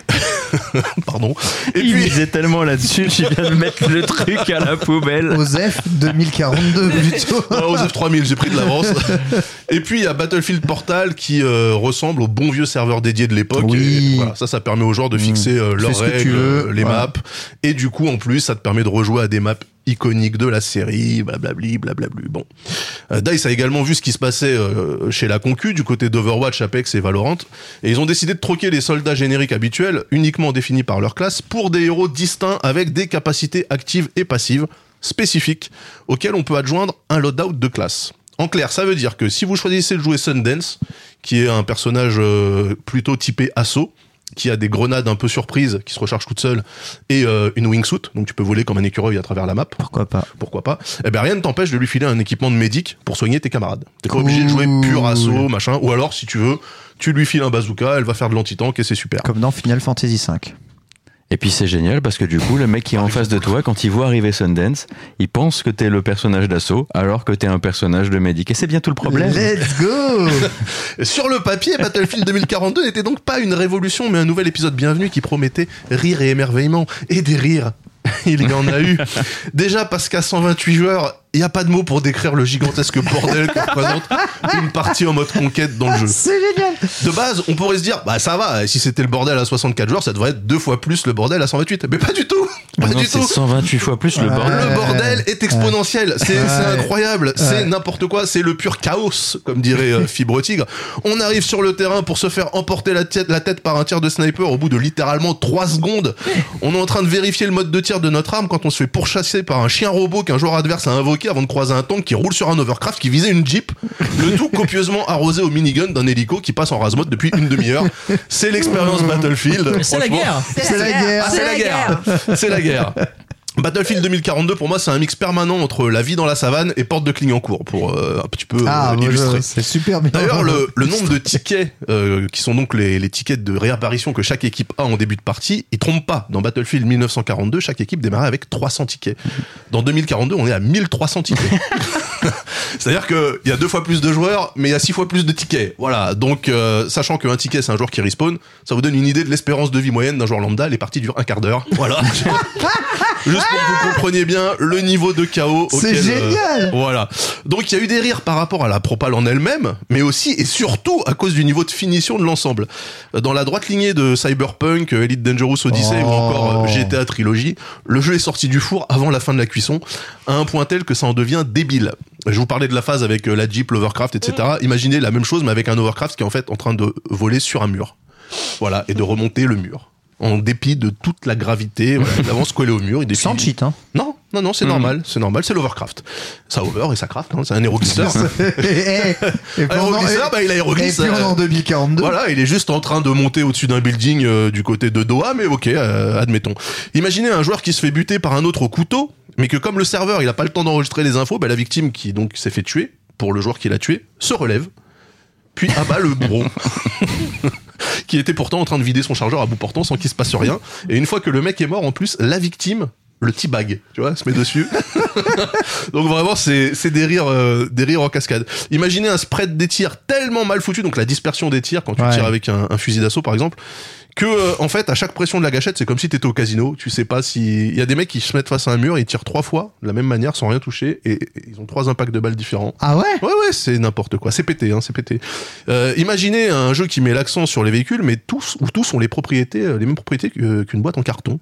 Pardon. Et il puis... misait tellement là-dessus, je viens de mettre le truc à la poubelle. Aux F 2042 plutôt. Ouais, aux F3000, j'ai pris de l'avance. Et puis il y a Battlefield Portal qui ressemble au bon vieux serveur dédié de l'époque. Oui. Et, voilà, ça permet aux joueurs de fixer leurs règles, les maps. Et du coup, en plus, ça te permet de rejouer à des maps iconiques de la série, blablabli, blablabli. Bon. DICE a également vu ce qui se passait chez la concu, du côté d'Overwatch, Apex et Valorant. Et ils ont décidé de troquer les soldats génériques habituels, uniquement définis par leur classe, pour des héros distincts avec des capacités actives et passives spécifiques, auxquelles on peut adjoindre un loadout de classe. En clair, ça veut dire que si vous choisissez de jouer Sundance, qui est un personnage plutôt typé assaut, qui a des grenades un peu surprises qui se rechargent toutes seules et une wingsuit, donc tu peux voler comme un écureuil à travers la map. Pourquoi pas. Eh ben rien ne t'empêche de lui filer un équipement de médic pour soigner tes camarades. T'es pas obligé de jouer pur assaut, machin, ou alors si tu veux, tu lui files un bazooka, elle va faire de l'anti-tank et c'est super. Comme dans Final Fantasy V. Et puis c'est génial parce que du coup, le mec qui est en face de toi, quand il voit arriver Sundance, il pense que t'es le personnage d'assaut alors que t'es un personnage de médic. Et c'est bien tout le problème. Let's go. Sur le papier, Battlefield 2042 n'était donc pas une révolution, mais un nouvel épisode bienvenu qui promettait rire et émerveillement. Et des rires. Il y en a eu. Déjà parce qu'à 128 joueurs, il n'y a pas de mots pour décrire le gigantesque bordel que représente une partie en mode conquête dans le jeu. C'est génial. De base, on pourrait se dire, bah ça va, si c'était le bordel à 64 joueurs, ça devrait être 2 fois plus le bordel à 128. Mais pas du tout. Pas non, du c'est tout. 128 fois plus le bordel. Le bordel est exponentiel. C'est incroyable. C'est n'importe quoi. C'est le pur chaos, comme dirait Fibre Tigre. On arrive sur le terrain pour se faire emporter la tête par un tir de sniper au bout de littéralement 3 secondes. On est en train de vérifier le mode de tir de notre arme quand on se fait pourchasser par un chien robot qu'un joueur adverse a invoqué avant de croiser un tank qui roule sur un overcraft qui visait une Jeep. Le tout copieusement arrosé au minigun d'un hélico qui passe en rase-mode depuis une demi-heure. C'est l'expérience Battlefield. C'est la guerre. C'est la guerre. C'est la guerre. C'est la guerre. Battlefield 2042 pour moi c'est un mix permanent entre la vie dans la savane et Porte de Clignancourt pour un petit peu illustrer. C'est super bien. D'ailleurs le nombre de tickets qui sont donc les tickets de réapparition que chaque équipe a en début de partie, ils trompent pas. Dans Battlefield 1942, chaque équipe démarrait avec 300 tickets. Dans 2042, on est à 1300 tickets. C'est-à-dire que il y a 2 fois plus de joueurs, mais il y a 6 fois plus de tickets. Voilà. Donc sachant qu'un ticket c'est un joueur qui respawn, ça vous donne une idée de l'espérance de vie moyenne d'un joueur lambda. Les parties durent un quart d'heure. Voilà. Juste pour que vous compreniez bien le niveau de chaos. C'est génial. Voilà. Donc il y a eu des rires par rapport à la propale en elle-même, mais aussi et surtout à cause du niveau de finition de l'ensemble. Dans la droite lignée de Cyberpunk, Elite Dangerous Odyssey ou encore GTA Trilogy, le jeu est sorti du four avant la fin de la cuisson, à un point tel que ça en devient débile. Je vous parlais de la phase avec la Jeep, l'Overcraft, etc. Imaginez la même chose mais avec un Overcraft qui est en fait en train de voler sur un mur. Voilà, et de remonter le mur. En dépit de toute la gravité, voilà, il avance collé au mur. Il sans cheat, hein. Non, c'est normal, c'est l'Overcraft. Ça over et ça craft, hein, c'est un aéroglisser. Aéroglisseur, il a aéroglisse. Et puis on est en 2042. Voilà, il est juste en train de monter au-dessus d'un building du côté de Doha, mais ok, admettons. Imaginez un joueur qui se fait buter par un autre au couteau, mais que comme le serveur, il a pas le temps d'enregistrer les infos, la victime qui donc s'est fait tuer, pour le joueur qui l'a tué, se relève, puis abat le bourreau. Qui était pourtant en train de vider son chargeur à bout portant sans qu'il se passe rien. Et une fois que le mec est mort, en plus, la victime le teabag, tu vois, se met dessus. Donc vraiment, c'est des rires en cascade. Imaginez un spread des tirs tellement mal foutu, donc la dispersion des tirs quand tu tires avec un fusil d'assaut par exemple, que en fait à chaque pression de la gâchette c'est comme si t'étais au casino. Tu sais pas si il y a des mecs qui se mettent face à un mur et ils tirent 3 fois de la même manière sans rien toucher et ils ont 3 impacts de balles différents. Ah ouais? Ouais, c'est n'importe quoi, c'est pété, c'est pété. Imaginez un jeu qui met l'accent sur les véhicules mais tous ont les mêmes propriétés qu'une boîte en carton.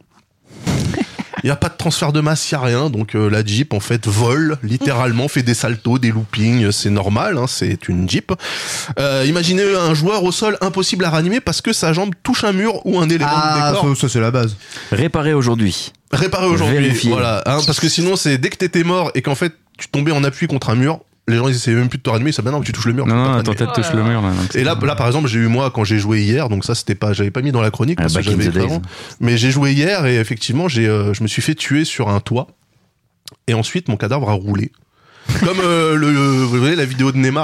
Il n'y a pas de transfert de masse, il n'y a rien. Donc la Jeep, en fait, vole, littéralement, fait des saltos, des loopings. C'est normal, c'est une Jeep. Imaginez un joueur au sol impossible à ranimer parce que sa jambe touche un mur ou un élément de décor. Ça c'est la base. Réparer aujourd'hui, Vérifier. Voilà, parce que sinon, c'est dès que t'étais mort et qu'en fait, tu tombais en appui contre un mur, les gens ils essayaient même plus de te ranimer, ça non, tu touches le mur. Non, ta tête touche le mur. Là, et là par exemple, j'ai eu moi quand j'ai joué hier, donc ça c'était pas, j'avais pas mis dans la chronique parce que j'avais avant, mais j'ai joué hier et effectivement je me suis fait tuer sur un toit et ensuite mon cadavre a roulé. Comme vous voyez la vidéo de Neymar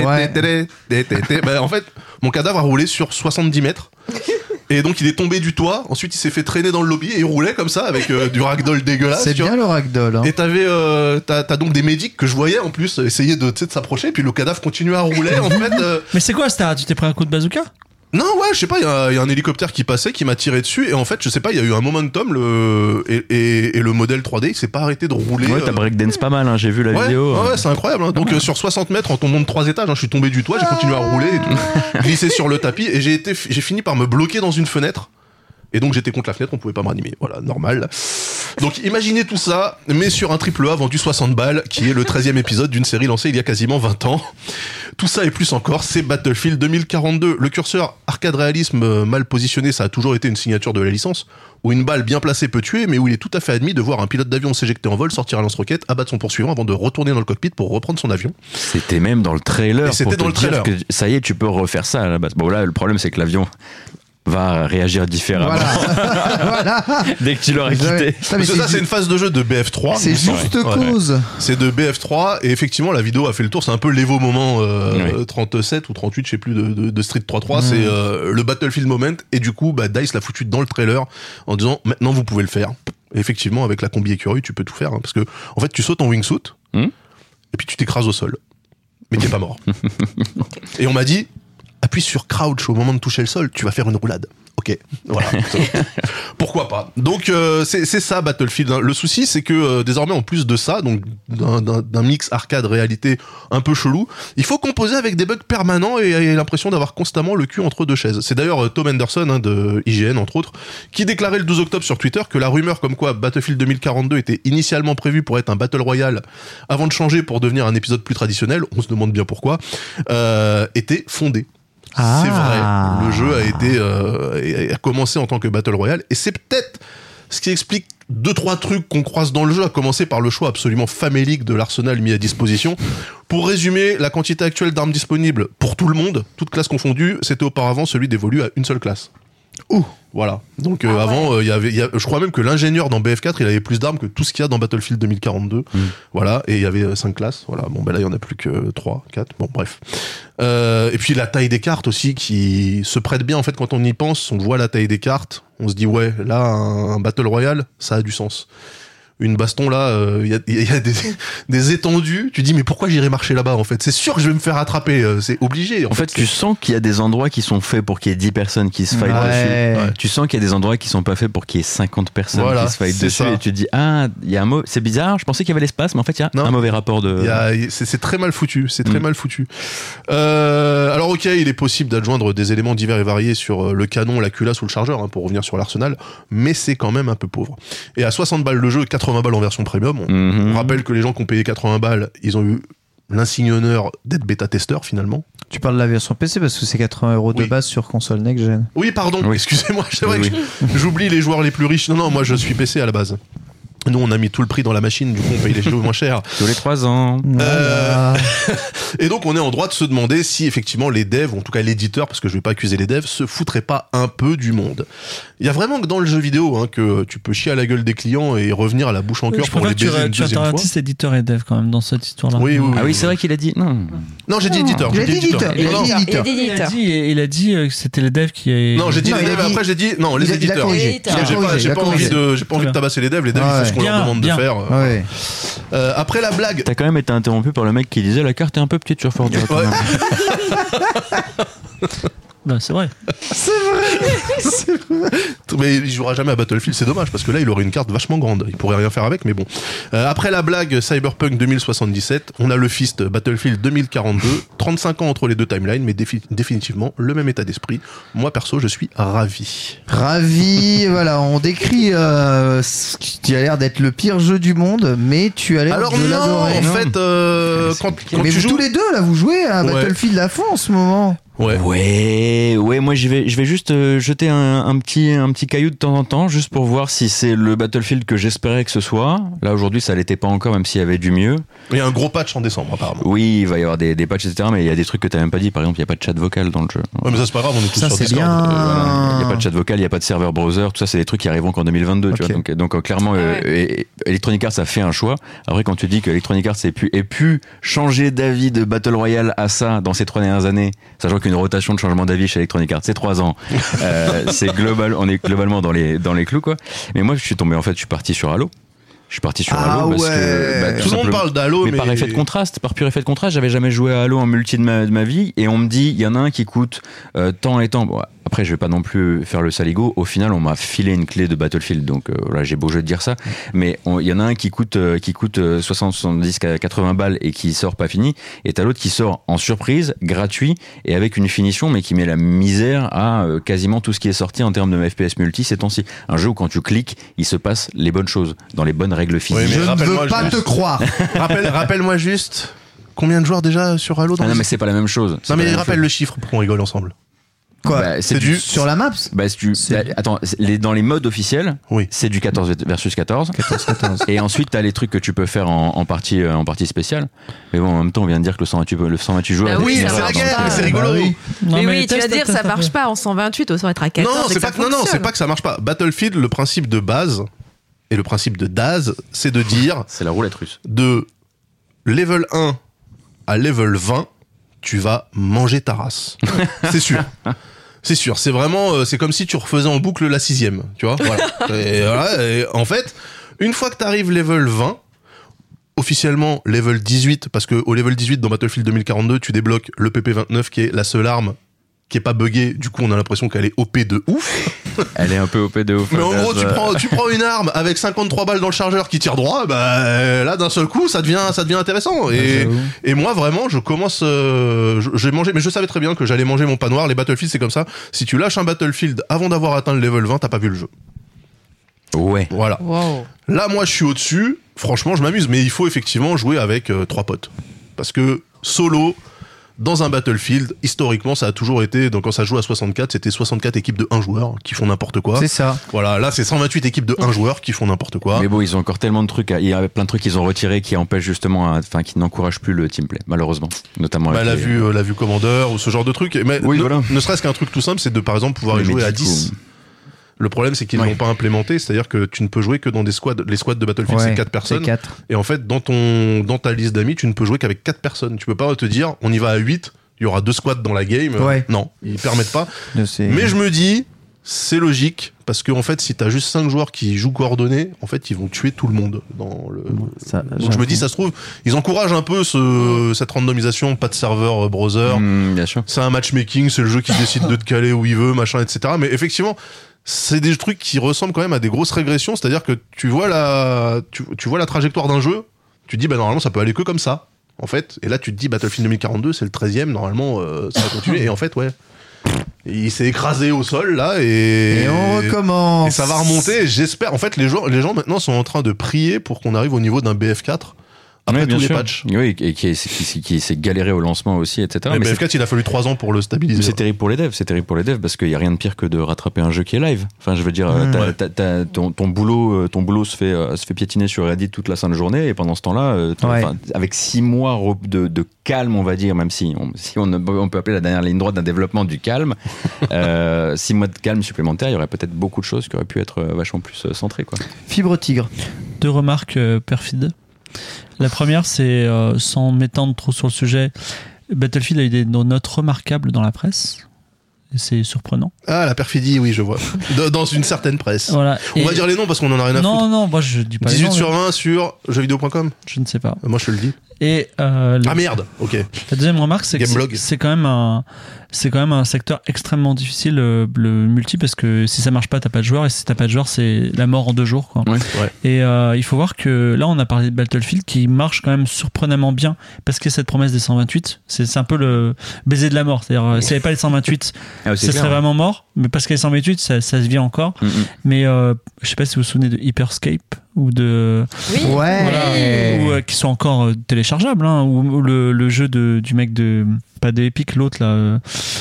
là, en fait mon cadavre a roulé sur 70 mètres. Et donc il est tombé du toit, ensuite il s'est fait traîner dans le lobby et il roulait comme ça avec du ragdoll dégueulasse. C'est bien le ragdoll. Hein. Et t'as donc des médics que je voyais en plus essayer de s'approcher, puis le cadavre continuait à rouler en fait. Mais c'est quoi ça? Tu t'es pris un coup de bazooka? Non, ouais, je sais pas, il y a un hélicoptère qui passait, qui m'a tiré dessus, et en fait, je sais pas, il y a eu un momentum, et le modèle 3D, il s'est pas arrêté de rouler. Ouais, t'as breakdance pas mal, j'ai vu la vidéo. Ouais, c'est incroyable. Donc, sur 60 mètres, en tombant de 3 étages, je suis tombé du toit, j'ai continué à rouler, et tout, glisser sur le tapis, et j'ai fini par me bloquer dans une fenêtre. Et donc j'étais contre la fenêtre, on pouvait pas me ranimer. Voilà, normal. Donc imaginez tout ça, mais sur un AAA vendu 60 balles, qui est le 13e épisode d'une série lancée il y a quasiment 20 ans. Tout ça et plus encore, c'est Battlefield 2042. Le curseur arcade réalisme mal positionné, ça a toujours été une signature de la licence, où une balle bien placée peut tuer, mais où il est tout à fait admis de voir un pilote d'avion s'éjecter en vol, sortir à lance-roquette, abattre son poursuivant avant de retourner dans le cockpit pour reprendre son avion. C'était même dans le trailer. Et c'était dans le trailer. Que ça y est, tu peux refaire ça à la base. Bon là, le problème c'est que l'avion va réagir différemment. Voilà. Dès que tu l'auras quitté. Parce que ça, c'est une phase de jeu de BF3. C'est juste cause. Ouais. C'est de BF3 et effectivement, la vidéo a fait le tour. C'est un peu l'Evo moment 37 ou 38, je sais plus, de Street 3.3. C'est le Battlefield moment. Et du coup, DICE l'a foutu dans le trailer en disant maintenant vous pouvez le faire. Et effectivement, avec la combi écureuil, tu peux tout faire. Parce que, en fait, tu sautes en wingsuit et puis tu t'écrases au sol. Mais t'es pas mort. Et on m'a dit appuie sur crouch au moment de toucher le sol, tu vas faire une roulade. Ok, voilà. Pourquoi pas. Donc c'est ça Battlefield. Le souci c'est que désormais en plus de ça, donc d'un mix arcade réalité un peu chelou, il faut composer avec des bugs permanents et l'impression d'avoir constamment le cul entre deux chaises. C'est d'ailleurs Tom Henderson de IGN entre autres qui déclarait le 12 octobre sur Twitter que la rumeur comme quoi Battlefield 2042 était initialement prévu pour être un Battle Royale avant de changer pour devenir un épisode plus traditionnel, on se demande bien pourquoi, était fondée. C'est vrai, le jeu a commencé en tant que Battle Royale et c'est peut-être ce qui explique 2-3 trucs qu'on croise dans le jeu, à commencer par le choix absolument famélique de l'arsenal mis à disposition. Pour résumer, la quantité actuelle d'armes disponibles pour tout le monde, toutes classes confondues, c'était auparavant celui dévolu à une seule classe. Voilà. Donc avant, je crois même que l'ingénieur dans BF4, il avait plus d'armes que tout ce qu'il y a dans Battlefield 2042. Voilà. Et il y avait 5 classes. Voilà. Bon, là, il y en a plus que 3, 4. Bon, bref. Et puis la taille des cartes aussi, qui se prête bien. En fait, quand on y pense, on voit la taille des cartes, on se dit, ouais, là, un Battle Royale, ça a du sens. une baston là, il y a des étendues, tu dis mais pourquoi j'irai marcher là-bas en fait? C'est sûr que je vais me faire attraper, c'est obligé. En fait, tu sens qu'il y a des endroits qui sont faits pour qu'il y ait 10 personnes qui se fight dessus. Ouais. Tu sens qu'il y a des endroits qui sont pas faits pour qu'il y ait 50 personnes qui se fight dessus. Et tu te dis, il y a c'est bizarre, je pensais qu'il y avait l'espace, mais en fait, il y a un mauvais rapport de... C'est très mal foutu, c'est très mal foutu. Alors ok, il est possible d'adjoindre des éléments divers et variés sur le canon, la culasse ou le chargeur, hein, pour revenir sur l'arsenal, mais c'est quand même un peu pauvre. Et à 60 balles le jeu, 80 balles en version premium, on rappelle que les gens qui ont payé 80 balles, ils ont eu l'insigne honneur d'être bêta-testeur finalement. Tu parles de la version PC parce que c'est 80 € de base sur console next-gen. Oui, pardon, excusez-moi, c'est vrai que j'oublie les joueurs les plus riches. Non, moi je suis PC à la base. Nous, on a mis tout le prix dans la machine, du coup, on paye les jeux moins cher. Tous les 3 ans. Et donc, on est en droit de se demander si, effectivement, les devs, ou en tout cas l'éditeur, parce que je vais pas accuser les devs, se foutraient pas un peu du monde. Il y a vraiment que dans le jeu vidéo, hein, que tu peux chier à la gueule des clients et revenir à la bouche en cœur pour les baiser une deuxième fois. Tu éditeur et dev, quand même, dans cette histoire-là. Oui. Ah oui, c'est vrai qu'il a dit... Non, j'ai dit éditeur. Il a dit que c'était les devs qui... Non, j'ai dit les devs, après j'ai dit... Non, les éditeurs. J'ai pas envie de tabasser les devs. Les devs, ils font ce qu'on leur demande de faire. Ouais. Après la blague... T'as quand même été interrompu par le mec qui disait la carte est un peu petite sur Forza. Ouais. Non, c'est vrai. C'est vrai. Mais il jouera jamais à Battlefield, c'est dommage parce que là il aurait une carte vachement grande. Il pourrait rien faire avec, mais bon. Après la blague Cyberpunk 2077, on a le fist Battlefield 2042. 35 ans entre les deux timelines, mais définitivement le même état d'esprit. Moi perso, je suis ravi. Voilà, on décrit ce qui a l'air d'être le pire jeu du monde, mais tu as l'air de l'adorer. En fait, quand mais tu joues tous les deux là, vous jouez à Battlefield à fond en ce moment. Ouais, moi je vais juste jeter un petit caillou de temps en temps, juste pour voir si c'est le Battlefield que j'espérais que ce soit. Là aujourd'hui ça l'était pas encore, même s'il y avait du mieux. Il y a un gros patch en décembre apparemment. Oui, il va y avoir des patchs, etc. Mais il y a des trucs que t'as même pas dit. Par exemple, il y a pas de chat vocal dans le jeu. Ouais, mais ça c'est pas grave, on est tous sur Discord. Il y a pas de chat vocal, il y a pas de serveur browser. Tout ça, c'est des trucs qui arriveront qu'en 2022. Tu vois. Donc clairement, Electronic Arts a fait un choix. Après, quand tu dis que Electronic Arts ait pu changer d'avis de Battle Royale à ça dans ces 3 dernières années, sachant qu'une rotation de changement d'avis chez Electronic Arts, c'est 3 ans. On est globalement dans les clous, quoi. Mais moi, je suis parti sur Halo. Je suis parti sur Halo parce que tout le monde parle d'Halo, mais par effet de contraste, par pur effet de contraste, j'avais jamais joué à Halo en multi de ma vie, et on me dit il y en a un qui coûte tant et tant. Bon, après je vais pas non plus faire le saligo. Au final, on m'a filé une clé de Battlefield, donc là j'ai beau jeu de dire ça, mais il y en a un qui coûte 60, 70, 80 balles et qui sort pas fini, et t'as l'autre qui sort en surprise, gratuit et avec une finition, mais qui met la misère à quasiment tout ce qui est sorti en termes de FPS multi ces temps-ci. Un jeu où quand tu cliques, il se passe les bonnes choses dans les bonnes règles physiques. Oui, je ne veux pas te croire. Rappelle-moi juste combien de joueurs déjà sur Halo dans non, mais c'est pas la même chose. Non, mais rappelle le chiffre pour qu'on rigole ensemble. Quoi c'est du sur la map attends, dans les modes officiels, c'est du 14 versus 14. 14. Et ensuite t'as les trucs que tu peux faire en partie spéciale. Mais bon, en même temps, on vient de dire que le 128 joueurs. Oui, c'est la guerre, mais c'est rigolo. Mais tu vas dire ça marche pas en 128, autant être à 14. Non, c'est pas que ça marche pas. Battlefield, le principe de base et le principe de DAZ, c'est de dire c'est la roulette russe. De level 1 à level 20, tu vas manger ta race. C'est sûr. C'est sûr. C'est vraiment, c'est comme si tu refaisais en boucle la 6ème, tu vois. Voilà. Et en fait, une fois que t'arrives level 20, officiellement level 18, parce que au level 18 dans Battlefield 2042, tu débloques le PP29 qui est la seule arme qui est pas buggée. Du coup, on a l'impression qu'elle est OP de ouf. Elle est un peu OP de ouf. Mais en gros, tu prends une arme avec 53 balles dans le chargeur qui tire droit, bah là d'un seul coup, ça devient intéressant. Et moi vraiment, je commence j'ai mangé, mais je savais très bien que j'allais manger mon pain noir. Les Battlefield, c'est comme ça. Si tu lâches un Battlefield avant d'avoir atteint le level 20, t'as pas vu le jeu. Ouais. Voilà. Wow. Là, moi, je suis au-dessus. Franchement, je m'amuse, mais il faut effectivement jouer avec 3 potes. Parce que solo, dans un Battlefield, historiquement, ça a toujours été, donc quand ça joue à 64, c'était 64 équipes de 1 joueur qui font n'importe quoi. C'est ça. Voilà, là, c'est 128 équipes de 1 joueur qui font n'importe quoi. Mais bon, ils ont encore tellement de trucs, il y a plein de trucs qu'ils ont retirés qui empêchent justement, qui n'encouragent plus le teamplay, malheureusement. Notamment avec la vue commandeur ou ce genre de trucs. Mais ne serait-ce qu'un truc tout simple, c'est de, par exemple, pouvoir y jouer à 10. Le problème, c'est qu'ils ne l'ont pas implémenté, c'est-à-dire que tu ne peux jouer que dans des squads. Les squads de Battlefield, c'est 4 personnes. 4. Et en fait, dans ta liste d'amis, tu ne peux jouer qu'avec 4 personnes. Tu peux pas te dire, on y va à 8, il y aura 2 squads dans la game. Ouais. Non, ils permettent pas. Mais je me dis, c'est logique parce que en fait si t'as juste 5 joueurs qui jouent coordonnés, en fait ils vont tuer tout le monde dans le. Donc je me dis ça se trouve ils encouragent un peu cette randomisation, pas de serveur browser. Bien sûr. C'est un matchmaking, c'est le jeu qui décide de te caler où il veut, machin, etc. Mais effectivement c'est des trucs qui ressemblent quand même à des grosses régressions, c'est-à-dire que tu vois la trajectoire d'un jeu, tu te dis bah normalement ça peut aller que comme ça en fait, et là tu te dis Battlefield 2042 c'est le 13e, normalement ça va continuer, et en fait ouais. Il s'est écrasé au sol là et on recommence. Et ça va remonter. J'espère. En fait, les gens maintenant sont en train de prier pour qu'on arrive au niveau d'un BF4 après tous les patchs. Oui, et qui s'est galéré au lancement aussi, etc. Mais BF4, il a fallu 3 ans pour le stabiliser. C'est terrible pour les devs. Parce qu'il y a rien de pire que de rattraper un jeu qui est live. Enfin, je veux dire, ton boulot se fait piétiner sur Reddit toute la sainte journée, et pendant ce temps-là, avec 6 mois de calme, on va dire, même si on peut appeler la dernière ligne droite d'un développement du calme, 6 mois de calme supplémentaire, il y aurait peut-être beaucoup de choses qui auraient pu être vachement plus centrées, quoi. Fibre Tigre. 2 remarques perfides. La première, c'est, sans m'étendre trop sur le sujet, Battlefield a eu des notes remarquables dans la presse. Et c'est surprenant. Ah, la perfidie, oui, je vois. Dans une certaine presse. Voilà. On va dire les noms parce qu'on en a rien à foutre. Non, moi je dis pas 18 les noms, sur 20 sur jeuxvideo.com. Je ne sais pas. Moi, je te le dis. Et ah merde, ok. La deuxième remarque, c'est que c'est quand même un secteur extrêmement difficile, le multi, parce que si ça marche pas, t'as pas de joueurs, et si t'as pas de joueurs, c'est la mort en 2 jours, quoi. Ouais. Et il faut voir que là, on a parlé de Battlefield qui marche quand même surprenamment bien, parce qu'il y a cette promesse des 128. C'est un peu le baiser de la mort. C'est-à-dire, s'il n'y avait pas les 128, ça serait vraiment mort, mais parce qu'il y a les 128, ça se vit encore. Mais je sais pas si vous vous souvenez de Hyperscape ou de ou qui sont encore téléchargeables, hein, ou le jeu du mec pas de Epic, l'autre là,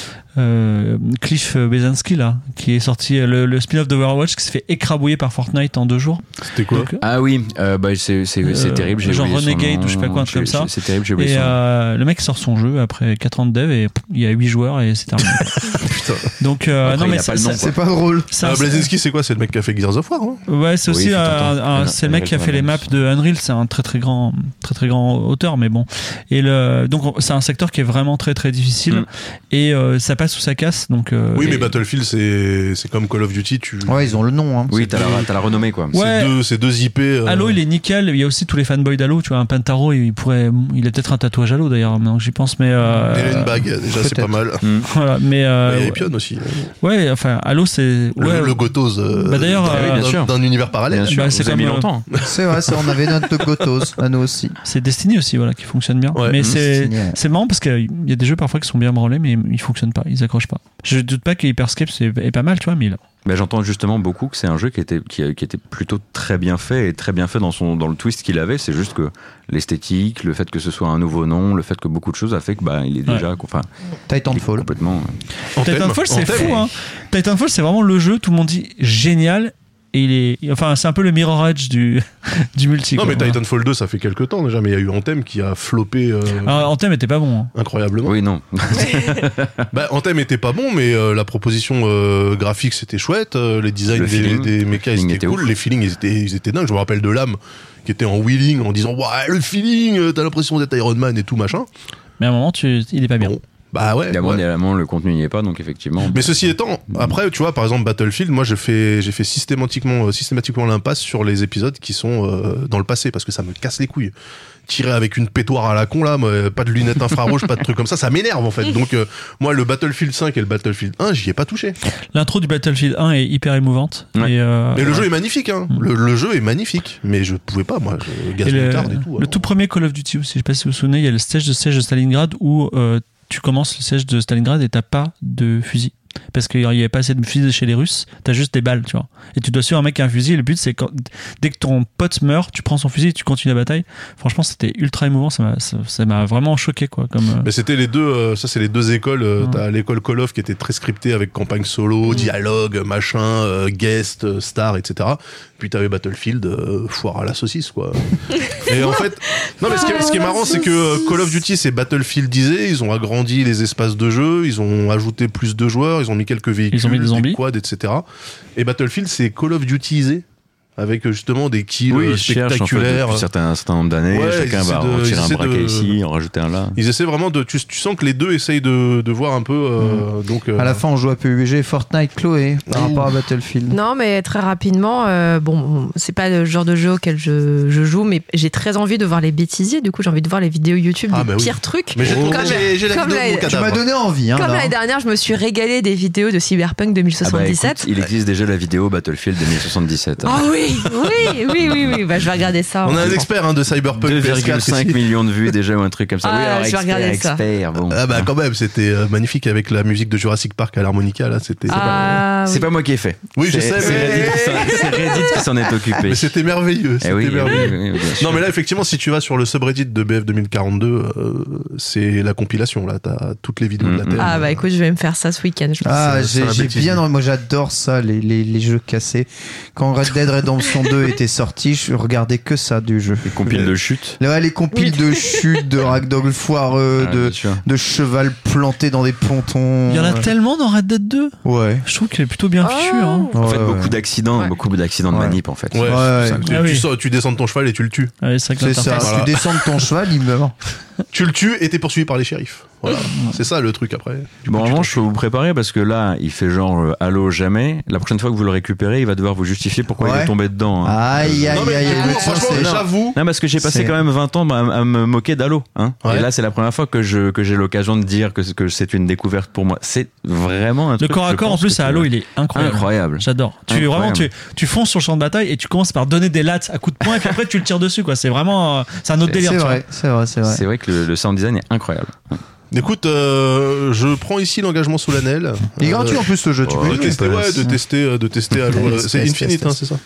Cliff Bleszinski là, qui est sorti, le spin-off de Overwatch qui s'est fait écrabouiller par Fortnite en 2 jours. C'était quoi? Ah oui, c'est terrible, j'ai genre oublié Renegade ou je sais pas quoi, un truc comme ça. C'est terrible, j'ai oublié et son nom. le mec sort son jeu après 4 ans de dev et il y a 8 joueurs et c'est terminé. Putain. Donc après, non mais c'est pas drôle. Bleszinski, c'est quoi? C'est le mec qui a fait Gears of War, hein? Ouais, c'est aussi c'est le mec qui a fait les maps de Unreal, c'est un très grand auteur, mais bon. Et donc c'est un secteur qui est vraiment très très difficile et ça passe ou ça casse. Donc oui, mais Battlefield c'est comme Call of Duty, ouais, ils ont le nom, hein. Oui, t'as la renommée, quoi. Ouais. C'est deux IP. Halo, il est nickel. Il y a aussi tous les fanboys d'Halo, tu vois, un Pentaro, il a peut-être un tatouage Halo d'ailleurs, maintenant que j'y pense, mais il a une bague, déjà c'est pas mal. Voilà, mais il y a les pionnes aussi. Ouais, enfin Halo c'est le Gotos d'ailleurs d'un univers parallèle. Bien sûr, ça a mis longtemps. C'est vrai, on avait notre Gotos à nous aussi. C'est Destiny aussi, voilà, qui fonctionne bien. Ouais. Mais c'est marrant parce qu'il y a des jeux parfois qui sont bien branlés, mais ils fonctionnent pas, ils accrochent pas. Je doute pas que Hyperscape est pas mal, tu vois, mais j'entends justement beaucoup que c'est un jeu qui était plutôt très bien fait, et très bien fait dans le twist qu'il avait. C'est juste que l'esthétique, le fait que ce soit un nouveau nom, le fait que beaucoup de choses a fait que il est déjà Titanfall complètement. Titanfall c'est fou, hein. Titanfall c'est vraiment le jeu, tout le monde dit génial. Et c'est un peu le Mirror Edge du multi. Non, mais Titanfall 2, ça fait quelques temps déjà, mais il y a eu Anthem qui a floppé. Anthem était pas bon. Hein. Incroyablement. Oui, non. Anthem était pas bon, mais la proposition graphique c'était chouette, les designs des mechas étaient cool, les feelings ils étaient dingues. Je me rappelle de l'âme qui était en wheeling en disant ouais, le feeling, t'as l'impression d'être Iron Man et tout machin. Mais à un moment, il est pas bien. Bon. Bah ouais. Évidemment, le contenu n'y est pas, donc effectivement. Mais ceci étant, après, tu vois, par exemple, Battlefield, moi, j'ai fait systématiquement l'impasse sur les épisodes qui sont dans le passé, parce que ça me casse les couilles. Tirer avec une pétoire à la con, là, pas de lunettes infrarouges, pas de trucs comme ça m'énerve, en fait. Donc, moi, le Battlefield 5 et le Battlefield 1, j'y ai pas touché. L'intro du Battlefield 1 est hyper émouvante. Ouais. Mais le jeu est magnifique, hein. Le jeu est magnifique. Mais je pouvais pas, moi, je gaz moutarde et tout. Le tout premier Call of Duty aussi, je sais pas si vous vous souvenez, il y a le siège de Stalingrad où tu commences le siège de Stalingrad et t'as pas de fusil. Parce qu'il n'y avait pas assez de fusils chez les Russes, t'as juste des balles, tu vois. Et tu dois suivre un mec qui a un fusil, et le but c'est dès que ton pote meurt, tu prends son fusil et tu continues la bataille. Franchement, c'était ultra émouvant, ça m'a vraiment choqué, quoi. Mais c'était les deux, ça c'est les deux écoles. T'as l'école Call of qui était très scriptée avec campagne solo, dialogue, machin, guest, star, etc. Puis t'avais Battlefield, foire à la saucisse, quoi. Et en fait, non mais ce qui est marrant, c'est que Call of Duty c'est Battlefieldisé, ils ont agrandi les espaces de jeu, ils ont ajouté plus de joueurs, ils ont mis quelques véhicules, ils ont mis des zombies, quads, etc. Et Battlefield c'est Call of Dutyisé. avec justement des kills spectaculaires. Depuis un certain nombre d'années, chacun va retirer un braquet ici, en rajouter un là. Ils essaient vraiment tu sens que les deux essayent de voir un peu. Donc, à la fin, on joue à PUBG et Fortnite, Chloé, par rapport à Battlefield. Non, mais très rapidement, c'est pas le genre de jeu auquel je joue, mais j'ai très envie de voir les bêtisiers. Du coup, j'ai envie de voir les vidéos YouTube des pires trucs. Mais j'ai la vidéo de mon cadavre. Tu m'as donné envie. Comme l'année dernière, je me suis régalé des vidéos de Cyberpunk 2077. Écoute, il existe déjà la vidéo Battlefield 2077. Oh oui. Bah, je vais regarder ça. On a un expert de Cyberpunk. 2,5 millions de vues déjà ou un truc comme ça. Je vais regarder ça. Bon. Quand même, c'était magnifique avec la musique de Jurassic Park à l'harmonica là. C'était. C'est pas moi qui ai fait. Oui, je sais. C'est Reddit qui s'en est occupé. Mais c'était merveilleux. Oui, non, mais là, effectivement, si tu vas sur le subreddit de BF 2042, c'est la compilation. Là, t'as toutes les vidéos de la Terre. Écoute, je vais me faire ça ce week-end. J'ai bien. Moi, j'adore ça, les jeux cassés. Quand Red Dead Redemption 2 était sorti, je regardais que ça du jeu. Les compiles de chute. Les compiles de chute, de ragdoll foireux, de cheval planté dans des pontons. Il y en a tellement dans Red Dead 2. Ouais. Je trouve qu'il est plutôt bien fichu. En fait, beaucoup d'accidents de manip en fait. Tu descends de ton cheval et tu le tues. C'est ça. Tu descends de ton cheval, il meurt. Tu le tues et t'es poursuivi par les shérifs. Voilà. C'est ça le truc après. En revanche, je peux vous préparer parce que là, il fait genre Halo jamais. La prochaine fois que vous le récupérez, il va devoir vous justifier pourquoi il est tombé dedans. Aïe. Franchement, j'avoue. Non, parce que j'ai passé quand même 20 ans à me moquer d'Halo. Et là, c'est la première fois que j'ai l'occasion de dire que c'est une découverte pour moi. C'est vraiment un truc. Le corps à corps en plus à Halo, il est incroyable. J'adore. Tu fonces sur le champ de bataille et tu commences par donner des lattes à coups de poing et puis après tu le tires dessus. C'est vraiment c'est un autre délire. C'est vrai. C'est vrai que le sound design est incroyable. Écoute, je prends ici l'engagement solennel. Il est gratuit en plus ce jeu. Tu peux de tester Halo. C'est Infinite, c'est ça.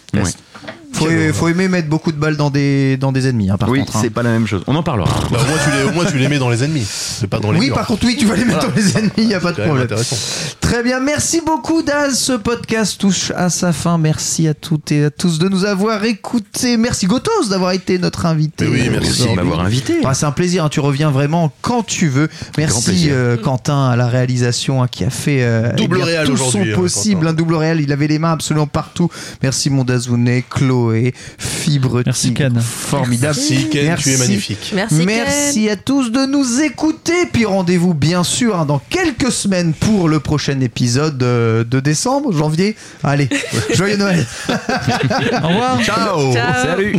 Faut aimer mettre beaucoup de balles dans des ennemis, par contre. C'est pas la même chose. On en parlera. Au moins tu les mets dans les ennemis. C'est pas dans les murs. Par contre, tu vas les mettre dans les ennemis, y a pas de problème. Très bien, merci beaucoup Daz. Ce podcast touche à sa fin. Merci à toutes et à tous de nous avoir écoutés. Merci Gotos d'avoir été notre invité. Oui, merci de m'avoir invité. C'est un plaisir, tu reviens vraiment quand tu veux. Merci Quentin à la réalisation qui a fait double réal tout son possible. Un double réal, il avait les mains absolument partout. Merci mon Dazounet, Chloé, Fibre. Merci Ken. Formidable. Merci Ken, tu es magnifique. Merci à tous de nous écouter. Puis rendez-vous bien sûr dans quelques semaines pour le prochain épisode de décembre, janvier. Allez, joyeux Noël. Au revoir. Ciao. Salut.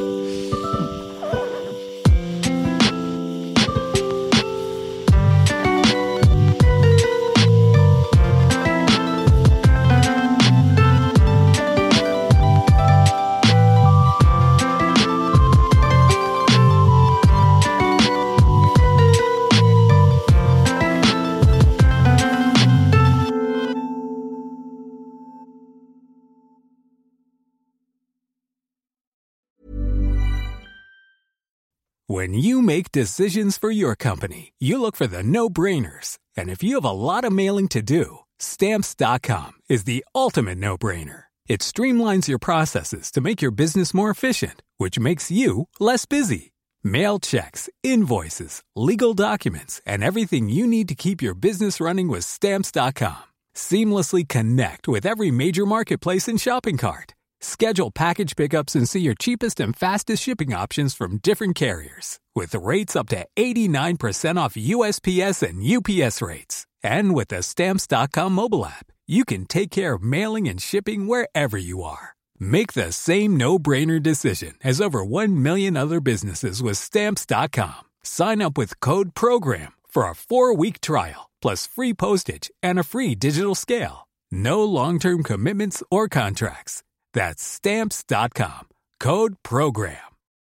When you make decisions for your company, you look for the no-brainers. And if you have a lot of mailing to do, Stamps.com is the ultimate no-brainer. It streamlines your processes to make your business more efficient, which makes you less busy. Mail checks, invoices, legal documents, and everything you need to keep your business running with Stamps.com. Seamlessly connect with every major marketplace and shopping cart. Schedule package pickups and see your cheapest and fastest shipping options from different carriers. With rates up to 89% off USPS and UPS rates. And with the Stamps.com mobile app, you can take care of mailing and shipping wherever you are. Make the same no-brainer decision as over 1 million other businesses with Stamps.com. Sign up with code PROGRAM for a 4-week trial, plus free postage and a free digital scale. No long-term commitments or contracts. That's Stamps.com. Code PROGRAM.